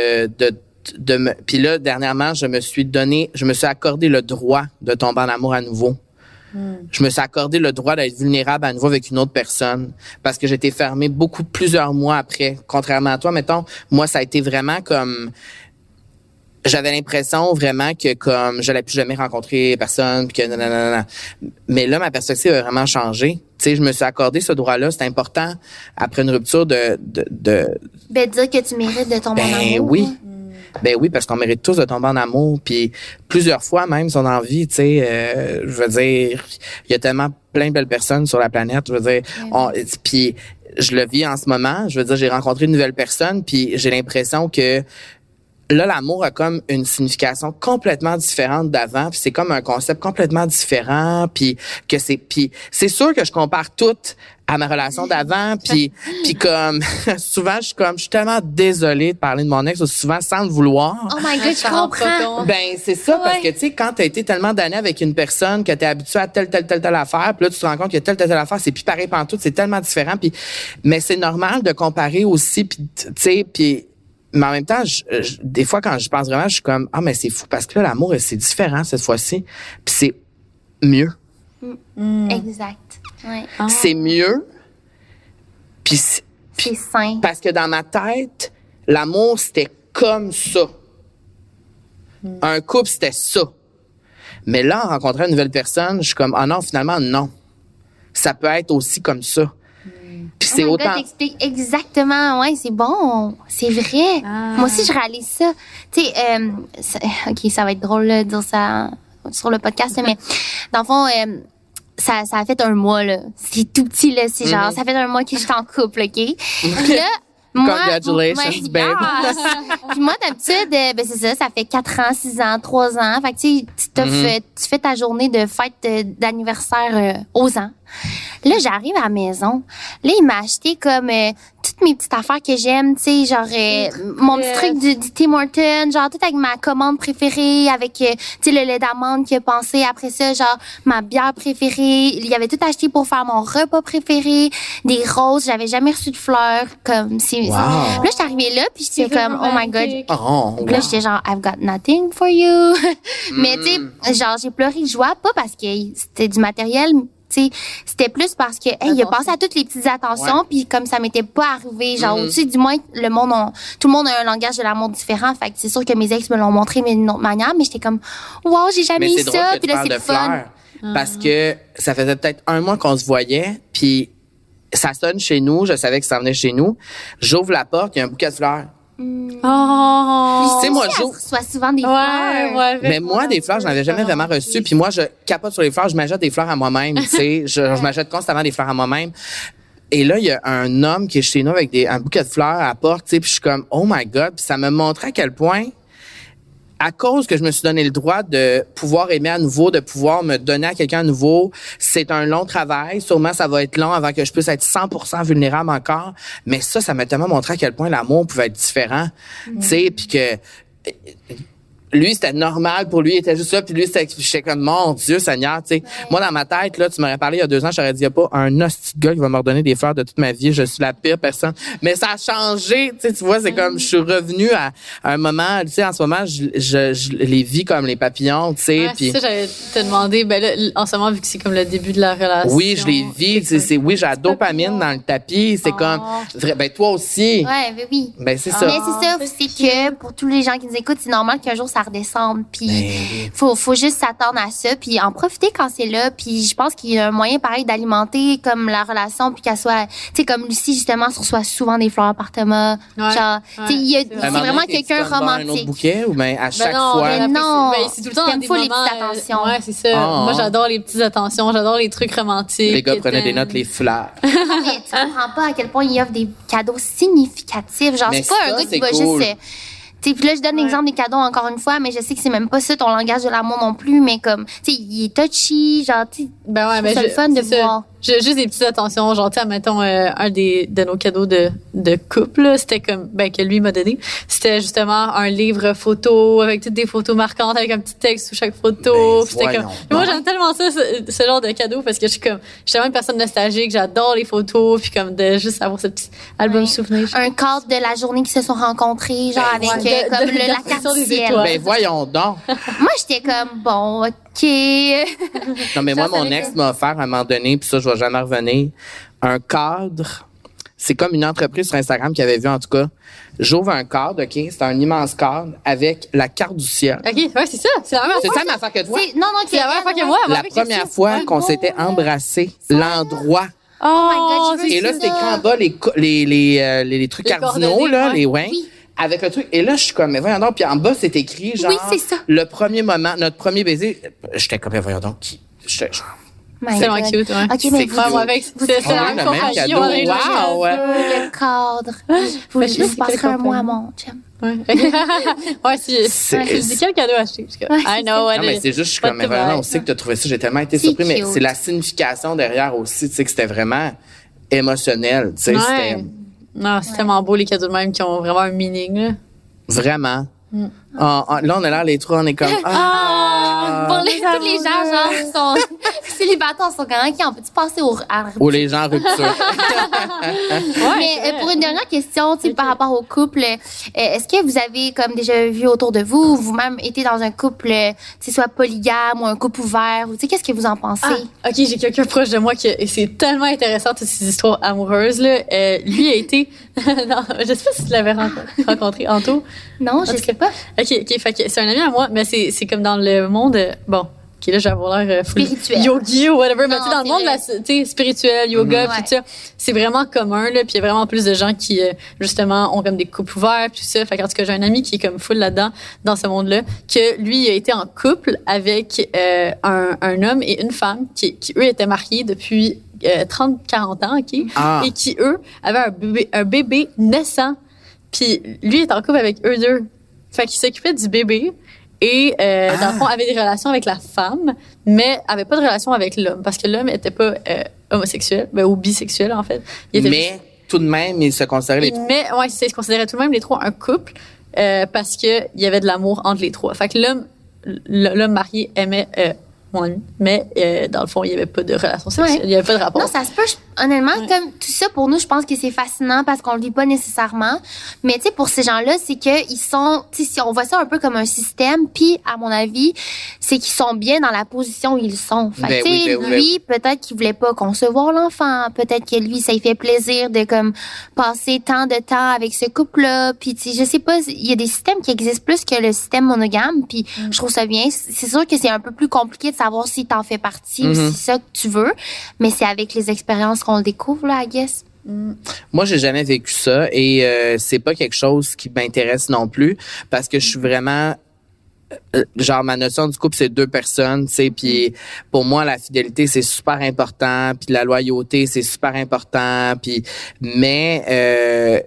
puis là, dernièrement, je me suis accordé le droit de tomber en amour à nouveau. Je me suis accordé le droit d'être vulnérable à nouveau avec une autre personne parce que j'étais fermée plusieurs mois après. Contrairement à toi, mettons, moi, ça a été vraiment comme... J'avais l'impression vraiment que comme j'allais plus jamais rencontrer personne, puis que nanana. Mais là, ma perspective a vraiment changé. Tu sais, je me suis accordé ce droit-là. C'est important après une rupture de... dire que tu mérites de tomber en amour. Oui. Oui, parce qu'on mérite tous de tomber en amour, puis plusieurs fois même son envie, tu sais, je veux dire, il y a tellement plein de belles personnes sur la planète, je veux dire, puis je le vis en ce moment, je veux dire, j'ai rencontré une nouvelle personne, puis j'ai l'impression que là, l'amour a comme une signification complètement différente d'avant, puis c'est comme un concept complètement différent, puis c'est sûr que je compare tout à ma relation d'avant, puis comme souvent je suis tellement désolée de parler de mon ex souvent sans le vouloir. Oh my God, je comprends. C'est ça parce que tu sais quand t'as été tellement d'années avec une personne que t'es habitué à telle affaire, puis là tu te rends compte que telle affaire c'est plus pareil pantoute, c'est tellement différent, mais c'est normal de comparer aussi, puis tu sais, puis mais en même temps, des fois, quand je pense vraiment, je suis comme, mais c'est fou, parce que là, l'amour, c'est différent cette fois-ci. Puis c'est mieux. Exact. Ouais. C'est mieux. Puis c'est sain. Parce que dans ma tête, l'amour, c'était comme ça. Un couple, c'était ça. Mais là, en rencontrant une nouvelle personne, je suis comme, non, finalement, non. Ça peut être aussi comme ça. Puis c'est autant. T'expliques exactement, ouais, c'est bon, c'est vrai. Moi aussi, je réalise ça. Tu sais, OK, ça va être drôle de dire ça sur le podcast, mais dans le fond, ça a fait un mois, là. C'est tout petit, là. C'est genre, ça fait un mois que je suis en couple, OK? Puis là, congratulations, babe. Puis moi, d'habitude, c'est ça fait 4 ans, 6 ans, 3 ans. Fait que tu fais ta journée de fête d'anniversaire aux ans. Là, j'arrive à la maison. Là, il m'a acheté comme toutes mes petites affaires que j'aime, tu sais, genre mon petit truc du Tim Hortons, genre tout avec ma commande préférée, avec tu sais le lait d'amande qu'il a pensé. Après ça, genre ma bière préférée. Il y avait tout acheté pour faire mon repas préféré, des roses. J'avais jamais reçu de fleurs comme si. Là, j'étais arrivée là, puis j'étais comme oh my God. Là, j'étais genre I've got nothing for you. Mais tu sais, genre j'ai pleuré de joie, pas parce que c'était du matériel. T'sais, c'était plus parce que il a pensé à toutes les petites attentions, puis comme ça m'était pas arrivé, genre au-dessus du moins tout le monde a un langage de l'amour différent, fait que c'est sûr que mes ex me l'ont montré mais d'une autre manière, mais j'étais comme wow, j'ai jamais eu ça, puis là c'est le fun. Parce que ça faisait peut-être 1 mois qu'on se voyait, puis ça sonne chez nous, je savais que ça venait chez nous, j'ouvre la porte, il y a un bouquet de fleurs. Tu sais, moi, je reçois souvent des fleurs. Mais moi, des fleurs, je n'avais jamais vraiment reçu. Puis moi, je capote sur les fleurs. Je m'achète des fleurs à moi-même. Tu sais, je m'achète constamment des fleurs à moi-même. Et là, il y a un homme qui est chez nous avec un bouquet de fleurs à la porte. Tu sais, puis je suis comme, oh my God. Puis ça me montrait à quel point, à cause que je me suis donné le droit de pouvoir aimer à nouveau, de pouvoir me donner à quelqu'un à nouveau, c'est un long travail. Sûrement, ça va être long avant que je puisse être 100% vulnérable encore. Mais ça m'a tellement montré à quel point l'amour pouvait être différent. Tu sais, puis que lui, c'était normal. Pour lui, il était juste là. Puis lui, j'étais comme, mon Dieu, Seigneur, tu sais. Moi, dans ma tête, là, tu m'aurais parlé il y a 2 ans, j'aurais dit, il n'y a pas un hostie de gars qui va me redonner des fleurs de toute ma vie. Je suis la pire personne. Mais ça a changé, tu sais, tu vois, c'est comme, je suis revenue à un moment, tu sais, en ce moment, je les vis comme les papillons, tu sais. C'est ça, j'allais te demander, ben là, en ce moment, vu que c'est comme le début de la relation. Oui, je les vis, oui, j'ai la dopamine dans le tapis. C'est comme, ben, toi aussi. Ouais, ben oui. Ben, c'est ça. Mais c'est ça, c'est que pour tous les gens qui nous écoutent, c'est normal qu'un jour ça redescende. Puis faut juste s'attendre à ça, puis en profiter quand c'est là. Puis je pense qu'il y a un moyen pareil d'alimenter comme la relation, puis qu'elle soit, tu sais, comme Lucie justement, se reçoit souvent des fleurs par Thomas. Genre, tu sais, c'est vraiment quelqu'un romantique. Un autre bouquet ou ben à chaque non, fois. Mais non, c'est tout le temps dans des moments, les petites attentions. Ouais, c'est ça. Moi, j'adore les petites attentions, j'adore les trucs romantiques. Les gars prenaient des notes, les fleurs. Mais tu comprends pas à quel point il offre des cadeaux significatifs. Genre, c'est pas un gars qui va juste... Puis là, je donne l'exemple des cadeaux encore une fois, mais je sais que c'est même pas ça ton langage de l'amour non plus, mais comme, tu sais, il est touchy, genre, tu sais, c'est le fun de voir. Juste des petites attentions, genre, tu sais, mettons, un de nos cadeaux de couple, là, c'était comme, ben, que lui m'a donné. C'était justement un livre photo avec toutes des photos marquantes avec un petit texte sous chaque photo. Ben, c'était comme, moi, j'aime tellement ça, ce genre de cadeau, parce que je suis tellement une personne nostalgique, j'adore les photos, puis comme de juste avoir ce petit album souvenir. Un cadre de la journée qui se sont rencontrés, genre, avec, comme la carte du ciel. Ben, voyons donc. Moi, j'étais comme, bon, OK. Non, mais moi, mon ex m'a offert à un moment donné, puis ça, je vais jamais revenir, un cadre. C'est comme une entreprise sur Instagram qui avait vu, en tout cas. J'ouvre un cadre, OK? C'est un immense cadre avec la carte du ciel. OK, ouais, c'est ça. C'est la même C'est ça ma affaire que toi? Non, c'est la même affaire que moi. La première fois qu'on s'était embrassé, l'endroit. Oh my God, je veux Et là, c'est écrit en bas les trucs cardinaux, là, les ouais. Oui. Avec le truc. Et là, je suis comme, mais voyons donc. Puis en bas, c'est écrit, genre, oui, c'est ça. Le premier moment, notre premier baiser. J'étais comme, mais voyons donc, qui? C'est vraiment cute, ouais. OK, mais moi, avec, c'est la même compagnie. Wow, ouais. Le cadre. Vous passerez un mois à mon chum. Ouais, c'est quel cadeau acheter? I know. Non, mais c'est juste, je suis comme, mais vraiment, on sait que tu as trouvé ça. J'ai tellement été surpris, mais c'est la signification derrière aussi, tu sais, que c'était vraiment émotionnel, tu sais, c'était... Non, c'est tellement beau, les cadeaux de même qui ont vraiment un meaning, là. Vraiment. Là, on a l'air les trois, on est comme... Pour tous les gens, genre, qui sont célibataires, sont quand même qui on peut-tu passer ou les gens en rupture. Mais pour une dernière question, tu sais, par rapport au couple, est-ce que vous avez comme déjà vu autour de vous, ou vous-même été dans un couple, tu sais, soit polygame ou un couple ouvert, ou tu sais, qu'est-ce que vous en pensez? OK, j'ai quelqu'un proche de moi et c'est tellement intéressant, toutes ces histoires amoureuses, là. Lui a été... non, je sais pas si tu l'avais rencontré, Anto. Non, je sais pas. OK, fait que c'est un ami à moi, mais c'est comme dans le monde, bon, OK, là, j'ai avoir l'air spirituel. Yogi ou whatever, mais tu sais, dans le monde, tu sais, spirituel, yoga, puis tout ça, c'est vraiment commun, là, puis il y a vraiment plus de gens qui, justement, ont comme des couples ouverts, puis tout ça. Fait qu'en tout cas, j'ai un ami qui est comme full là-dedans, dans ce monde-là, que lui, il a été en couple avec un homme et une femme qui eux, étaient mariés depuis 30-40 ans, OK? Et qui, eux, avaient un bébé naissant. Puis lui est en couple avec eux deux. Fait qu'il s'occupait du bébé et, dans le fond, avait des relations avec la femme, mais avait pas de relation avec l'homme parce que l'homme était pas homosexuel, ou bisexuel, en fait. Mais tout de même, il se considérait les trois. Mais, ouais, il se considérait tout de même les trois un couple parce que il y avait de l'amour entre les trois. Fait que l'homme marié aimait mon ami, mais dans le fond, il n'y avait pas de relation sexuelle. Il n'y avait pas de rapport. Non, ça se peut. Honnêtement, comme tout ça, pour nous, je pense que c'est fascinant parce qu'on le vit pas nécessairement. Mais tu sais, pour ces gens-là, c'est que ils sont, tu sais, si on voit ça un peu comme un système. Puis, à mon avis, c'est qu'ils sont bien dans la position où ils sont. Fait tu sais, lui, peut-être qu'il voulait pas concevoir l'enfant. Peut-être que lui, ça lui fait plaisir de comme passer tant de temps avec ce couple-là. Puis, tu sais, je sais pas, il y a des systèmes qui existent plus que le système monogame. Puis, je trouve ça bien. C'est sûr que c'est un peu plus compliqué de savoir si t'en fais partie ou si c'est ça que tu veux. Mais c'est avec les expériences qu'on le découvre, là, I guess. Moi, j'ai jamais vécu ça et c'est pas quelque chose qui m'intéresse non plus parce que je suis vraiment genre ma notion du couple c'est 2 personnes, tu sais, puis pour moi la fidélité c'est super important, puis la loyauté c'est super important, puis mais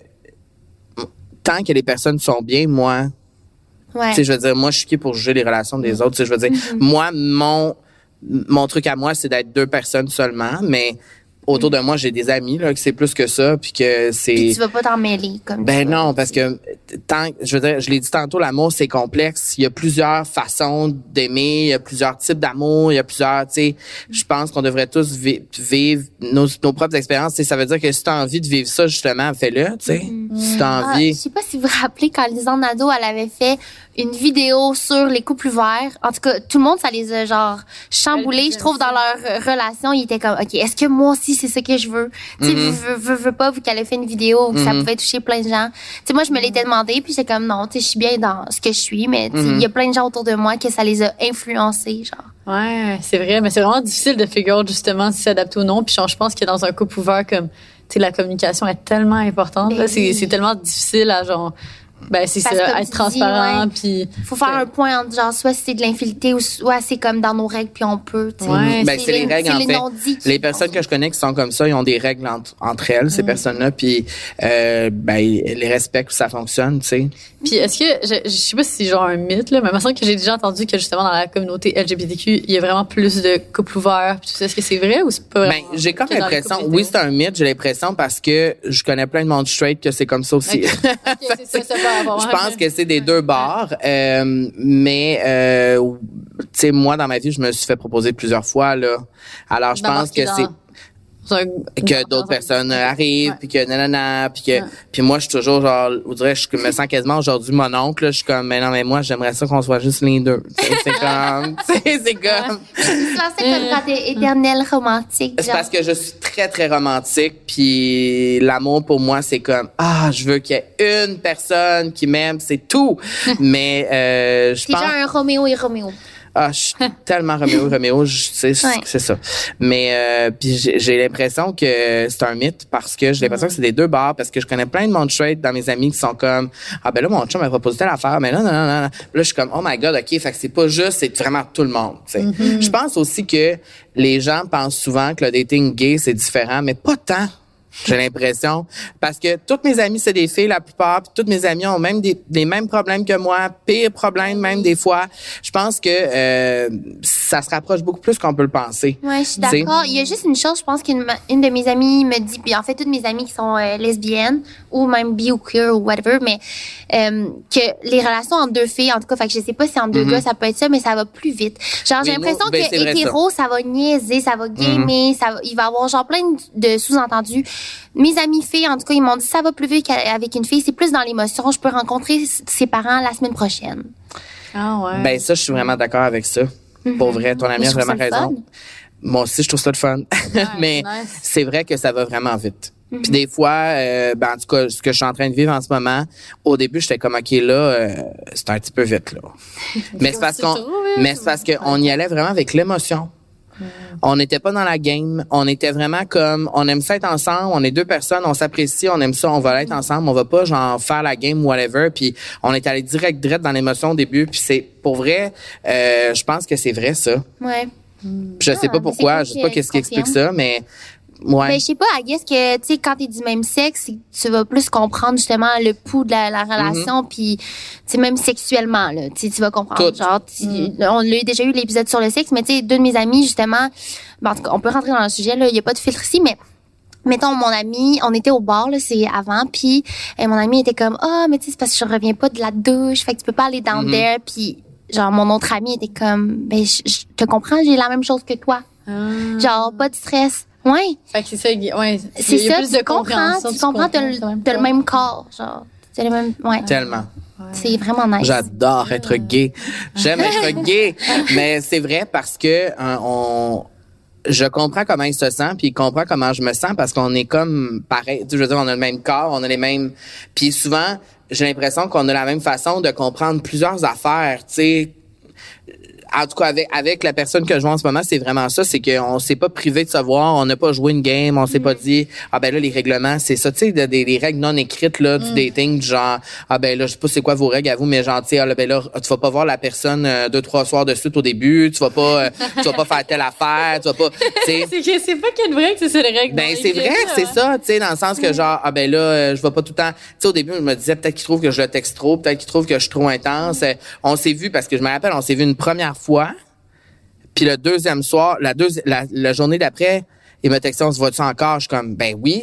tant que les personnes sont bien, moi tu sais, je veux dire, moi je suis qui pour juger les relations des autres, tu sais, je veux dire, moi mon truc à moi c'est d'être 2 personnes seulement, mais autour de moi, j'ai des amis là que c'est plus que ça, puis que c'est. Puis tu vas pas t'en mêler comme. Ben non, parce que je veux dire, je l'ai dit tantôt, l'amour c'est complexe. Il y a plusieurs façons d'aimer, il y a plusieurs types d'amour, il y a plusieurs, tu sais. Je pense qu'on devrait tous vivre nos propres expériences. T'sais, ça veut dire que si t'as envie de vivre ça justement, fais-le, tu sais. Si t'as envie. Je sais pas si vous vous rappelez quand Lisanne Nadeau, elle avait fait une vidéo sur les couples ouverts. En tout cas, tout le monde, ça les a genre chamboulés, je trouve, dans leur relation. Ils étaient comme, OK, est-ce que moi aussi, c'est ça que je veux? Tu sais, veux pas, vu qu'elle a fait une vidéo où ça pouvait toucher plein de gens. Tu sais, moi, je me l'étais demandé, puis j'étais comme, non, tu sais, je suis bien dans ce que je suis, mais il y a plein de gens autour de moi que ça les a influencés, genre. Ouais, c'est vrai, mais c'est vraiment difficile de figure justement si s'adapter ou non. Puis je pense que dans un couple ouvert, comme, tu sais, la communication est tellement importante. Là, c'est tellement difficile à genre. Ben, c'est ça, être transparent, puis. Faut faire un point entre, genre, soit c'est de l'infidélité ou soit c'est comme dans nos règles, puis on peut, tu sais. Ouais. Ben, c'est les règles, en fait. Les personnes que je connais qui sont comme ça, ils ont des règles entre elles, ces personnes-là, puis, ben, ils les respectent, ça fonctionne, tu sais. Puis, est-ce que, je sais pas si c'est genre un mythe, là, mais il me semble que j'ai déjà entendu que justement, dans la communauté LGBTQ, il y a vraiment plus de couples ouverts, puis tout ça. Est-ce que c'est vrai ou c'est pas vrai? Ben, j'ai comme l'impression, oui, c'est un mythe, j'ai l'impression parce que je connais plein de monde straight que c'est comme ça aussi. Okay. Okay, c'est ça je pense que c'est des deux bords, mais tu sais, moi dans ma vie, je me suis fait proposer plusieurs fois là. Alors je pense que c'est que d'autres personnes arrivent puis que nanana puis moi je suis toujours genre on dirait je me sens quasiment aujourd'hui mon oncle là, je suis comme mais non mais moi j'aimerais ça qu'on soit juste les deux. C'est comme c'est comme c'est comme quand t'es éternel romantique. C'est parce que je suis très très romantique puis l'amour pour moi c'est comme je veux qu'il y ait une personne qui m'aime, c'est tout. Mais je pense genre un Roméo et Roméo. Je suis tellement Roméo, c'est ça. Mais puis j'ai l'impression que c'est un mythe parce que j'ai l'impression que c'est des deux bords parce que je connais plein de monde straight dans mes amis qui sont comme ben là mon chum m'a proposé telle affaire mais non. Là je suis comme oh my god, OK, fait que c'est pas juste, c'est vraiment tout le monde, tu sais. Je pense aussi que les gens pensent souvent que le dating gay c'est différent mais pas tant. J'ai l'impression. Parce que toutes mes amies, c'est des filles, la plupart. Puis toutes mes amies ont même des mêmes problèmes que moi. Pire problème, même des fois. Je pense que ça se rapproche beaucoup plus qu'on peut le penser. Ouais, je suis d'accord. Il y a juste une chose, je pense qu'une de mes amies me dit, puis en fait, toutes mes amies qui sont lesbiennes, ou même bi ou queer ou whatever, mais que les relations entre deux filles, en tout cas, fait que je sais pas si entre deux gars, ça peut être ça, mais ça va plus vite. Genre, j'ai l'impression que hétéro, ça va niaiser, ça va gamer, il va avoir genre plein de sous-entendus. Mes amis filles, en tout cas, ils m'ont dit ça va plus vite qu'avec une fille. C'est plus dans l'émotion. Je peux rencontrer ses parents la semaine prochaine. Ah ouais. Ben ça, je suis vraiment d'accord avec ça. Pour vrai, ton ami a vraiment raison. Moi aussi, je trouve ça le fun. Mais c'est vrai que ça va vraiment vite. Puis des fois, ben en tout cas, ce que je suis en train de vivre en ce moment, au début, j'étais comme OK là, c'est un petit peu vite là. Mais c'est parce qu'on y allait vraiment avec l'émotion. On n'était pas dans la game. On était vraiment comme, on aime ça être ensemble. On est deux personnes, on s'apprécie, on aime ça, on va être ensemble. On va pas genre faire la game whatever. Puis on est allé direct dans l'émotion au début. Puis c'est pour vrai, je pense que c'est vrai ça. Ouais. Je sais pas pourquoi, je sais pas qu'est-ce qui explique ça, mais ouais. Ben, je sais pas, I guess que, tu sais, quand t'es du même sexe, tu vas plus comprendre justement le pouls de la relation, puis, tu sais, même sexuellement, là, tu vas comprendre. Tout. Genre, on a déjà eu l'épisode sur le sexe, mais tu sais, deux de mes amis, justement, ben, en tout cas, on peut rentrer dans le sujet, là, il y a pas de filtre ici, mais mettons, mon ami, on était au bar, là, c'est avant, puis mon ami était comme, mais tu sais, c'est parce que je reviens pas de la douche, fait que tu peux pas aller down there, puis genre, mon autre ami était comme, ben, je te comprends, j'ai la même chose que toi. Genre, pas de stress. Ouais. Fait que c'est ça, ouais. C'est il y a ça, plus de compréhension. Tu comprends, t'as le même corps, genre. C'est le même, ouais. Tellement. Ouais. C'est vraiment nice. J'adore être gay. J'aime être gay. Mais c'est vrai parce que, je comprends comment il se sent puis il comprend comment je me sens parce qu'on est comme pareil. Tu sais, je veux dire, on a le même corps, on a les mêmes. Puis souvent, j'ai l'impression qu'on a la même façon de comprendre plusieurs affaires. Tu sais, en tout cas, avec la personne que je vois en ce moment, c'est vraiment ça. C'est qu'on s'est pas privé de se voir, on n'a pas joué une game, on s'est pas dit, ben là, les règlements, c'est ça, tu sais, des règles non écrites, là, du dating, du genre, ben là, je sais pas c'est quoi vos règles à vous, mais genre, tu sais, ben là, tu vas pas voir la personne 2-3 soirs de suite au début, tu vas pas faire telle affaire, tu vas pas, tu sais. C'est pas qu'il y a une vraie que c'est ça, les règles. Ben, c'est vrai, c'est ça, tu sais, dans le sens que genre, ben là, je vais pas tout le temps, tu sais, au début, je me disais, peut-être qu'ils trouvent que je le texte trop, peut-être qu'ils trouvent que je suis trop intense. On s'est vu, parce que je me rappelle, on s'est vu une première fois. Puis le deuxième soir, la journée d'après, Il m'a texté, on se voit-tu encore? Je suis comme, ben oui,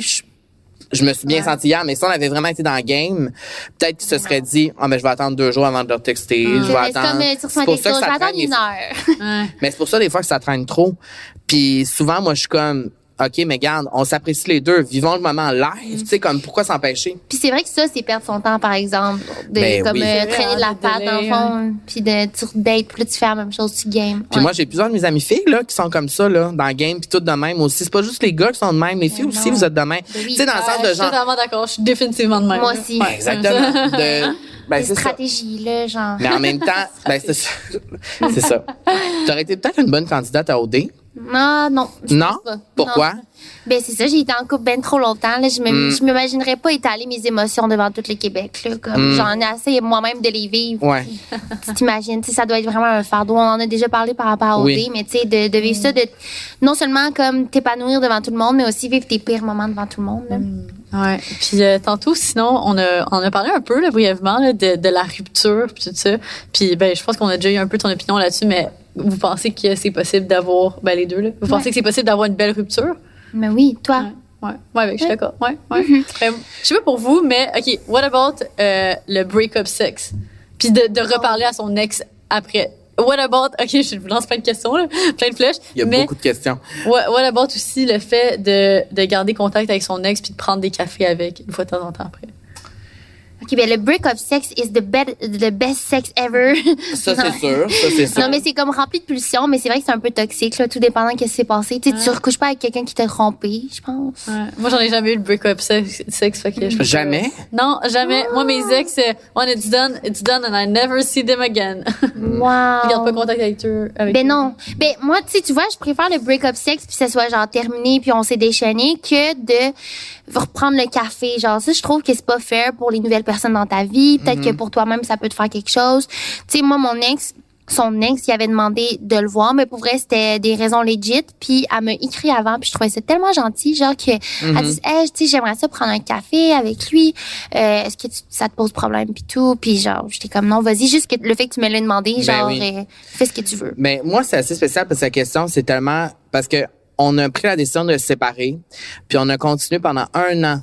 je me suis bien sentie hier, mais si on avait vraiment été dans le game, peut-être qu'il se serait dit, ben, je vais attendre 2 jours avant de leur texter. Je vais attendre. C'est pour ça que ça traîne 1 heure. Mais c'est pour ça, des fois, que ça traîne trop. Puis souvent, moi, je suis comme, OK, mais regarde, on s'apprécie les deux. Vivons le moment live. Tu sais, comme, pourquoi s'empêcher? Puis c'est vrai que ça, c'est perdre son temps, par exemple. Traîner de la patte, dans le fond. Puis tu date, puis là, tu fais la même chose, tu games. Puis moi, j'ai plusieurs de mes amies filles, là, qui sont comme ça, là, dans le game, puis toutes de même aussi. C'est pas juste les gars qui sont de même. Les filles aussi, vous êtes de même. Tu sais, dans le sens de genre. Je suis totalement d'accord. Je suis définitivement de même. Moi aussi. Ouais, exactement. Des stratégies, là, genre. Mais en même temps, c'est ça. C'est ça. T'aurais été peut-être une bonne candidate à OD. Non. Non? Pas. Pourquoi? Non. Ben c'est ça, j'ai été en couple ben trop longtemps. Là, je m'imaginerais pas étaler mes émotions devant tout le Québec. Là, comme j'en ai assez moi-même de les vivre. Ouais. Tu t'imagines, ça doit être vraiment un fardeau. On en a déjà parlé par rapport à OD, mais tu sais, de vivre ça, de non seulement comme t'épanouir devant tout le monde, mais aussi vivre tes pires moments devant tout le monde. Là. Ouais. Puis tantôt, sinon, on a parlé un peu là, brièvement là, de la rupture puis tout ça. Puis ben, je pense qu'on a déjà eu un peu ton opinion là-dessus, mais vous pensez que c'est possible d'avoir les deux là? Vous pensez que c'est possible d'avoir une belle rupture? Mais oui, toi. Ouais, je suis d'accord. Ouais. Je sais pas pour vous, mais OK, what about le break-up sex? Puis de reparler à son ex après. What about, OK, je vous lance plein de questions, là, plein de flèches. Il y a beaucoup de questions. What about aussi le fait de garder contact avec son ex puis de prendre des cafés avec une fois de temps en temps après? OK, ben le break-up sex is the best sex ever. Ça, c'est sûr. Non, mais c'est comme rempli de pulsions, mais c'est vrai que c'est un peu toxique, là, tout dépendant de ce qui s'est passé. Tu recouches pas avec quelqu'un qui t'a trompé, je pense. Ouais. Moi, j'en ai jamais eu le break-up sex, fait que je Jamais? Non, jamais. Moi, mes ex, when it's done, and I never see them again. Wow. Je garde pas contact avec eux. Non. Ben, moi, tu vois, je préfère le break-up sex puis que ça soit genre terminé puis on s'est déchaîné que de reprendre le café. Genre, ça, je trouve que c'est pas fair pour les nouvelles personnes dans ta vie. Peut-être que pour toi-même, ça peut te faire quelque chose. Tu sais, moi, son ex, il avait demandé de le voir, mais pour vrai, c'était des raisons legit. Puis elle m'a écrit avant, puis je trouvais ça tellement gentil, genre que elle dit, hey, tu sais, j'aimerais ça prendre un café avec lui. Est-ce que ça te pose problème puis tout. Puis genre, j'étais comme non, vas-y, juste que le fait que tu me l'aies demandé, genre, fais ce que tu veux. Mais moi, c'est assez spécial parce que la question, c'est tellement parce que on a pris la décision de se séparer, puis on a continué pendant 1 an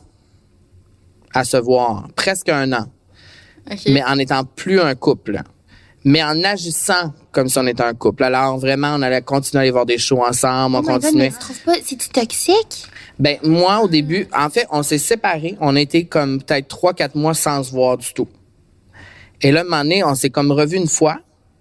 à se voir, presque 1 an, mais en n'étant plus un couple. Mais en agissant comme si on était un couple. Alors, vraiment, on allait continuer à aller voir des shows ensemble, on continuait. Mais tu trouves pas, c'est-tu toxique? Ben, moi, au début, en fait, on s'est séparés. On a été comme peut-être 3-4 mois sans se voir du tout. Et là, un moment donné, on s'est comme revu une fois.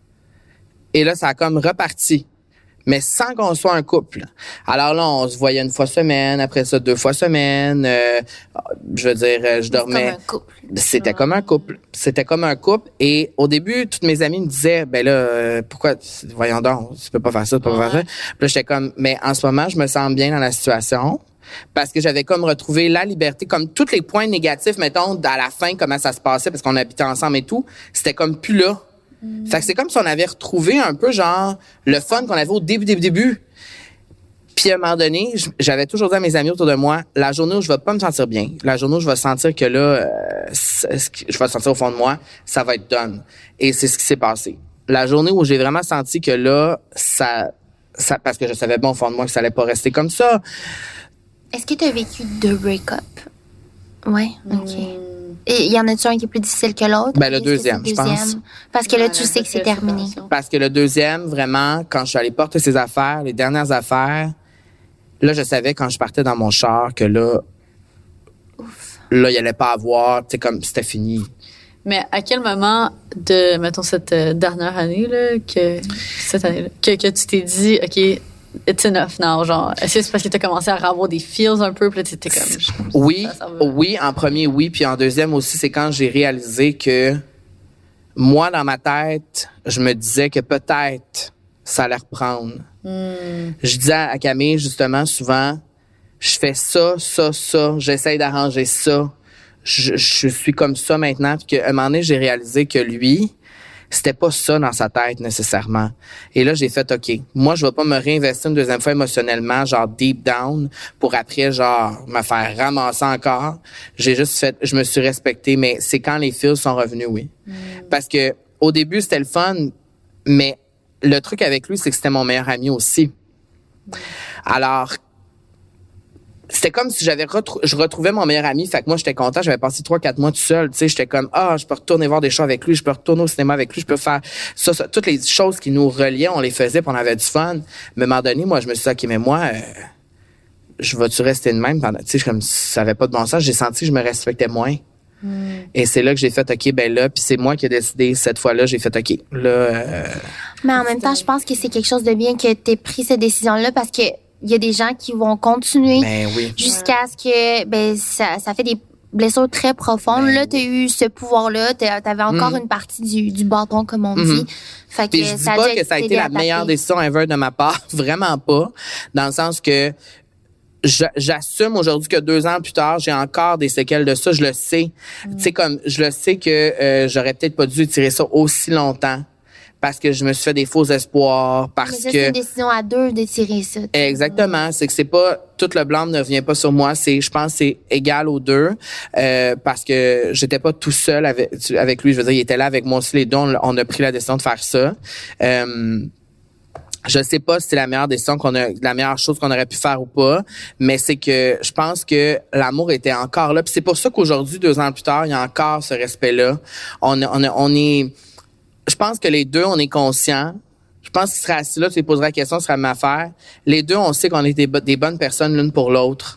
Et là, ça a comme reparti. Mais sans qu'on soit un couple. Alors là, on se voyait 1 fois semaine, après ça 2 fois semaine. Je veux dire, je dormais. C'était comme un couple. C'était comme un couple. Et au début, toutes mes amies me disaient, ben là, pourquoi, voyons donc, tu peux pas faire ça, tu peux pas faire ça. Puis là, j'étais comme, mais en ce moment, je me sens bien dans la situation. Parce que j'avais comme retrouvé la liberté, comme tous les points négatifs, mettons, à la fin, comment ça se passait, parce qu'on habitait ensemble et tout. C'était comme plus là. Fait que c'est comme si on avait retrouvé un peu, genre, le fun qu'on avait au début. Puis à un moment donné, j'avais toujours dit à mes amis autour de moi, la journée où je vais pas me sentir bien, la journée où je vais sentir que là, je vais sentir au fond de moi, ça va être done. Et c'est ce qui s'est passé. La journée où j'ai vraiment senti que là, ça parce que je savais bon au fond de moi que ça allait pas rester comme ça. Est-ce que tu as vécu 2 break-up? Ouais, OK. Et y en a-tu un qui est plus difficile que l'autre? Ben, le deuxième, je pense. Parce que là, tu sais que c'est terminé. Parce que le deuxième, vraiment, quand je suis allée porter ses affaires, les dernières affaires, là, je savais quand je partais dans mon char que là, là, il allait pas avoir, tu sais, comme c'était fini. Mais à quel moment de, mettons, cette dernière année, là, que tu t'es dit, OK, it's enough now, genre, est-ce que c'est parce que t'as commencé à avoir des feels un peu, puis là, t'étais comme... Oui, en premier, oui, puis en deuxième aussi, c'est quand j'ai réalisé que moi, dans ma tête, je me disais que peut-être ça allait reprendre. Je disais à Camille, justement, souvent, je fais ça, j'essaye d'arranger ça, je suis comme ça maintenant, puis qu'à un moment donné, j'ai réalisé que lui, c'était pas ça dans sa tête nécessairement. Et là, j'ai fait, OK, moi, je vais pas me réinvestir une deuxième fois émotionnellement, genre deep down, pour après, genre, me faire ramasser encore. J'ai juste fait, je me suis respectée, mais c'est quand les fils sont revenus, oui. Parce que au début, c'était le fun, mais le truc avec lui, c'est que c'était mon meilleur ami aussi. Alors, c'était comme si je retrouvais mon meilleur ami. Fait que moi, j'étais content. J'avais passé 3-4 mois tout seul. Tu sais, j'étais comme, je peux retourner voir des shows avec lui. Je peux retourner au cinéma avec lui. Je peux faire ça. Toutes les choses qui nous reliaient, on les faisait puis on avait du fun. Mais à un moment donné, moi, je me suis dit, OK, mais moi, je vais-tu rester de même pendant, tu sais, comme ça avait pas de bon sens. J'ai senti que je me respectais moins. Et c'est là que j'ai fait, OK, ben là, puis c'est moi qui ai décidé cette fois-là, j'ai fait, OK, là. Mais en même temps, je pense que c'est quelque chose de bien que t'aies pris cette décision-là parce que il y a des gens qui vont continuer jusqu'à ce que ça fait des blessures très profondes. Là, t'as eu ce pouvoir-là, t'avais encore une partie du bâton, comme on dit. Fait que puis je dis pas que ça a été la meilleure décision ever de ma part, vraiment pas, dans le sens que j'assume aujourd'hui que 2 ans plus tard, j'ai encore des séquelles de ça, je le sais. Tu sais, comme je le sais que j'aurais peut-être pas dû tirer ça aussi longtemps. Parce que je me suis fait des faux espoirs, c'est une décision à 2 de tirer ça. Exactement. C'est que c'est pas, tout le blâme ne vient pas sur moi. Je pense que c'est égal aux 2, parce que j'étais pas tout seul avec lui. Je veux dire, il était là avec moi aussi. Les deux, on a pris la décision de faire ça. Je sais pas si c'est la meilleure décision la meilleure chose qu'on aurait pu faire ou pas, mais c'est que je pense que l'amour était encore là. Puis c'est pour ça qu'aujourd'hui, 2 ans plus tard, il y a encore ce respect-là. On est, je pense que les deux, on est conscients. Je pense qu'il serait assis là, tu lui poserais la question, ce serait ma affaire. Les deux, on sait qu'on est des bonnes personnes l'une pour l'autre.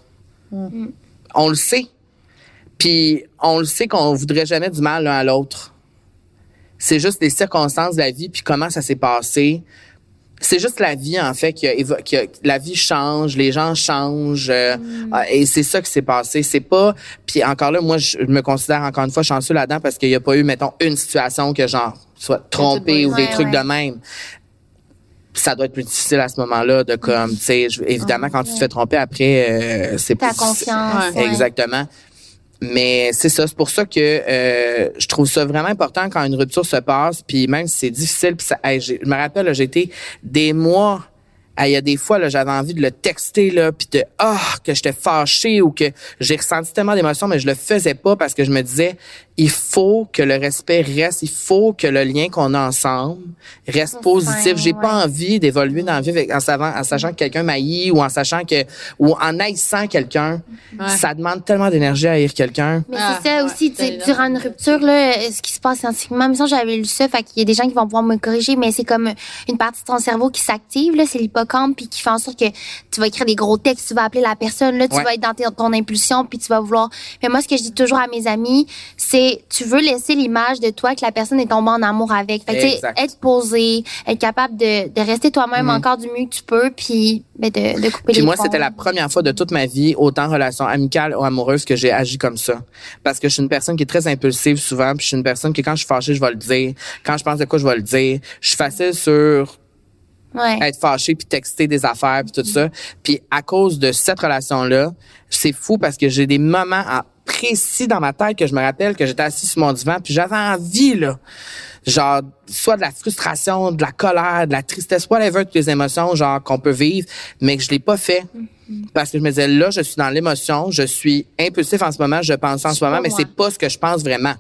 On le sait. Puis on le sait qu'on voudrait jamais du mal l'un à l'autre. C'est juste les circonstances de la vie, puis comment ça s'est passé. C'est juste la vie, en fait, la vie change, les gens changent, et c'est ça qui s'est passé. C'est pas, puis encore là, moi, je me considère encore une fois chanceux là-dedans parce qu'il y a pas eu, mettons, une situation que genre soit trompée ou des trucs de même. Ça doit être plus difficile à ce moment-là de comme, tu sais, évidemment, quand tu te fais tromper après, c'est plus difficile. Ta confiance. Exactement. Mais c'est ça, c'est pour ça que je trouve ça vraiment important quand une rupture se passe, puis même si c'est difficile, puis je me rappelle, là, j'ai été des mois, il y a des fois là, j'avais envie de le texter là, puis que j'étais fâchée ou que j'ai ressenti tellement d'émotions, mais je le faisais pas parce que je me disais il faut que le respect reste, il faut que le lien qu'on a ensemble reste positif. J'ai pas envie d'évoluer dans la vie en sachant que quelqu'un m'haït ou ou en haïssant quelqu'un. Ça demande tellement d'énergie à haïr quelqu'un. Mais c'est ça aussi, durant une rupture, là, ce qui se passe scientifiquement, mais ça, j'avais lu ça, fait qu'il y a des gens qui vont pouvoir me corriger, mais c'est comme une partie de ton cerveau qui s'active, là, c'est l'hippocampe, puis qui fait en sorte que tu vas écrire des gros textes, tu vas appeler la personne, là, tu vas être dans ton impulsion, puis tu vas vouloir. Mais moi, ce que je dis toujours à mes amis, c'est tu veux laisser l'image de toi que la personne est tombée en amour avec. Fait que, être posé, être capable de rester toi-même encore du mieux que tu peux, puis de couper les ponts. Puis moi, c'était la première fois de toute ma vie, autant relation amicale ou amoureuse, que j'ai agi comme ça. Parce que je suis une personne qui est très impulsive souvent, puis je suis une personne qui, quand je suis fâchée, je vais le dire. Quand je pense de quoi, je vais le dire. Je suis facile sur être fâchée puis texter des affaires puis tout ça. Puis à cause de cette relation-là, c'est fou parce que j'ai des moments précis dans ma tête que je me rappelle que j'étais assis sur mon divan puis j'avais envie, là, genre, soit de la frustration, de la colère, de la tristesse, whatever, toutes les émotions, genre, qu'on peut vivre, mais que je l'ai pas fait. Parce que je me disais, là, je suis dans l'émotion, je suis impulsif en ce moment, je pense en ce moment, mais c'est pas ce que je pense vraiment.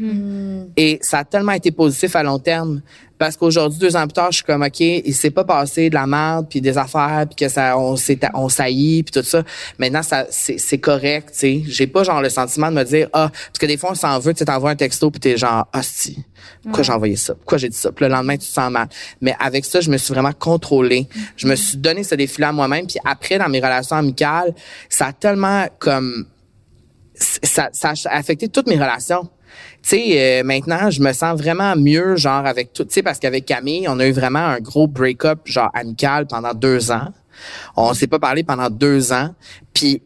Et ça a tellement été positif à long terme. Parce qu'aujourd'hui, 2 ans plus tard, je suis comme, OK, il s'est pas passé de la merde, puis des affaires, puis que on saillit, puis tout ça. Maintenant, c'est correct, tu sais. J'ai pas, genre, le sentiment de me dire, parce que des fois, on s'en veut, tu sais, t'envoies un texto, puis t'es genre, si, pourquoi j'ai envoyé ça? Pourquoi j'ai dit ça? Puis le lendemain, tu te sens mal. Mais avec ça, je me suis vraiment contrôlée. Je me suis donné ce défi-là à moi-même, puis après, dans mes relations amicales, ça a tellement, comme, ça a affecté toutes mes relations. Tu sais, maintenant, je me sens vraiment mieux, genre, avec tout, tu sais, parce qu'avec Camille, on a eu vraiment un gros break-up, genre, amical pendant 2 ans. On s'est pas parlé pendant 2 ans. Puis,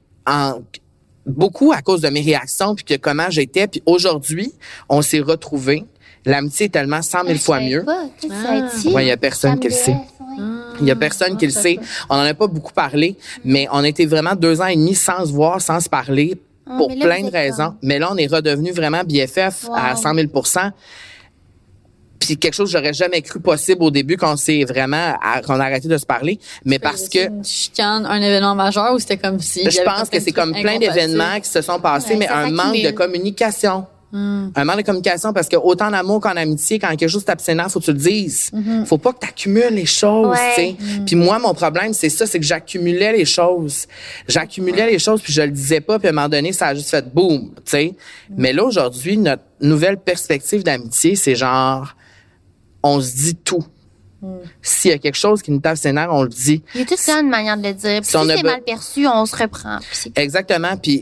beaucoup à cause de mes réactions, puis que comment j'étais. Puis aujourd'hui, on s'est retrouvés. L'amitié est tellement 100 000 fois mieux. Il y a personne qui le sait. Il y a personne qui le sait. On en a pas beaucoup parlé, mais on était vraiment 2 ans et demi sans se voir, sans se parler, pour plein de raisons. Mais là, on est redevenu vraiment BFF à 100 000 %. Puis quelque chose que j'aurais jamais cru possible au début quand qu'on a arrêté de se parler, mais parce que une chicane, un événement majeur, ou c'était comme si je pense que c'est comme plein d'événements qui se sont passés, mais un manque de communication. Un manque de communication parce que autant en amour qu'en amitié, quand quelque chose t'abstinent, faut que tu le dises. Faut pas que t'accumules les choses, tu sais. Puis moi, mon problème, c'est ça, c'est que j'accumulais les choses. Puis je le disais pas, puis à un moment donné, ça a juste fait boum, tu sais. Mais là, aujourd'hui, notre nouvelle perspective d'amitié, c'est genre, on se dit tout. S'il y a quelque chose qui nous tape ses nerfs, on le dit. Il y a tout ça une manière de le dire. Puis si c'est mal perçu, on se reprend. Exactement. Puis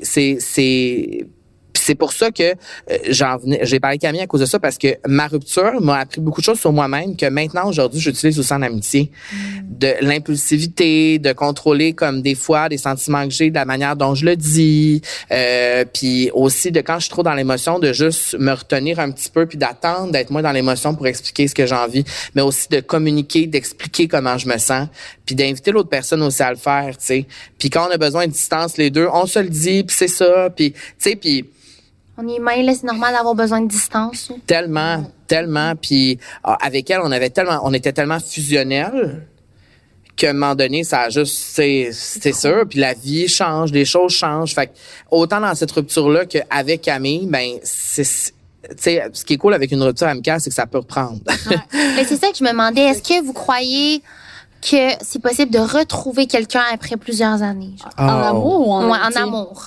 c'est pour ça que j'ai parlé avec Camille à cause de ça, parce que ma rupture m'a appris beaucoup de choses sur moi-même que maintenant, aujourd'hui, j'utilise aussi en amitié. De l'impulsivité, de contrôler comme des fois des sentiments que j'ai, de la manière dont je le dis, puis aussi de quand je suis trop dans l'émotion, de juste me retenir un petit peu puis d'attendre d'être moins dans l'émotion pour expliquer ce que j'ai envie, mais aussi de communiquer, d'expliquer comment je me sens, puis d'inviter l'autre personne aussi à le faire, tu sais. Puis quand on a besoin de distance les deux, on se le dit, puis c'est ça, puis tu sais, puis on est humain, là, c'est normal d'avoir besoin de distance. Tellement. Puis avec elle, on était tellement fusionnels qu'à un moment donné, ça a juste, c'est sûr. Puis la vie change, les choses changent. Fait que autant dans cette rupture-là qu'avec Camille, ben tu sais, ce qui est cool avec une rupture amicale, c'est que ça peut reprendre. Mais c'est ça que je me demandais. Est-ce que vous croyez que c'est possible de retrouver quelqu'un après plusieurs années? En amour ou en amitié? En amour.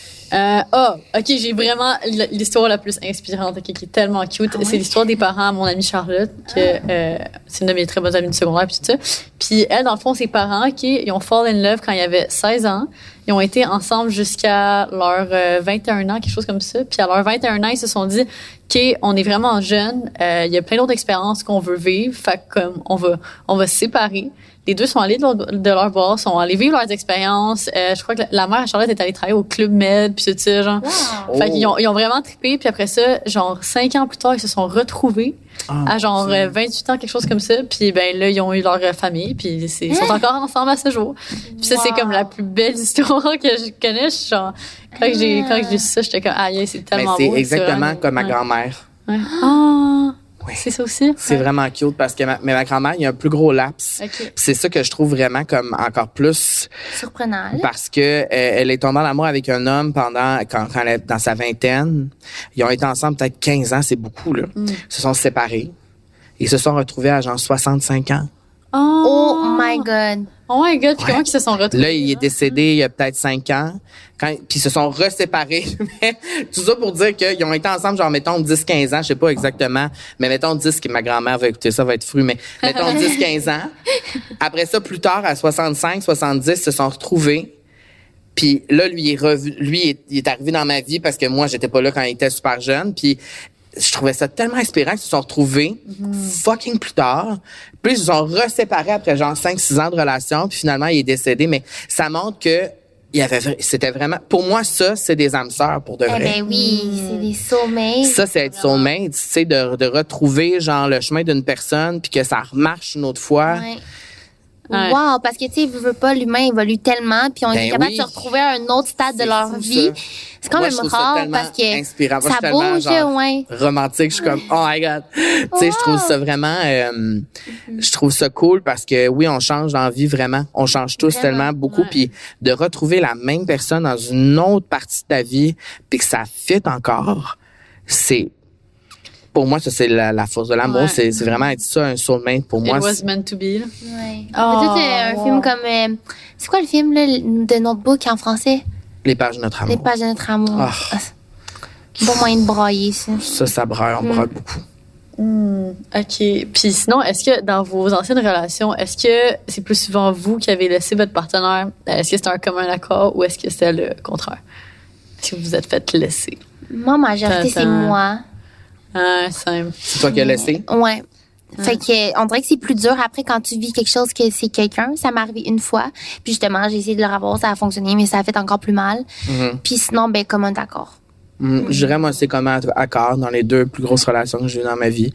OK, j'ai vraiment l'histoire la plus inspirante, qui est tellement cute. C'est l'histoire des parents à mon amie Charlotte, que c'est une de mes très bonnes amies du secondaire, puis tout ça. Puis elle, dans le fond, ses parents, ils ont fall in love quand ils avaient 16 ans. Ils ont été ensemble jusqu'à leurs 21 ans, quelque chose comme ça. Puis à leurs 21 ans, ils se sont dit, OK, on est vraiment jeunes, il y a plein d'autres expériences qu'on veut vivre, fait que comme on va se séparer. Les deux sont allés de leur bord, sont allés vivre leurs expériences. Je crois que la mère à Charlotte est allée travailler au Club Med, puis tout ça, genre. Wow. Fait qu'ils ont vraiment trippé. Puis après ça, genre 5 ans plus tard, ils se sont retrouvés à genre 28 ans, quelque chose comme ça. Puis ben là, ils ont eu leur famille, puis ils sont encore ensemble à ce jour. Puis ça, c'est comme la plus belle histoire que je connais. Genre, quand j'ai su ça, j'étais comme, aïe, c'est tellement beau. Mais c'est exactement comme ma grand-mère. Ouais. Oui. C'est ça aussi. C'est vraiment cute parce que ma grand-mère, il y a un plus gros laps. Okay. C'est ça que je trouve vraiment comme encore plus surprenant. Parce que elle est tombée en amour avec un homme quand elle est dans sa vingtaine. Ils ont été ensemble peut-être 15 ans, c'est beaucoup là. Ils se sont séparés. Ils se sont retrouvés à genre 65 ans. Oh my God. Oh my God, puis comment ils se sont retrouvés? Là, il est décédé il y a peut-être 5 ans. Puis ils se sont reséparés. Tout ça pour dire qu'ils ont été ensemble, genre, mettons, 10-15 ans, je sais pas exactement, mais mettons 10, que ma grand-mère va écouter ça, va être fru, mais mettons 10-15 ans. Après ça, plus tard, à 65-70, se sont retrouvés. Puis là, lui, il est arrivé dans ma vie parce que moi, j'étais pas là quand il était super jeune. Puis je trouvais ça tellement inspirant qu'ils se sont retrouvés fucking plus tard. Puis ils se sont reséparés après genre 5-6 ans de relation. Puis finalement, il est décédé. Mais ça montre que c'était vraiment... Pour moi, ça, c'est des âmes sœurs pour de vrai. Eh ben oui, c'est des soulmates. Ça, c'est être soulmate, tu sais, de retrouver genre le chemin d'une personne puis que ça remarche une autre fois. Ouais. Wow, parce que tu sais, veux pas, l'humain évolue tellement, puis on est capable de se retrouver à un autre stade de leur vie. Ça. C'est quand même rare parce que inspirant. Moi, ça bouge, ouais. Romantique, je suis comme oh my God. Tu sais, je trouve ça vraiment, je trouve ça cool parce que oui, on change dans la vie vraiment, on change tous tellement beaucoup, puis de retrouver la même personne dans une autre partie de ta vie, puis que ça fit encore, c'est pour moi, ça, c'est la force de l'amour. C'est vraiment être ça, un soulmate. Pour moi, It was meant to be. Ouais. Un film comme... c'est quoi le film là, de Notebook en français? Les pages de notre amour. Les pages de notre amour. Bon moyen de brailler, ça. Ça braille. On braille beaucoup. OK. Puis sinon, est-ce que dans vos anciennes relations, est-ce que c'est plus souvent vous qui avez laissé votre partenaire? Est-ce que c'est un commun accord ou est-ce que c'est le contraire? Est-ce que vous vous êtes fait laisser? Moi, majorité, c'est moi. C'est toi qui as laissé? Ouais. Fait que on dirait que c'est plus dur après quand tu vis quelque chose que c'est quelqu'un. Ça m'est arrivé une fois. Puis justement, j'ai essayé de le revoir, ça a fonctionné, mais ça a fait encore plus mal. Puis sinon, ben commun accord. Je dirais, moi, c'est commun accord dans les 2 plus grosses relations que j'ai eues dans ma vie.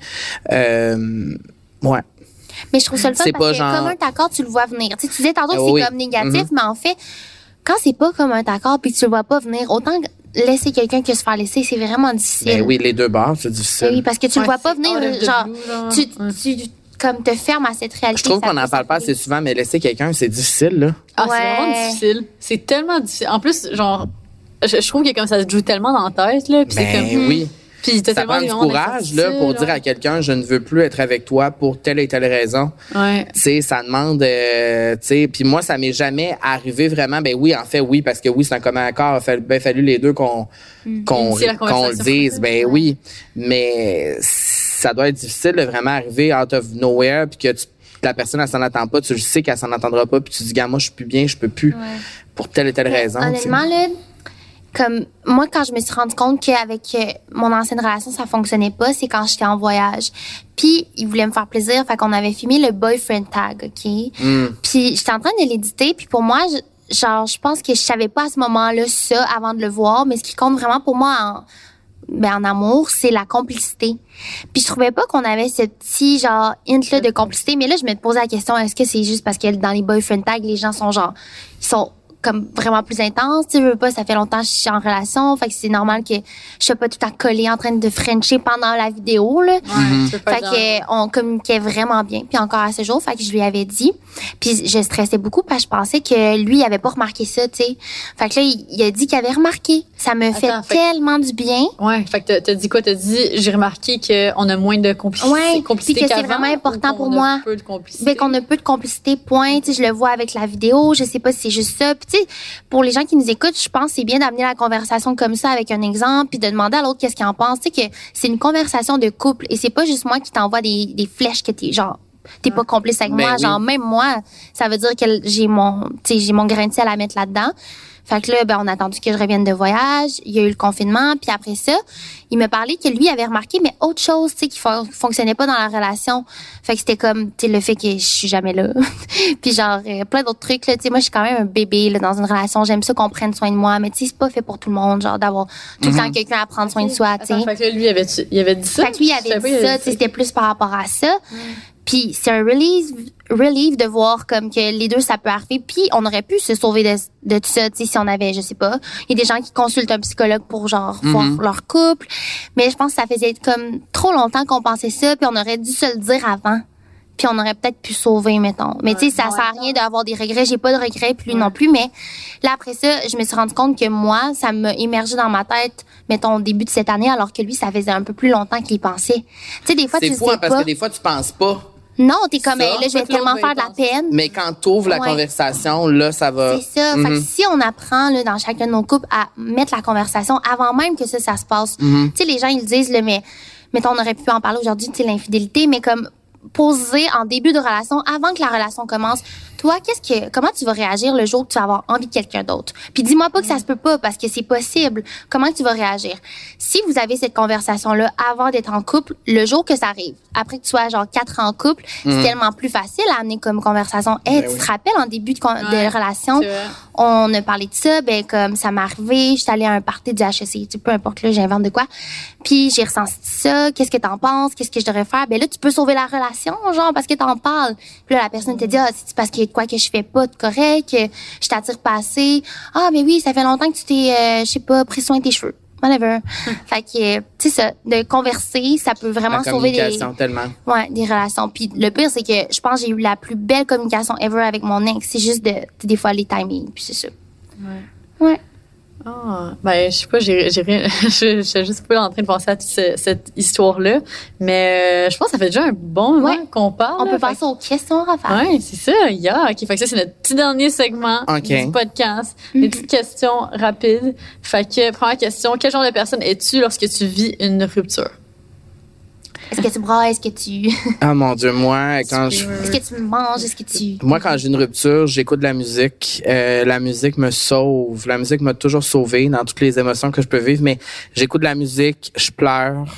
Ouais. Mais je trouve ça le fun parce que commun accord, tu le vois venir. Tu disais tantôt que c'est comme négatif, mais en fait, quand c'est pas commun accord puis que tu le vois pas venir, autant laisser quelqu'un que se faire laisser, c'est vraiment difficile. Ben oui, les 2 bords, c'est difficile. Oui, parce que tu le vois pas venir, genre, tu comme te fermes à cette réalité. Je trouve qu'on n'en parle pas assez souvent, mais laisser quelqu'un, c'est difficile, là. C'est vraiment difficile. C'est tellement difficile. En plus, genre, je trouve que comme ça se joue tellement dans la tête, là. Puis c'est comme, oui. Puis ça prend du courage là pour dire à quelqu'un je ne veux plus être avec toi pour telle et telle raison. Ouais. Tu sais, ça demande tu sais, puis moi ça m'est jamais arrivé vraiment. Ben oui, en fait oui, parce que oui, c'est un commun accord, il a fallu les deux qu'on le dise. Ben oui, mais ça doit être difficile de vraiment arriver out of nowhere puis que la personne elle s'en attend pas, tu le sais qu'elle s'en attendra pas puis tu dis gars moi je suis plus bien, je peux plus pour telle et telle raison. Honnêtement là, comme moi quand je me suis rendu compte qu'avec mon ancienne relation ça fonctionnait pas, c'est quand j'étais en voyage. Puis il voulait me faire plaisir, fait qu'on avait filmé le boyfriend tag, OK? Puis j'étais en train de l'éditer, puis pour moi je pense que je savais pas à ce moment-là ça avant de le voir, mais ce qui compte vraiment pour moi en amour, c'est la complicité. Puis je trouvais pas qu'on avait ce petit genre hint là de complicité, mais là je me posais la question, est-ce que c'est juste parce que dans les boyfriend tags les gens sont genre ils sont comme vraiment plus intense, tu veux pas, ça fait longtemps que je suis en relation, fait que c'est normal que je sois pas tout à coller en train de frencher pendant la vidéo là. Fait que on communiquait vraiment bien, puis encore à ce jour, fait que je lui avais dit, puis je stressais beaucoup parce que je pensais que lui il avait pas remarqué ça, tu sais. Fait que là il a dit qu'il avait remarqué. Ça me fait tellement du bien. Ouais, fait que t'as dit quoi? T'as dit j'ai remarqué qu'on a moins de complicité. Ouais, puis que c'est vraiment important pour moi. Peu de complicité. Ben qu'on a peu de complicité, point. Tu sais, je le vois avec la vidéo, je sais pas si c'est juste ça. Puis tu sais, pour les gens qui nous écoutent, je pense que c'est bien d'amener la conversation comme ça avec un exemple, puis de demander à l'autre qu'est-ce qu'il en pense. Tu sais que c'est une conversation de couple et c'est pas juste moi qui t'envoie des flèches que t'es genre t'es pas complice avec moi, genre même moi, ça veut dire que j'ai mon grain de sel à mettre là-dedans. Fait que là, ben, on a attendu que je revienne de voyage. Il y a eu le confinement. Puis après ça, il me parlait que lui avait remarqué, mais autre chose, tu sais, qui fonctionnait pas dans la relation. Fait que c'était comme, tu sais, le fait que je suis jamais là. Puis genre, plein d'autres trucs, là. Tu sais, moi, je suis quand même un bébé, là, dans une relation. J'aime ça qu'on prenne soin de moi. Mais tu sais, c'est pas fait pour tout le monde, genre, d'avoir tout le temps quelqu'un à prendre soin de soi, tu sais. Fait que là, lui, il avait dit ça? Fait que lui, il avait dit ça, tu sais, c'était plus par rapport à ça. Puis c'est un relief de voir comme que les deux ça peut arriver, puis on aurait pu se sauver de tout ça, tu sais, si on avait, je sais pas, il y a des gens qui consultent un psychologue pour genre voir leur couple, mais je pense que ça faisait comme trop longtemps qu'on pensait ça, puis on aurait dû se le dire avant. Puis on aurait peut-être pu sauver, mettons. Mais tu sais, ça sert à rien d'avoir des regrets. J'ai pas de regrets, puis lui non plus. Mais là, après ça, je me suis rendu compte que moi, ça m'a immergé dans ma tête, mettons, au début de cette année, alors que lui, ça faisait un peu plus longtemps qu'il y pensait. Tu sais, des fois, tu sais pas. C'est fou, parce que des fois, tu penses pas. Non, t'es comme, là, je vais tellement faire de la peine. Mais quand t'ouvres la conversation, là, ça va. C'est ça. Fait que si on apprend, là, dans chacun de nos couples, à mettre la conversation avant même que ça se passe. Tu sais, les gens, ils le disent, là, mais, mettons, on aurait pu en parler aujourd'hui, tu sais, l'infidélité, mais comme, poser en début de relation, avant que la relation commence, toi, comment tu vas réagir le jour que tu vas avoir envie de quelqu'un d'autre? Puis dis-moi pas que ça se peut pas, parce que c'est possible. Comment tu vas réagir? Si vous avez cette conversation-là avant d'être en couple, le jour que ça arrive, après que tu sois genre 4 ans en couple, c'est tellement plus facile à amener comme conversation. Hey, tu te rappelles, en début de relation, on a parlé de ça, ben comme ça m'est arrivé, j'étais allée à un party du HEC, tu sais, peu importe, là, j'invente de quoi. Puis j'ai ressenti ça, qu'est-ce que t'en penses? Qu'est-ce que je devrais faire? Ben là, tu peux sauver la relation, genre, parce que t'en parles. Puis là, la personne te dit, c'est parce qu'il y a de quoi que je fais pas de correct, que je t'attire pas assez. Ah, mais oui, ça fait longtemps que tu t'es, je sais pas, pris soin de tes cheveux. Whatever. Fait que, tu sais ça, de converser, ça peut vraiment sauver des relations. Puis le pire, c'est que je pense que j'ai eu la plus belle communication ever avec mon ex. C'est juste des fois les timings, puis c'est ça. Ouais. Ah, ben, je sais pas, j'ai rien, je suis juste pas en train de penser à toute cette histoire-là. Mais, je pense que ça fait déjà un bon moment qu'on parle. On peut passer aux questions, Raphaël. Ouais, c'est ça, OK, fait que ça, c'est notre petit dernier segment du podcast. Des petites questions rapides. Fait que, première question, quel genre de personne es-tu lorsque tu vis une rupture? Est-ce que tu brailles? Est-ce que tu... Ah, mon Dieu, moi, Est-ce que tu manges? Est-ce que tu... Moi, quand j'ai une rupture, j'écoute de la musique. La musique me sauve. La musique m'a toujours sauvé dans toutes les émotions que je peux vivre, mais j'écoute de la musique, je pleure,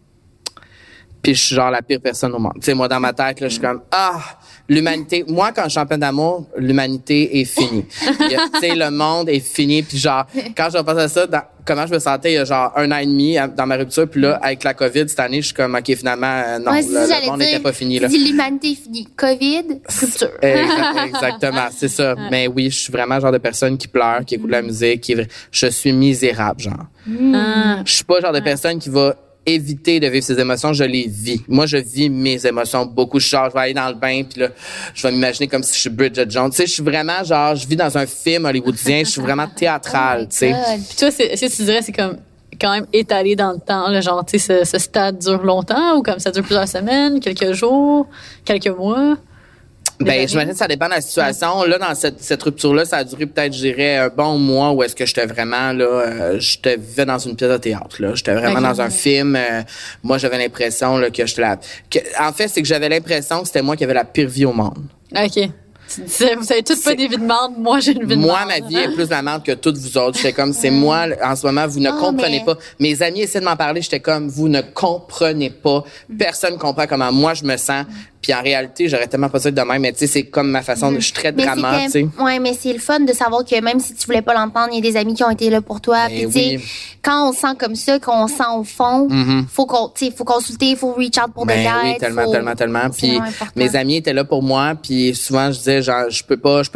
puis je suis genre la pire personne au monde. Tu sais, moi, dans ma tête, là, je suis comme, l'humanité. Moi, quand je suis en peine d'amour, l'humanité est finie. Tu sais, le monde est fini. Puis genre, quand je repense à ça, comment je me sentais il y a genre 1 an et demi dans ma rupture. Puis là, avec la COVID cette année, je suis comme, OK, finalement, non, le monde n'était pas fini. Là. L'humanité est finie. COVID, rupture. Exactement, c'est ça. Mais oui, je suis vraiment le genre de personne qui pleure, qui écoute de la musique. Je suis misérable, genre. Je suis pas le genre de personne qui va éviter de vivre ses émotions, je les vis. Moi, je vis mes émotions beaucoup. Je vais aller dans le bain, puis là, je vais m'imaginer comme si je suis Bridget Jones. Tu sais, je suis vraiment genre, je vis dans un film hollywoodien, je suis vraiment théâtrale, tu sais. Puis toi, est-ce que tu dirais, c'est comme quand même étalé dans le temps, là, genre, tu sais, ce stade dure longtemps ou comme ça dure plusieurs semaines, quelques jours, quelques mois? Ben, j'imagine que ça dépend de la situation. Là, dans cette rupture-là, ça a duré peut-être, je dirais, un bon mois où est-ce que j'étais vraiment, là, j'étais vivais dans une pièce de théâtre, là. J'étais vraiment dans un film. Moi, j'avais l'impression, là, que j'étais en fait, c'est que j'avais l'impression que c'était moi qui avais la pire vie au monde. OK. Vous avez toutes pas des vies de merde. Moi, j'ai une vie de merde. Moi, ma vie est plus la merde que toutes vous autres. J'étais comme, c'est moi, en ce moment, vous ne comprenez pas. Mes amis essaient de m'en parler. J'étais comme, vous ne comprenez pas. Personne comprend comment moi je me sens. Puis en réalité, j'aurais tellement pas ça de même. Mais tu sais, c'est comme ma façon de, je suis très drama, tu sais. Ouais, mais c'est le fun de savoir que même si tu voulais pas l'entendre, il y a des amis qui ont été là pour toi. Puis tu sais, quand on sent comme ça, qu'on sent au fond, faut consulter, faut reach out pour de l'aide. Oui, tellement. Puis mes amis étaient là pour moi. Puis souvent, je disais, genre, je veux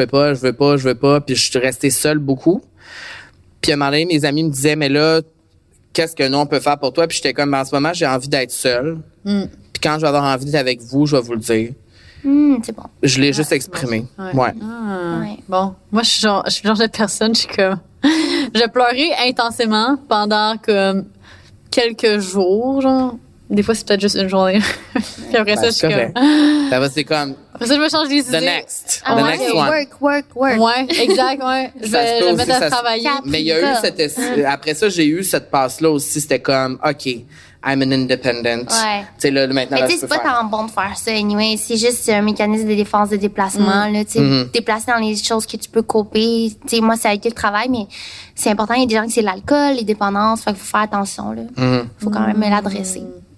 pas. Puis je suis restée seule beaucoup. Puis à un moment donné, mes amis me disaient, mais là, qu'est-ce que nous, on peut faire pour toi? Puis j'étais comme, en ce moment, j'ai envie d'être seule. Puis quand je vais avoir envie d'être avec vous, je vais vous le dire. C'est bon. Je l'ai juste exprimé. Ouais. Bon, moi, je suis le genre de personne, je suis comme... je pleurais intensément pendant comme quelques jours, genre. Des fois, c'est peut-être juste une journée. Puis après ça, je suis comme... Ça va, c'est comme... Après ça, je me change les idées. The next one. Work. Ouais, exact, ouais. Je vais le mettre à travailler. Mais il y a eu après ça, j'ai eu cette passe-là aussi. C'était comme, OK, I'm an independent. Ouais. Tu sais, là, maintenant, mais tu sais, c'est pas tant bon de faire ça, anyway. C'est juste un mécanisme de défense de déplacement, là. Tu sais, déplacer dans les choses que tu peux couper. Tu sais, moi, ça a été le travail, mais c'est important. Il y a des gens qui c'est l'alcool, les dépendances. Fait qu'il faut faire attention, là. Faut quand même l'adresser.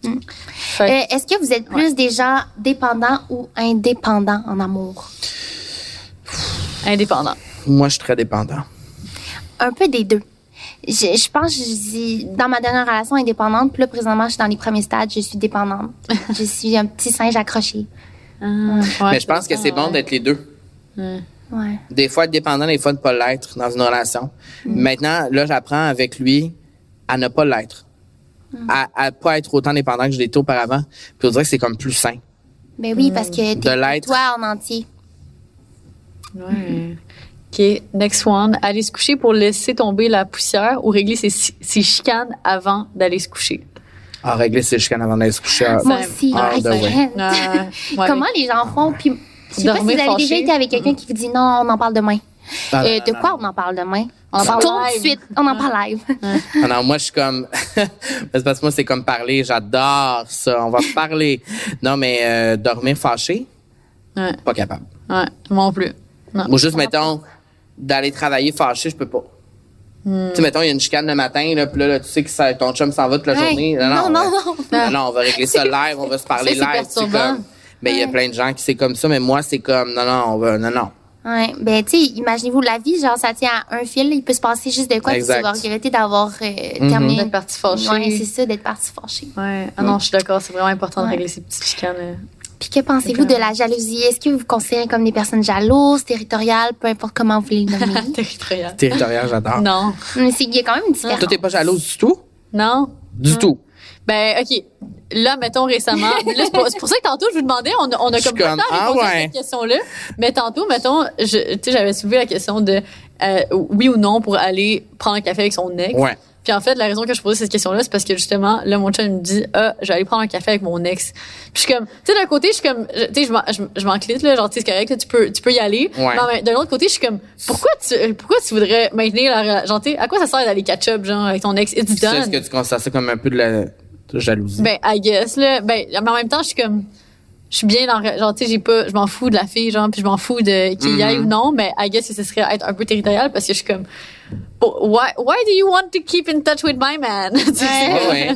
Est-ce que vous êtes plus des gens dépendants ou indépendants en amour? Indépendant. Moi, je suis très dépendant. Un peu des deux. Je pense que je dis, dans ma dernière relation indépendante, puis là, présentement, je suis dans les premiers stades, je suis dépendante. Je suis un petit singe accroché. Mais je pense que c'est bon d'être les deux. Ouais. Des fois, être dépendant, des fois, de ne pas l'être dans une relation. Maintenant, là, j'apprends avec lui à ne pas l'être. À pas être autant dépendant que je l'étais auparavant. Puis on dirait que c'est comme plus sain. Ben oui, parce que t'es toi en entier. Ouais. OK, next one. Aller se coucher pour laisser tomber la poussière ou régler ses chicanes avant d'aller se coucher? Régler ses chicanes avant d'aller se coucher. Moi aussi. Comment les gens font? Puis, je sais pas si vous avez déjà été avec quelqu'un qui vous dit non, on en parle demain. De quoi on en parle demain? On en parle tout de suite. On en parle live. Non, moi, je suis comme... parce que moi, c'est comme parler. J'adore ça. On va parler. Non, mais dormir fâché, pas capable. Ouais, moi non plus. Non. Moi, juste, mettons, d'aller travailler fâché, je peux pas. Tu sais, mettons, il y a une chicane le matin, là, puis là, tu sais que ton chum s'en va toute la journée. Non, on va régler ça live, on va se parler live. C'est comme... Mais il y a plein de gens qui c'est comme ça, mais moi, c'est comme, non. Ouais, ben tu sais, imaginez-vous la vie, genre ça tient à un fil, il peut se passer juste de quoi, puis tu vas regretter d'avoir terminé. D'être parti fâché. Ouais, c'est ça, d'être parti fâché. Ouais. Ah non, je suis d'accord, c'est vraiment important de régler ces petites chicanes. Puis que pensez-vous de la jalousie? Est-ce que vous vous considérez comme des personnes jalouses, territoriales, peu importe comment vous les nommez? Territoriales, j'adore. Non. Mais il y a quand même une différence. Toi, t'es pas jalouse du tout? Non. Du tout. Ben, OK. Là, mettons récemment. Là, c'est pour ça que tantôt, je vous demandais, on a comme pas le temps de poser cette question-là. Mais tantôt, mettons, tu sais, j'avais soulevé la question de oui ou non pour aller prendre un café avec son ex. Ouais. Puis en fait, la raison que je posais cette question-là, c'est parce que justement, là, mon chum me dit, je vais aller prendre un café avec mon ex. Puis je suis comme, tu sais, d'un côté, je suis comme, tu sais, je m'enclite, là, genre, tu sais, c'est correct, là, tu peux y aller. Ouais. Mais d'un autre côté, je suis comme, pourquoi tu voudrais maintenir la, genre, tu sais, à quoi ça sert d'aller catch-up, genre, avec ton ex? It's done. Est-ce que tu considères ça comme un peu de la jalousie? Ben, I guess, là. Ben, mais en même temps, je suis comme, je suis bien dans, genre, tu sais, je m'en fous de la fille, genre, puis je m'en fous de qu'il y aille ou non, mais I guess que ce serait être un peu territorial parce que je suis comme, why do you want to keep in touch with my man? Ouais.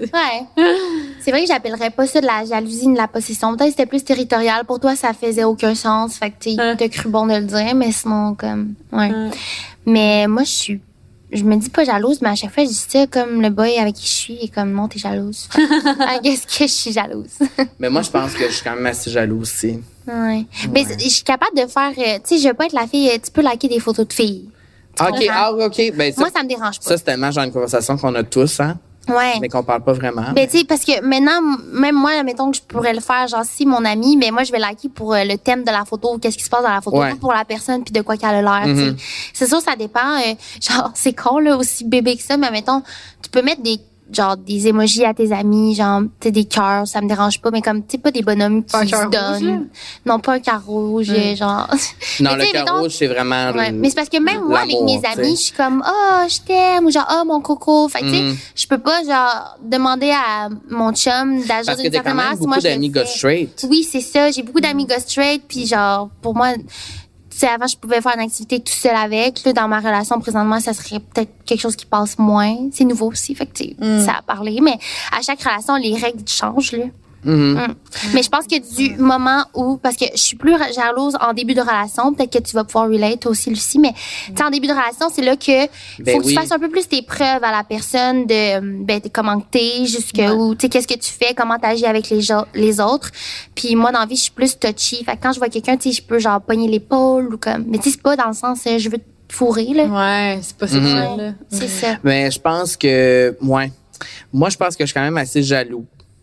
C'est vrai que j'appellerais pas ça de la jalousie ni de la possession. Peut-être que c'était plus territorial. Pour toi, ça faisait aucun sens. Fait que t'as cru bon de le dire, mais sinon, comme, Mais moi, je me dis pas jalouse, mais à chaque fois, je dis ça comme le boy avec qui je suis et comme non, t'es jalouse. Qu'est-ce que je suis jalouse? Mais moi, je pense que je suis quand même assez jalouse aussi. Ouais. Mais je suis capable de faire, tu sais, je veux pas être la fille, tu peux liker des photos de filles. OK. Ben, moi, ça me dérange pas. Ça, c'est tellement genre une conversation qu'on a tous, hein? Ouais. Mais qu'on parle pas vraiment. Ben, tu sais, parce que maintenant, même moi, mettons que je pourrais le faire, genre, si mon ami, mais moi, je vais liker pour le thème de la photo, qu'est-ce qui se passe dans la photo, pas pour la personne puis de quoi qu'elle a l'air, tu sais. C'est sûr, ça dépend. Genre, c'est con, là, aussi bébé que ça, mais mettons, tu peux mettre des emojis à tes amis, genre, tu sais, des cœurs, ça me dérange pas, mais comme, tu sais, pas des bonhommes qui se donnent. Non, pas un cœur rouge, genre. Non, le cœur rouge, c'est vraiment. Ouais. Mais c'est parce que même moi, avec mes amis, je suis comme, je t'aime, ou genre, mon coco. Fait que, tu sais, je peux pas, genre, demander à mon chum d'agir d'une certaine manière. Parce que t'as quand même beaucoup d'amis go straight. Oui, c'est ça. J'ai beaucoup d'amis go straight, puis genre, pour moi, tu sais, avant, je pouvais faire une activité tout seul avec. Là, dans ma relation, présentement, ça serait peut-être quelque chose qui passe moins. C'est nouveau aussi, fait que, tu sais, ça a parlé. Mais à chaque relation, les règles changent, là. Mais je pense que du moment où, parce que je suis plus jalouse en début de relation, peut-être que tu vas pouvoir relate toi aussi, Lucie, mais tu sais, en début de relation, c'est là que faut que tu fasses un peu plus tes preuves à la personne de comment t'es, jusqu'où, tu sais, qu'est-ce que tu fais, comment t'agis avec les autres. Puis moi, dans la vie, je suis plus touchy. Fait que quand je vois quelqu'un, tu sais, je peux genre pogner l'épaule ou comme, mais tu sais, c'est pas dans le sens je veux te fourrer, là. Ouais, c'est pas sexuel, là. C'est ça. Mais je pense que, moi, je pense que je suis quand même assez jaloux.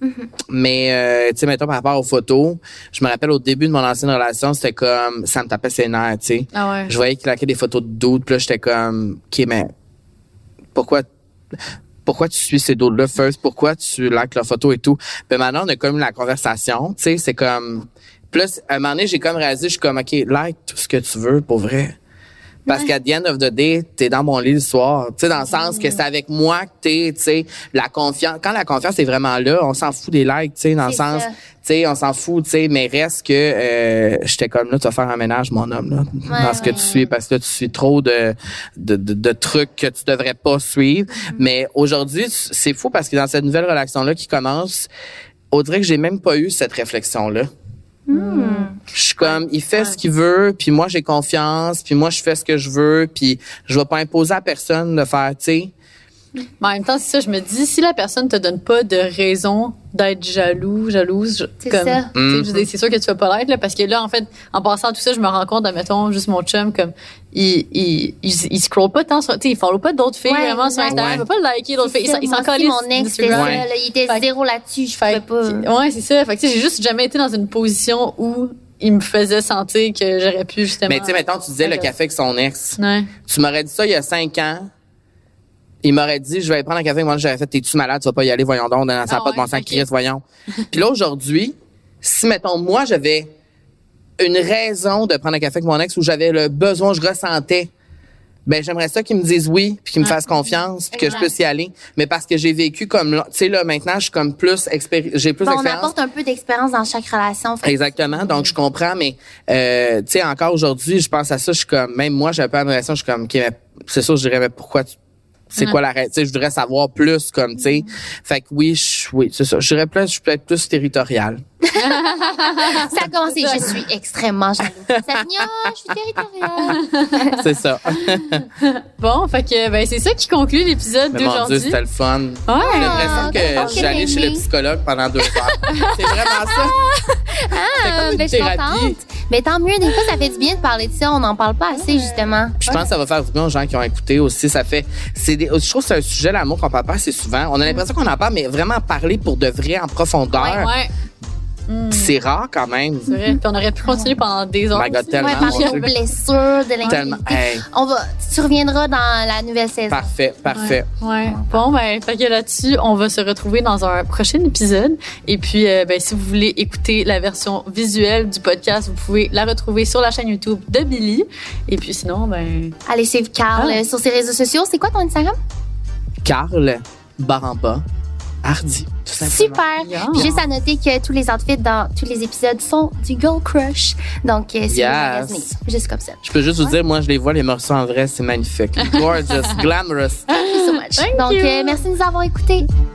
Mais, tu sais, mettons, par rapport aux photos, je me rappelle au début de mon ancienne relation, c'était comme, ça me tapait ses nerfs, tu sais. Ah ouais. Je voyais qu'il claquait des photos de doutes, puis là, j'étais comme, OK, mais pourquoi tu suis ces doutes-là first? Pourquoi tu likes leurs photos et tout? Puis maintenant, on a comme la conversation, tu sais, c'est comme, plus, à un moment donné, j'ai comme réalisé, je suis comme, OK, like tout ce que tu veux, pour vrai. Parce qu'à the end of the day, t'es dans mon lit le soir. Tu sais, dans le sens que c'est avec moi que t'es, tu sais, la confiance. Quand la confiance est vraiment là, on s'en fout des likes, tu sais, dans le sens, tu sais, on s'en fout, tu sais, mais reste que j'étais comme là, tu vas faire un ménage, mon homme, là, dans ce que tu suis, parce que là, tu suis trop de trucs que tu devrais pas suivre. Mais aujourd'hui, c'est fou parce que dans cette nouvelle relation-là qui commence, on dirait que j'ai même pas eu cette réflexion-là. Je suis comme, il fait ce qu'il veut, puis moi j'ai confiance, puis moi je fais ce que je veux, puis je vais pas imposer à personne de faire, tu sais. Mais en même temps, c'est ça, je me dis, si la personne te donne pas de raison d'être jalouse, c'est comme, ça. C'est sûr que tu vas pas l'être, là, parce que là, en fait, en passant à tout ça, je me rends compte, admettons, juste mon chum, comme, il scroll pas tant sur, tu sais, il follow pas d'autres filles vraiment sur Instagram, il va pas liker d'autres filles, il s'en calisse. Mon ex, c'était ça, là, il était zéro là-dessus, je pouvais pas. Ouais, c'est ça. Fait que, tu sais, j'ai juste jamais été dans une position où il me faisait sentir que j'aurais pu, justement. Mais tu sais, mettons, tu disais le café avec son ex. Ouais. Tu m'aurais dit ça il y a 5 ans. Il m'aurait dit, je vais aller prendre un café. Moi, j'aurais fait, t'es-tu malade? Tu vas pas y aller, voyons donc. Ça n'a pas de bon sens, Chris, voyons. Puis là, aujourd'hui, si, mettons, moi, j'avais une raison de prendre un café avec mon ex où j'avais le besoin, je ressentais, ben, j'aimerais ça qu'ils me disent oui, puis qu'ils me fassent confiance, puis que je puisse y aller. Mais parce que j'ai vécu comme, tu sais, là, maintenant, je suis comme plus j'ai plus d'expérience. On apporte un peu d'expérience dans chaque relation. Exactement. Donc, je comprends, mais, tu sais, encore aujourd'hui, je pense à ça, je suis comme, même moi, j'ai un peu l'impression, je suis comme, OK, mais c'est sûr, je dirais, mais pourquoi c'est quoi la raison? Tu sais, je voudrais savoir plus, comme, tu sais. Fait que oui, c'est ça. Je suis peut-être plus territoriale. Ça a commencé, je suis extrêmement jalouse. Ça finit, je suis territoriale. C'est ça. Bon, fait que, ben, c'est ça qui conclut l'épisode d'aujourd'hui. Mon Dieu, c'était le fun. Ouais. J'ai l'impression que j'allais chez le psychologue pendant 2 heures. C'est vraiment ça. Ben, je suis contente. Mais tant mieux, des fois, ça fait du bien de parler de ça. On n'en parle pas assez, justement. Je pense que ça va faire du bien aux gens qui ont écouté aussi. Je trouve que c'est un sujet, l'amour, qu'on parle pas assez souvent. On a l'impression qu'on en parle, mais vraiment parler pour de vrai, en profondeur. Ouais. C'est rare quand même. C'est vrai. Puis on aurait pu continuer pendant des heures. My God, tellement. Parler aux blessures, de l'intimité. Hey. Tu reviendras dans la nouvelle saison. Parfait. Ouais. Bon, ben, fait que là-dessus, on va se retrouver dans un prochain épisode. Et puis, ben, si vous voulez écouter la version visuelle du podcast, vous pouvez la retrouver sur la chaîne YouTube de Billy. Et puis sinon, ben... Allez suivre Carl sur ses réseaux sociaux. C'est quoi ton Instagram? Carl Baramba Hardy. Super. Puis juste à noter que tous les outfits dans tous les épisodes sont du Girl Crush. Donc, c'est magasiné. Juste comme ça. Je peux juste vous dire, moi, je les vois, les morceaux en vrai, c'est magnifique. Gorgeous, glamorous. Thank you so much. Donc, merci de nous avoir écoutés.